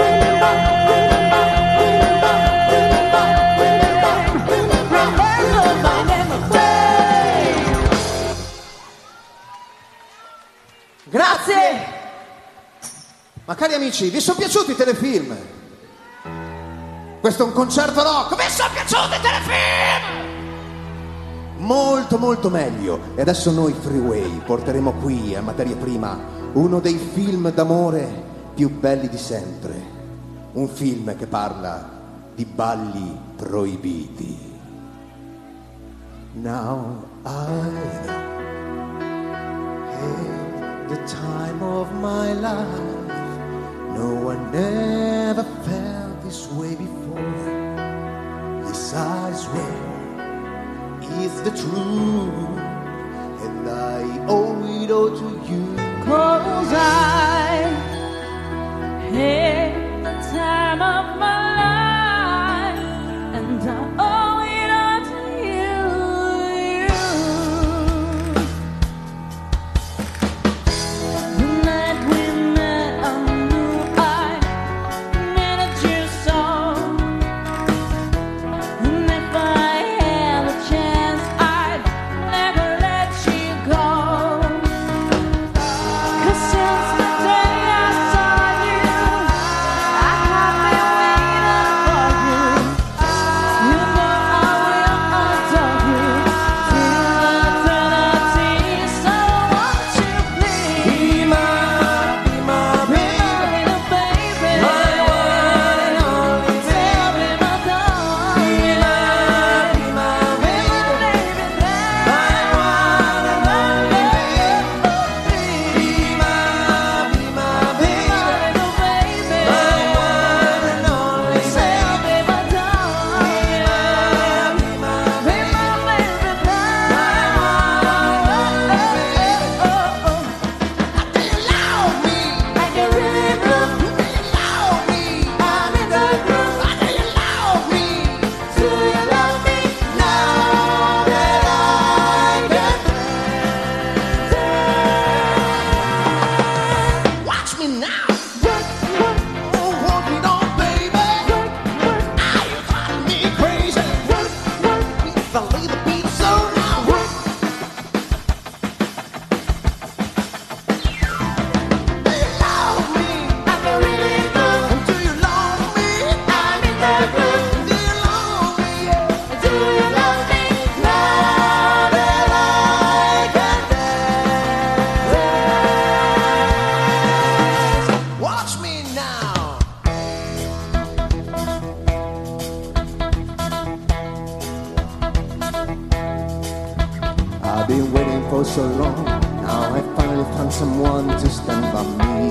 Remember my name, babe. Grazie! Ma cari amici, vi sono piaciuti i telefilm? Questo è un concerto rock, vi sono piaciuti i telefilm? Molto molto meglio. E adesso noi Freeway porteremo qui a materia prima uno dei film d'amore più belli di sempre. Un film che parla di balli proibiti. Now I know the time of my life. No one ever felt this way before. This I swear is the truth, and I owe it all to you. 'Cause I had the time of my life, and I owe it all to you, you. The night we met, I knew I needed you so. And if I had a chance, I'd never let you go. 'Cause since the day I saw you, I have been waiting been waiting for so long. Now I finally found someone to stand by me.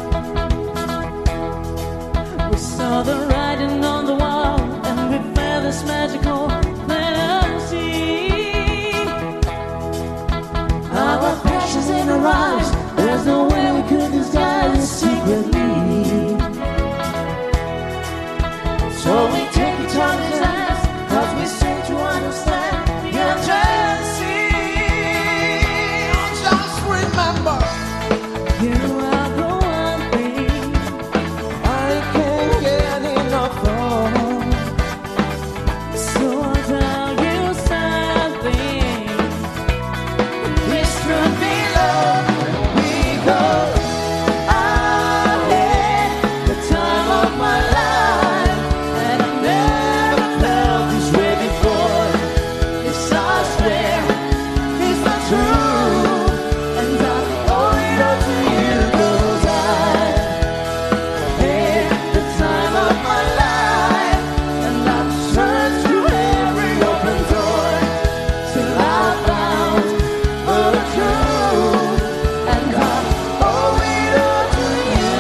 We saw the writing on the wall, and we felt this magical fantasy. Our passions in our eyes, there's no way we could disguise it secretly. So we take each other's hands, cause we seem to understand the urgency. Just remember, You are the one thing I can't get enough of. So I'll tell you something. This could be love. We go ahead, the time of my life, and I've never felt this way before. Yes, I swear it's not true, and I owe it all to you, 'cause I had the time of my life, and I've searched through every open door till I found the truth, and I owe it all to you.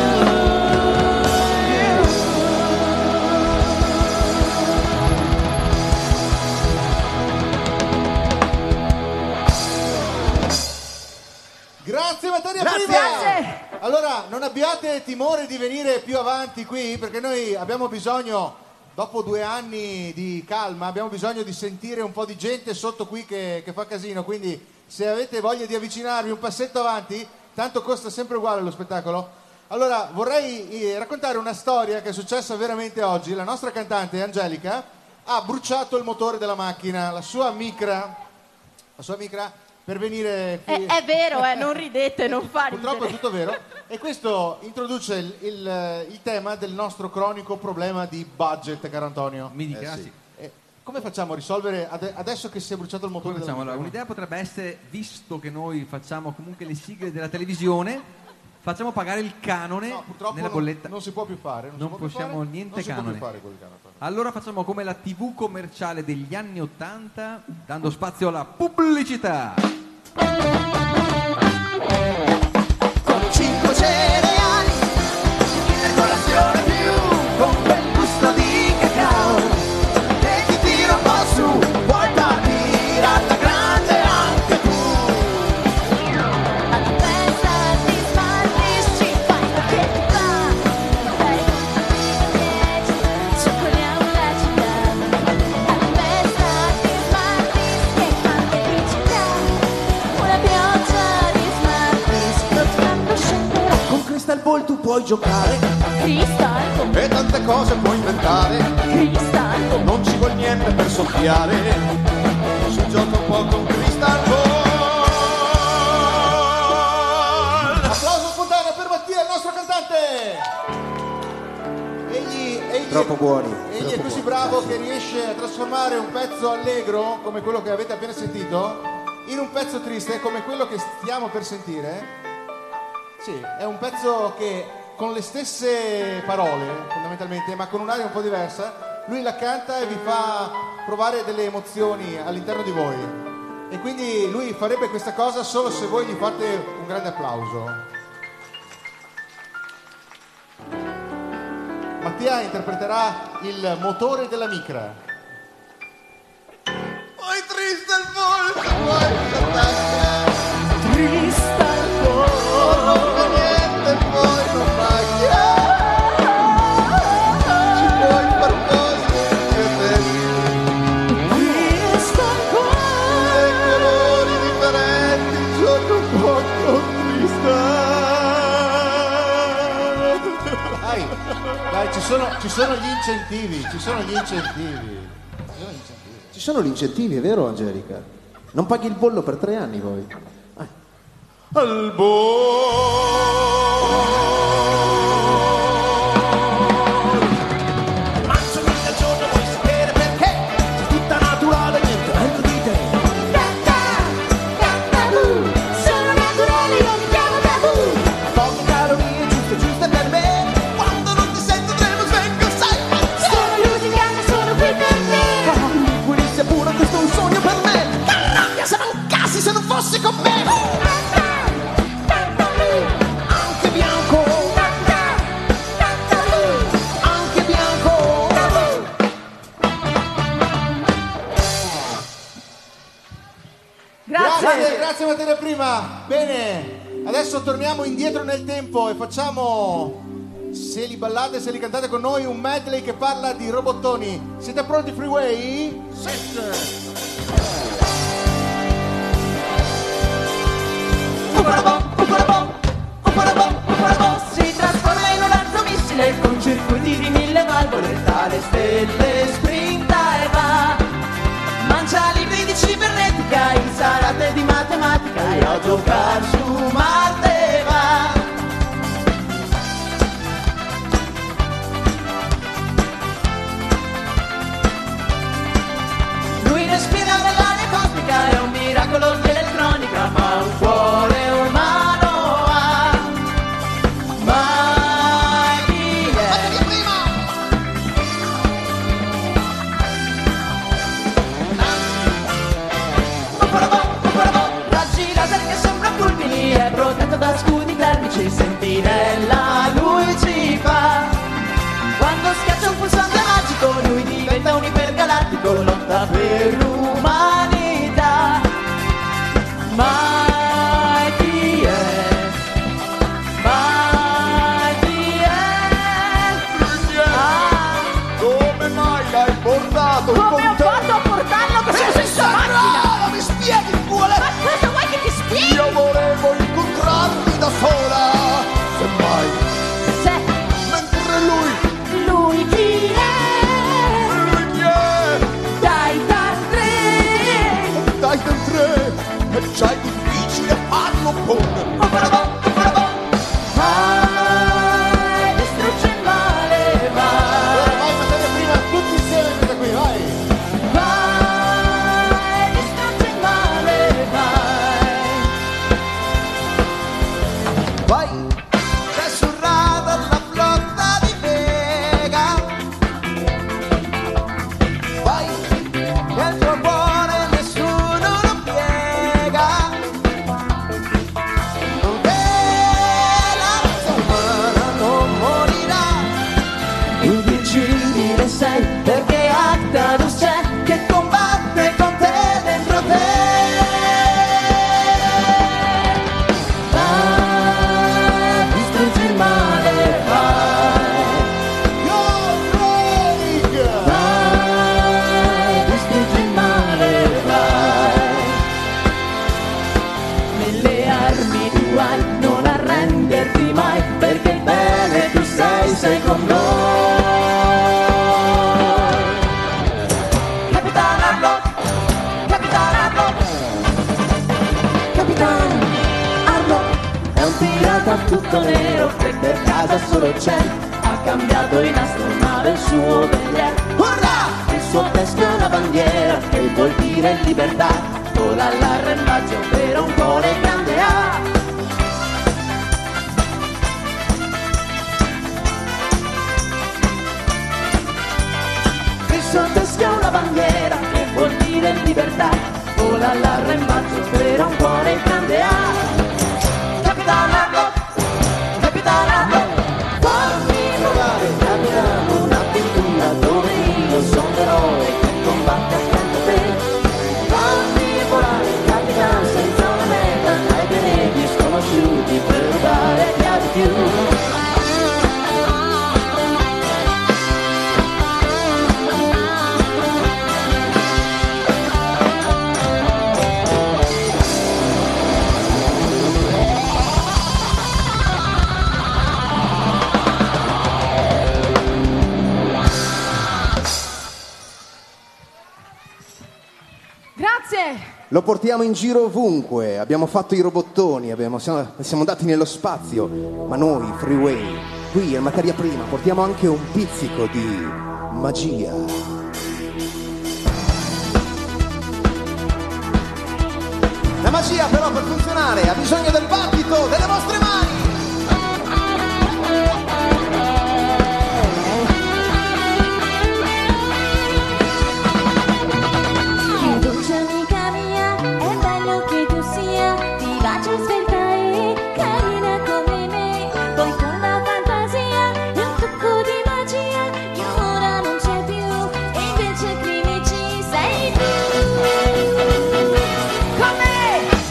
Grazie materia Grazie. prima. Grazie. Allora, non abbiate timore di venire più avanti qui, perché noi abbiamo bisogno, dopo due anni di calma, abbiamo bisogno di sentire un po' di gente sotto qui che, che fa casino, quindi se avete voglia di avvicinarvi un passetto avanti, tanto costa sempre uguale lo spettacolo. Allora, vorrei eh, raccontare una storia che è successa veramente oggi. La nostra cantante Angelica ha bruciato il motore della macchina, la sua micra, la sua micra per venire qui. È, è vero, eh, non ridete, non fa ridere. Purtroppo è tutto vero. E questo introduce il, il- il tema del nostro cronico problema di budget, caro Antonio. Mi dica, Eh, sì. E come facciamo a risolvere ade- adesso che si è bruciato il motore Come della facciamo? Allora, macchina? un'idea potrebbe essere, visto che noi facciamo comunque le sigle della televisione, facciamo pagare il canone Purtroppo nella non- bolletta. non si può più fare. Non, Non si può più possiamo fare, niente non si canone. può più fare col canone. Allora facciamo come la tivù commerciale degli anni ottanta, dando spazio alla pubblicità. Cinque cereali, in colazione più, con quel gusto di cacao, e ti tiro un po' su, vuoi partire alla grande anche tu. Alla festa di Smarties ci fai la festa. Dai, dieci, cioccoliamo la città. Alla festa di Smarties che fa felicità. Una pioggia di Smarties fluttuando scenderà. Con Crystal Ball tu puoi giocare, Crystal Ball. e tante cose puoi inventare, Crystal Ball. non ci vuole niente per soffiare, si gioca un po' con Crystal Ball. Applauso spontaneo per Mattia, il nostro cantante. Egli, egli Troppo buoni. Egli troppo è così buoni. bravo che riesce a trasformare un pezzo allegro, come quello che avete appena sentito, in un pezzo triste, come quello che stiamo per sentire. Sì, è un pezzo che con le stesse parole, fondamentalmente, ma con un'aria un po' diversa, lui la canta e vi fa provare delle emozioni all'interno di voi. E quindi lui farebbe questa cosa solo se voi gli fate un grande applauso. Mattia interpreterà il motore della micra. Poi Crystal Ball, vuoi attacca. Crystal Ball, non fa niente, poi non macchia. Ci puoi far cose che te. Crystal Ball, dei colori differenti, gioco un po' con Crystal. Dai, dai, ci sono, ci sono gli incentivi, ci sono gli incentivi. Ci sono gli incentivi. Ci sono gli incentivi, è vero Angelica? Non paghi il bollo per tre anni voi. Al Mangio mille al giorno, vuoi sapere perché? Sei tutta naturale, niente meglio di te. Sono naturale, io mi chiamo Tabù. Poche calorie giuste, giuste per me. Quando non ti sento tremo, svengo, sai. Sono lusingata, sono qui per te. Liquidi sia puro, questo è un sogno per me. Carabbia, se non cassi, se non Grazie, grazie materia prima. Bene, adesso torniamo indietro nel tempo e facciamo, se li ballate, se li cantate con noi, un medley che parla di robottoni. Siete pronti, Freeway? Sì. Si trasforma in un razzo missile con circuiti di mille valvole, tra le stelle sprinta e va. Mangia libri di cibernetica, insalate di matematica e a giocare su Marte va. Lui respira nell'aria cosmica, è un miracolo di elettronica, ma un cuore umano ha. Ma chi è? Raggi laser che sembra fulmini, è protetto da scudi termici, sentinella lui ci fa. Quando schiaccia un pulsante magico, lui diventa un ipergalattico, lotta per l'umanità. Ma chi è? Ma chi è? Ah. Come mai l'hai portato Come con ho te? fatto a portarlo che sono senza macchina? Mi spieghi qual è? Ma cosa vuoi che ti spieghi? Io volevo incontrarmi da sola, semmai. Se Mentre lui, lui chi è? lui chi è? Titan tre. Titan tre, e già è difficile farlo con. Vai, distrugge il male, vai. Vai materia prima, tutti insieme, siete qui, vai. Vai, distrugge il male, vai. Vai, c'è sul radar la flotta di Vega. Vai, che il tuo cuore nessuno lo piega. Con te la razza umana non morirà. Invincibile sei, perché Actarus c'è, che combatte con te dentro te. Vai, distruggi il male, vai. Vai, distruggi il male, vai. Nelle armi tu hai, non arrenderti mai, perché il bene tu sei, sei con noi. Capitan Harlock, Capitan Harlock, Capitan Harlock è un pirata tutto nero che per casa solo c'è. Ha cambiato in astronave il suo velier. Urrà! Il suo teschio è una bandiera che vuol dire libertà. Vola all'arrembaggio per un cuore grande ha. Il suo teschio è una bandiera che vuol dire libertà. Vola all'arrembaggio per un cuore grande ha. Capitan Harlock, Capitan Harlock, fammi provare, camminiamo un'avventura dove io sono l'eroe che combatte accanto a te. Fammi volare, Capitan, senza una meta, ai pianeti sconosciuti per rubare via di più. Grazie. Lo portiamo in giro ovunque, abbiamo fatto i robottoni, abbiamo- siamo, siamo andati nello spazio, ma noi, Freeway, qui a Materia Prima, portiamo anche un pizzico di magia. La magia però per funzionare ha bisogno del battito delle vostre mani! Che dolce amica mia, è bello che tu sia vivace, svelta e carina come me. Poi con la fantasia e un tocco di magia, che ora non c'è più, e invece qui mi ci sei tu. Con me!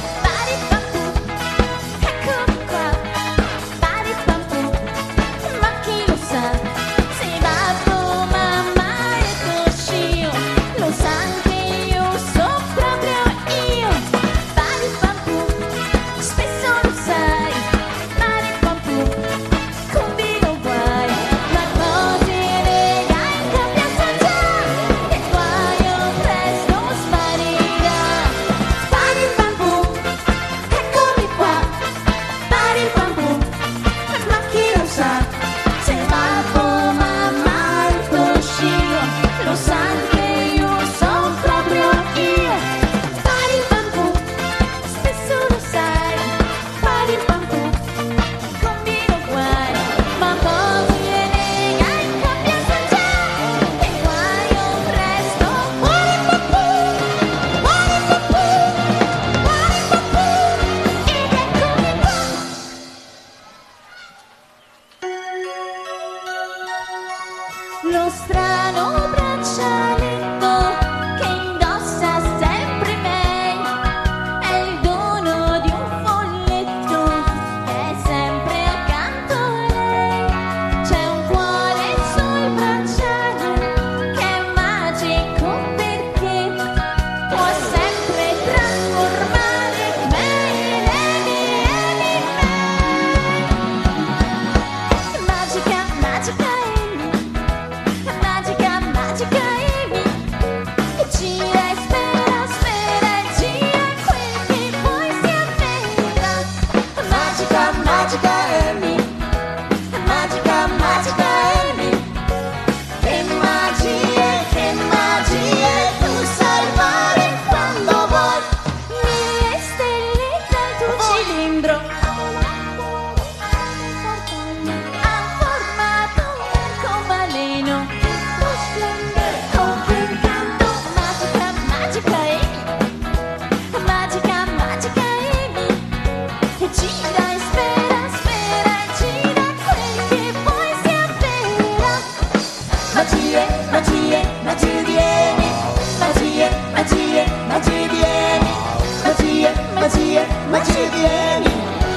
vieni.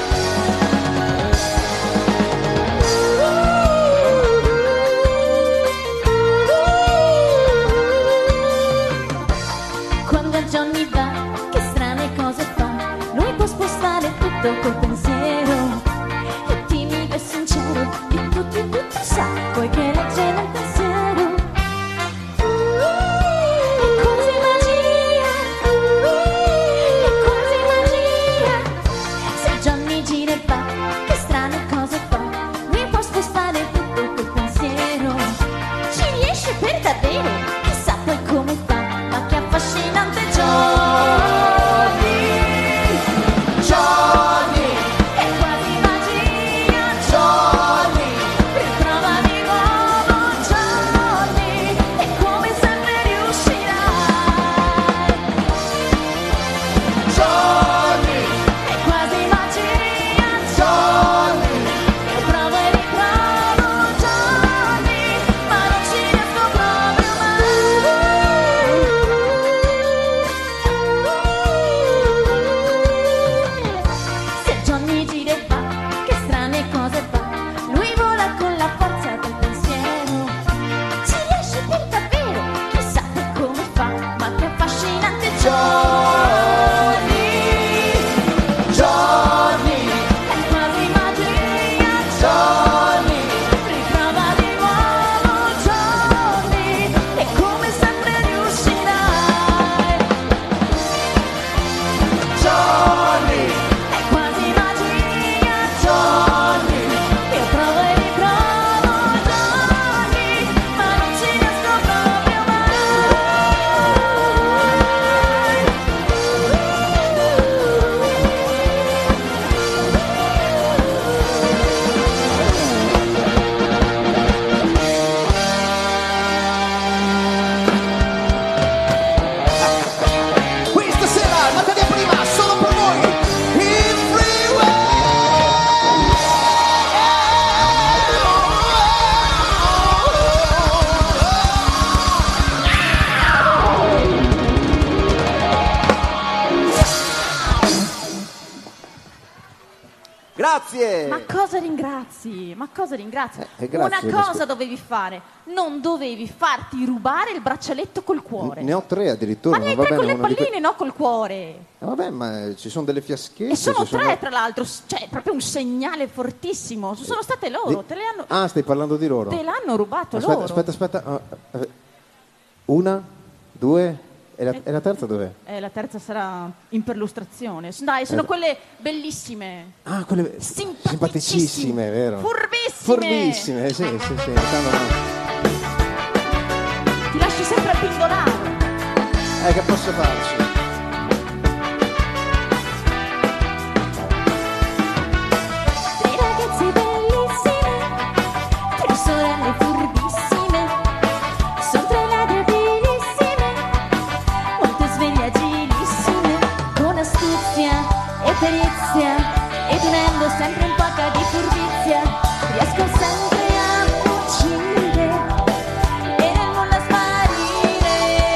Quando Johnny va, che strane cose fa. Lui può spostare tutto col pensiero. È timido e sincero, di tutti e tutti sa, poiché legge nel pensiero. È quasi magia, è quasi magia. Se Johnny gira e va, che strane cose fa. Lui può spostare tutto col pensiero. Ci riesce per davvero, chissà poi come fa. Ma che affascinante Johnny, Johnny, è quasi magia Johnny, riprova di nuovo Johnny, e come sempre riuscirai. Johnny, è quasi magia Johnny, riprovo e riprovo Johnny, ma non ci riesco proprio mai. Se Johnny gira e va, che strane cose fa. Lui vola con la forza del pensiero. Ci riesce per davvero, chissà poi come fa. Ma che affascinante Johnny, Johnny, è quasi magia Johnny, riprova di nuovo Johnny, e come sempre riuscirai. Johnny, è quasi magia Johnny, io provo e riprovo Johnny, ma non ci riesco proprio Questa sera il Materia Prima solo per voi in Grazie. Ma cosa ringrazi? Ma cosa ringrazi? Eh, grazie, Una cosa scusa. dovevi fare, non dovevi farti rubare il braccialetto col cuore. Ne ho tre addirittura. Ma ne hai va tre con bene, le uno di que- palline, no col cuore. Eh, Vabbè, ma ci sono delle fiaschette. E sono ci tre, tra l'altro, s- cioè proprio un segnale fortissimo. Sono state loro, Di- te le hanno, Ah, stai parlando di loro? te l'hanno rubato Aspetta, loro. aspetta, aspetta. Ah, eh, Una, due, e la, e la terza dov'è? Eh, la terza sarà in perlustrazione. S- Dai, sono Eh. quelle bellissime. Ah, quelle simpaticissime, vero? Furbissime. Furbissime, sì, sì, sì. stanno- Ti lasci sempre abbindolare. Eh, che posso farci? Tre ragazze bellissime, tre sorelle furbissime, sono tre ladre bellissime, molto sveglie agilissime, con astuzia e perizia, ed unendo sempre un po' di furbizia, riesco sempre a fuggire e nel nulla sparire.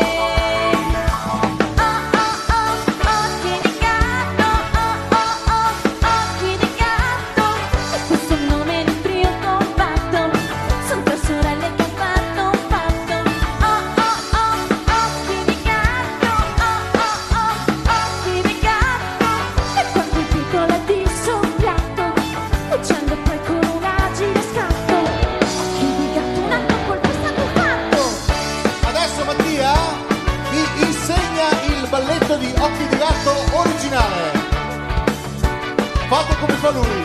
Oh oh oh, occhi di gatto, oh oh oh, occhi di gatto, e questo è il nome di un trio compatto, son tre sorelle che hanno fatto un patto. Oh oh oh, occhi di gatto, oh oh oh, occhi di gatto, e quando il piccolo di sul piatto, uccidendo poi con un agile scatto. Occhi di gatto, un altro colpo è stato fatto. Adesso Mattia vi insegna il balletto di Occhi di Gatto originale. Fate come fa lui.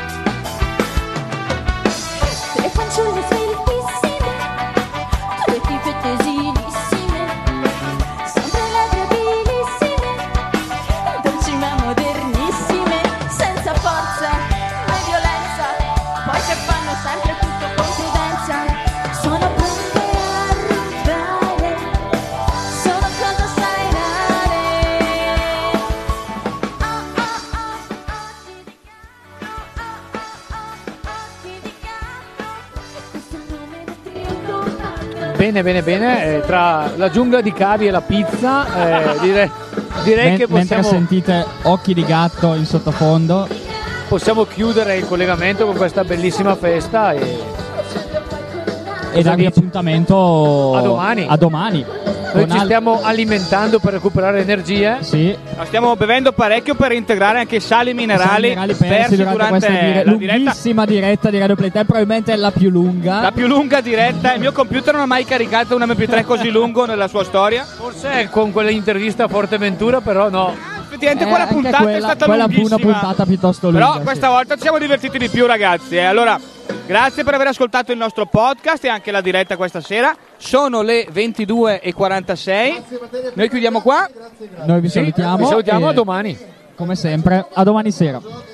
Tre fanciulle sveltissime, due tipe tesilissime, sono tre ladre abilissime, dolci ma modernissime, senza forza né violenza, poi che fanno sempre tutto con prudenza. Sono pronte a rubare, sono cosa sai dare. Bene, bene, bene. Eh, tra la giungla di cavi e la pizza, eh, direi direi Men- che mentre possiamo, sentite Occhi di gatto in sottofondo. possiamo chiudere il collegamento con questa bellissima festa e, E darvi appuntamento A domani. A domani. noi Con ci al- stiamo alimentando per recuperare energie. Sì. Ma stiamo bevendo parecchio per integrare anche i sali minerali, minerali persi durante, questa dire- la diretta. lunghissima diretta di Radio Playtime, probabilmente è la più lunga. La più lunga diretta. Il mio computer non ha mai caricato un emme pi tre così lungo nella sua storia. Forse con quell'intervista a Forteventura, però no. Effettivamente Eh, quella anche puntata quella- è stata quella fu lunghissima. una puntata piuttosto lunga, Però sì. questa volta ci siamo divertiti di più, ragazzi. eh. Allora, grazie per aver ascoltato il nostro podcast e anche la diretta questa sera. Sono le ventidue e quarantasei. Noi chiudiamo qua. Noi vi Sì, salutiamo. vi salutiamo, e a domani. Come sempre, a domani sera.